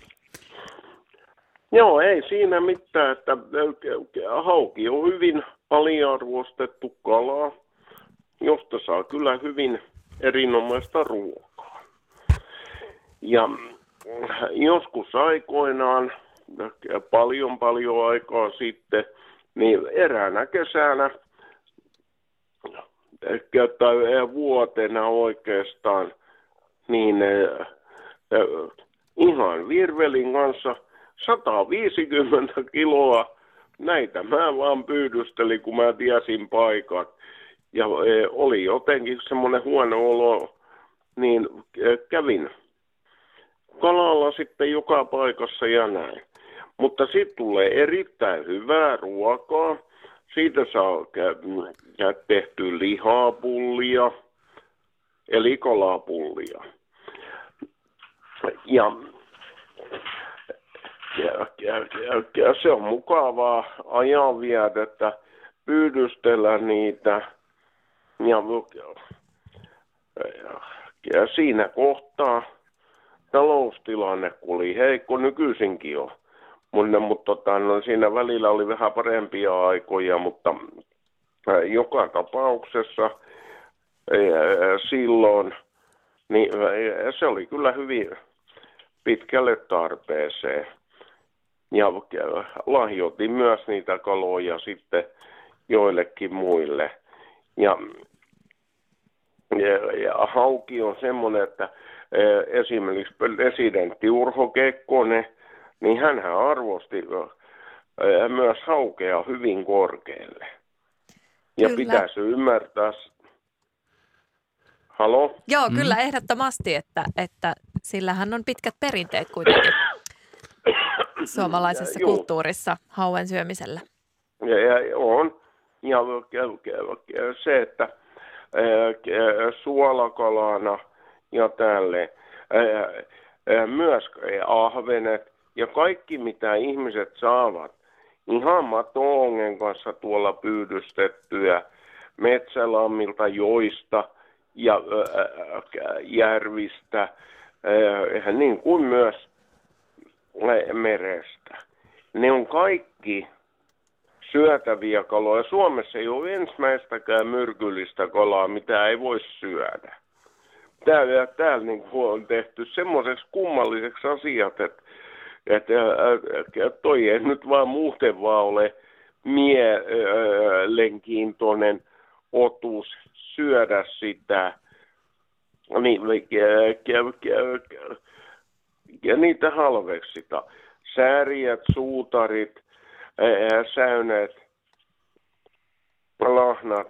Joo, ei siinä mitään, että hauki on hyvin aliarvostettu kalaa, josta saa kyllä hyvin erinomaista ruokaa. Ja joskus aikoinaan, paljon paljon aikaa sitten, niin eräänä kesänä tai vuotena oikeastaan, niin ihan virvelin kanssa sata viisikymmentä kiloa, näitä mä vaan pyydystelin, kun mä tiesin paikan. Ja e, oli jotenkin semmoinen huono olo, niin e, kävin kalalla sitten joka paikassa ja näin. Mutta sitten tulee erittäin hyvää ruokaa. Siitä saa tehtyä lihapullia, eli kalapullia. Ja, ja, ja, ja, ja se on mukavaa ajanvietettä, pyydystellä niitä. Ja, ja, ja siinä kohtaa taloustilanne, kun oli heikko, nykyisinkin on. Mutta, mutta tota, no, siinä välillä oli vähän parempia aikoja, mutta ää, joka tapauksessa ää, silloin niin, ää, se oli kyllä hyvin pitkälle tarpeeseen. Ja ää, lahjoitin myös niitä kaloja sitten joillekin muille. Ja, ja, ja hauki on semmoinen, että ää, esimerkiksi presidentti Urho Kekkonen, niin hänhän arvosti ää, myös haukea hyvin korkealle. Ja Kyllä. pitäisi ymmärtää. Halo? Joo, mm. kyllä ehdottomasti, että, että sillähän on pitkät perinteet kuitenkin suomalaisessa ja, kulttuurissa hauen syömisellä. Ja, ja on. Ja se, että ää, suolakalana ja tälleen. Ää, ää, myös ahvenet. Ja kaikki, mitä ihmiset saavat, ihan matoongen kanssa tuolla pyydystettyä metsälammilta, joista ja ää, järvistä, ää, niin kuin myös merestä. Ne on kaikki syötäviä kaloja. Suomessa ei ole ensimmäistäkään myrkyllistä kalaa, mitä ei voi syödä. Täällä, täällä niin on tehty semmoiseksi kummalliseksi asiat, että Että toi ei nyt vaan muuten vaan ole mielenkiintoinen otus syödä sitä. Niin, ja niitä halveksita. Sääriät, suutarit, säyneet, lahnat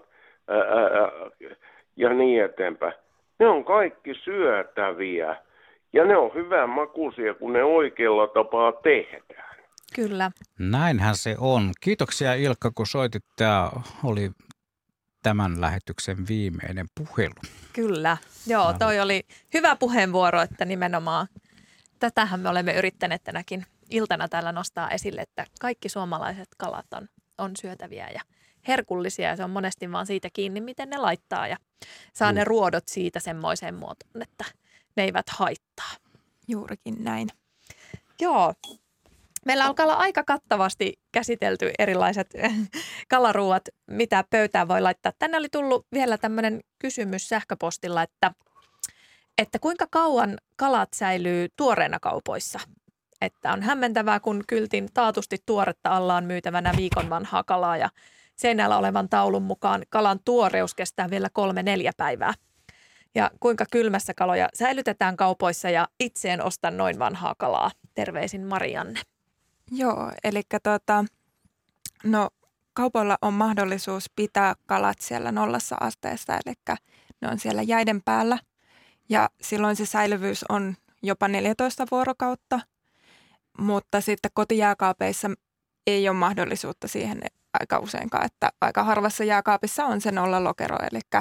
ja niin eteenpäin. Ne on kaikki syötäviä. Ja ne on hyvän makuisia, kun ne oikealla tapaa tehdään. Kyllä. Näinhän se on. Kiitoksia Ilkka, kun soitit. Tämä oli tämän lähetyksen viimeinen puhelu. Kyllä. Joo, toi oli hyvä puheenvuoro, että nimenomaan tätähän me olemme yrittäneet tänäkin iltana täällä nostaa esille, että kaikki suomalaiset kalat on, on syötäviä ja herkullisia. Ja se on monesti vaan siitä kiinni, miten ne laittaa ja saa mm. ne ruodot siitä semmoiseen muotoon, että ne eivät haittaa. Juurikin näin. Joo. Meillä alkaa olla aika kattavasti käsitelty erilaiset kalaruuat, mitä pöytään voi laittaa. Tänne oli tullut vielä tämmöinen kysymys sähköpostilla, että, että kuinka kauan kalat säilyy tuoreena kaupoissa? Että on hämmentävää, kun kyltin taatusti tuoretta alla on myytävänä viikon vanhaa kalaa ja seinällä olevan taulun mukaan kalan tuoreus kestää vielä kolme neljä päivää. Ja kuinka kylmässä kaloja säilytetään kaupoissa ja itse en osta noin vanhaa kalaa. Terveisin Marianne. Joo, eli tota, no, kaupoilla on mahdollisuus pitää kalat siellä nollassa asteessa, eli ne on siellä jäiden päällä. Ja silloin se säilyvyys on jopa neljätoista vuorokautta, mutta sitten kotijääkaapeissa ei ole mahdollisuutta siihen aika useinkaan, että aika harvassa jääkaapissa on se nollalokero, eli äh,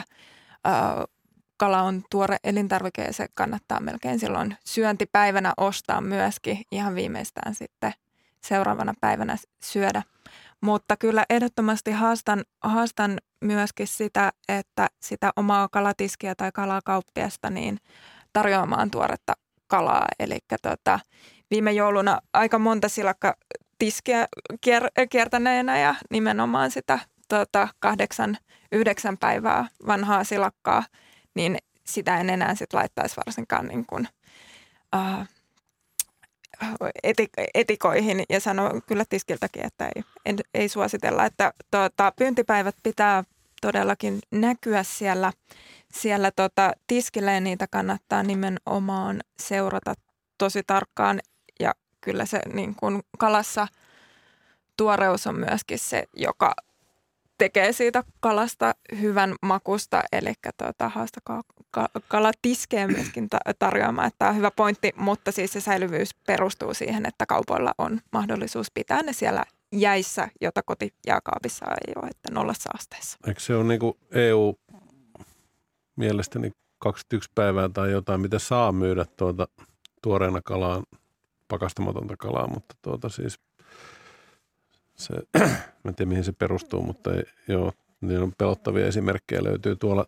kala on tuore elintarvike ja se kannattaa melkein silloin syöntipäivänä ostaa myöskin, ihan viimeistään sitten seuraavana päivänä syödä. Mutta kyllä ehdottomasti haastan, haastan myöskin sitä, että sitä omaa kalatiskiä tai kalakauppiasta niin tarjoamaan tuoretta kalaa. Eli tota, viime jouluna aika monta silakkatiskiä kier- kiertäneenä ja nimenomaan sitä tota, kahdeksan, yhdeksän päivää vanhaa silakkaa, niin sitä en enää sit laittaisi varsinkaan niin kuin, uh, etikoihin ja sanoo kyllä tiskiltäkin, että ei, en, ei suositella, että tuota, pyyntipäivät pitää todellakin näkyä siellä, siellä tota, tiskillä ja niitä kannattaa nimenomaan seurata tosi tarkkaan ja kyllä se niin kuin kalassa tuoreus on myöskin se, joka tekee siitä kalasta hyvän makusta, eli tuota, haastakaa ka- kalatiskeen myöskin ta- tarjoamaan, että tämä on hyvä pointti, mutta siis se säilyvyys perustuu siihen, että kaupoilla on mahdollisuus pitää ne siellä jäissä, jota kotijääkaapissa ei ole, että nollassa asteessa. Eikö se ole niin kuin E U mielestäni kaksikymmentäyksi päivää tai jotain, mitä saa myydä tuota tuoreena kalaa, pakastamatonta kalaa, mutta tuota siis se, mä en tiedä mihin se perustuu, mutta ei, joo, niin on pelottavia esimerkkejä löytyy tuolla.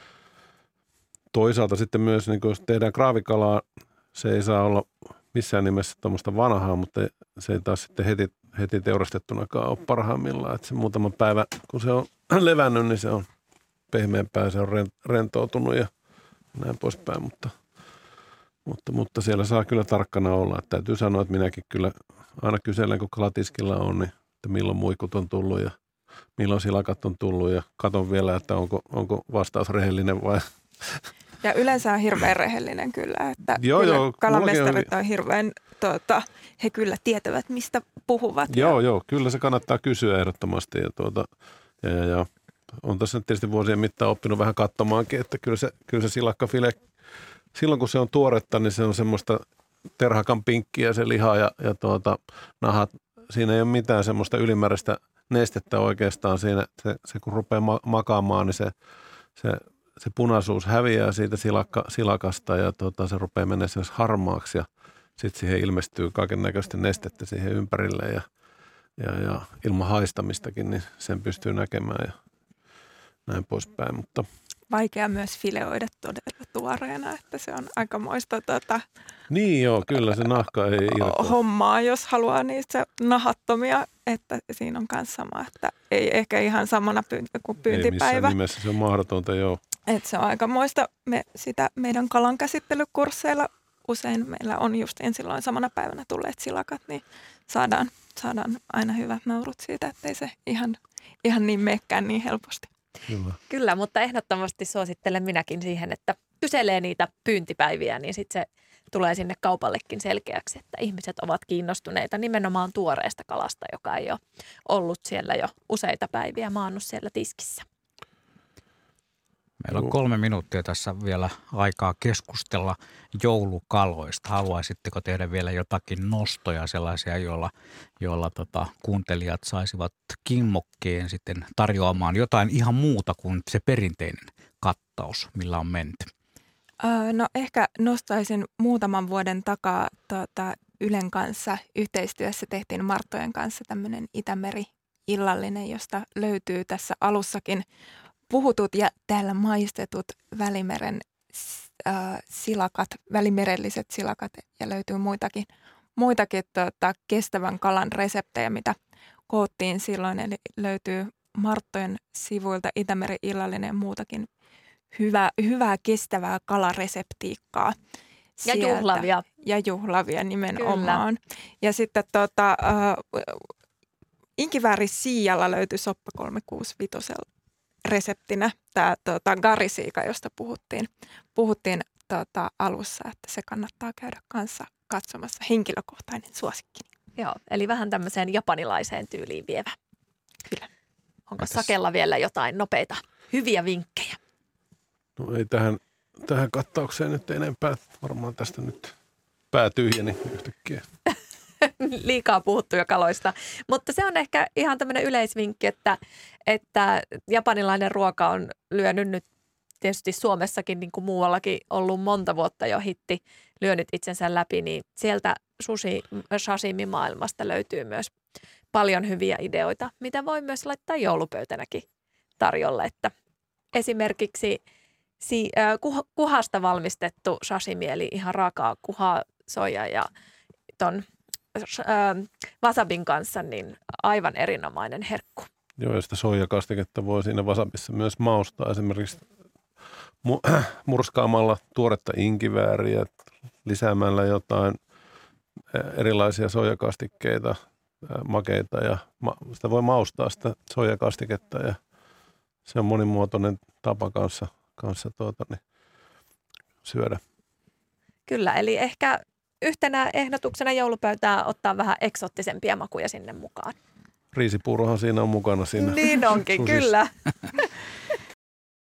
Toisaalta sitten myös, niin jos tehdään kraavikalaa, se ei saa olla missään nimessä tuommoista vanhaa, mutta se ei taas sitten heti, heti teurastettunakaan ole parhaimmillaan. Että se muutama päivä, kun se on levännyt, niin se on pehmeämpää, se on rentoutunut ja näin poispäin, mutta, mutta, mutta siellä saa kyllä tarkkana olla. Että täytyy sanoa, että minäkin kyllä aina kyselen, kun kalatiskillä on, niin että milloin muikut on tullut ja milloin silakat on tullut ja katon vielä, että onko, onko vastaus rehellinen vai... Ja yleensä on hirveän rehellinen kyllä, että joo, kyllä joo, kalamestarit on hirveän, tuota, he kyllä tietävät, mistä puhuvat. Joo, ja... joo, kyllä se kannattaa kysyä ehdottomasti ja, tuota, ja, ja, ja on tässä tietysti vuosien mittaan oppinut vähän katsomaankin, että kyllä se, kyllä se silakkafile, silloin kun se on tuoretta, niin se on semmoista terhakan pinkkiä se liha ja, ja tuota, nahat, siinä ei ole mitään semmoista ylimääräistä nestettä oikeastaan siinä, se, se kun rupeaa ma- makaamaan, niin se, se, se punaisuus häviää siitä silakka, silakasta ja tuota, se rupeaa menemään semmoista harmaaksi ja sitten siihen ilmestyy kaiken näköistä nestettä siihen ympärille ja, ja, ja ilman haistamistakin, niin sen pystyy näkemään ja näin poispäin, mutta... Vaikea myös fileoida todella tuoreena, että se on aikamoista tota, niin joo, kyllä se nahka ei irtoa. Hommaa, jos haluaa niistä nahattomia, että siinä on myös sama, että ei ehkä ihan samana pyynti kuin pyyntipäivä. Ei missään nimessä, se on mahdotonta, joo. Että se on aikamoista, me sitä meidän kalankäsittelykursseilla usein meillä on just silloin samana päivänä tulleet silakat, niin saadaan, saadaan aina hyvät naurut siitä, ettei se ihan, ihan niin meekään niin helposti. Kyllä. Kyllä, mutta ehdottomasti suosittelen minäkin siihen, että kyselee niitä pyyntipäiviä, niin sitten se tulee sinne kaupallekin selkeäksi, että ihmiset ovat kiinnostuneita nimenomaan tuoreesta kalasta, joka ei ole ollut siellä jo useita päiviä maannut siellä tiskissä. Meillä on kolme minuuttia tässä vielä aikaa keskustella joulukaloista. Haluaisitteko tehdä vielä jotakin nostoja sellaisia, joilla, joilla tota, kuuntelijat saisivat kimmokkeen sitten tarjoamaan jotain ihan muuta kuin se perinteinen kattaus, millä on menty? No ehkä nostaisin muutaman vuoden takaa tuota, Ylen kanssa yhteistyössä tehtiin Marttojen kanssa tämmöinen Itämeri-illallinen, josta löytyy tässä alussakin puhutut ja täällä maistetut Välimeren äh, silakat, välimerelliset silakat ja löytyy muitakin, muitakin tuota, kestävän kalan reseptejä, mitä koottiin silloin. Eli löytyy Marttojen sivuilta Itämeri-illallinen ja muutakin hyvää, hyvää kestävää kalareseptiikkaa. Ja sieltä. juhlavia. Ja juhlavia nimenomaan. Kyllä. Ja sitten tuota, äh, Inkivääri Siijalla löytyy soppa kolmesataakuusikymmentäviisi reseptinä tämä tuota, garisiika, josta puhuttiin, puhuttiin tuota, alussa, että se kannattaa käydä kanssa katsomassa, henkilökohtainen suosikki. Joo, eli vähän tämmöiseen japanilaiseen tyyliin vievä. Kyllä. Onko Mitäs? Sakella vielä jotain nopeita, hyviä vinkkejä? No ei tähän, tähän kattaukseen nyt enempää, varmaan tästä nyt pää tyhjeni yhtäkkiä. Liikaa puhuttuja kaloista, mutta se on ehkä ihan tämmöinen yleisvinkki, että, että japanilainen ruoka on lyönyt nyt tietysti Suomessakin niin kuin muuallakin ollut monta vuotta jo hitti, lyönyt itsensä läpi, niin sieltä sushi, sashimi-maailmasta löytyy myös paljon hyviä ideoita, mitä voi myös laittaa joulupöytänäkin tarjolle, että esimerkiksi si, äh, kuh, kuhasta valmistettu sashimi, eli ihan raakaa kuhaa, soija ja ton wasabin kanssa, niin aivan erinomainen herkku. Joo, ja sitä soijakastiketta voi siinä wasabissa myös maustaa. Esimerkiksi mu- murskaamalla tuoretta inkivääriä, lisäämällä jotain erilaisia soijakastikkeita, makeita, ja ma- sitä voi maustaa sitä soijakastiketta, ja se on monimuotoinen tapa kanssa, kanssa tuota, niin, syödä. Kyllä, eli ehkä yhtenä ehdotuksena joulupöytää ottaa vähän eksoottisempia makuja sinne mukaan. riisipuurohan siinä on mukana siinä. Niin onkin, susis, kyllä.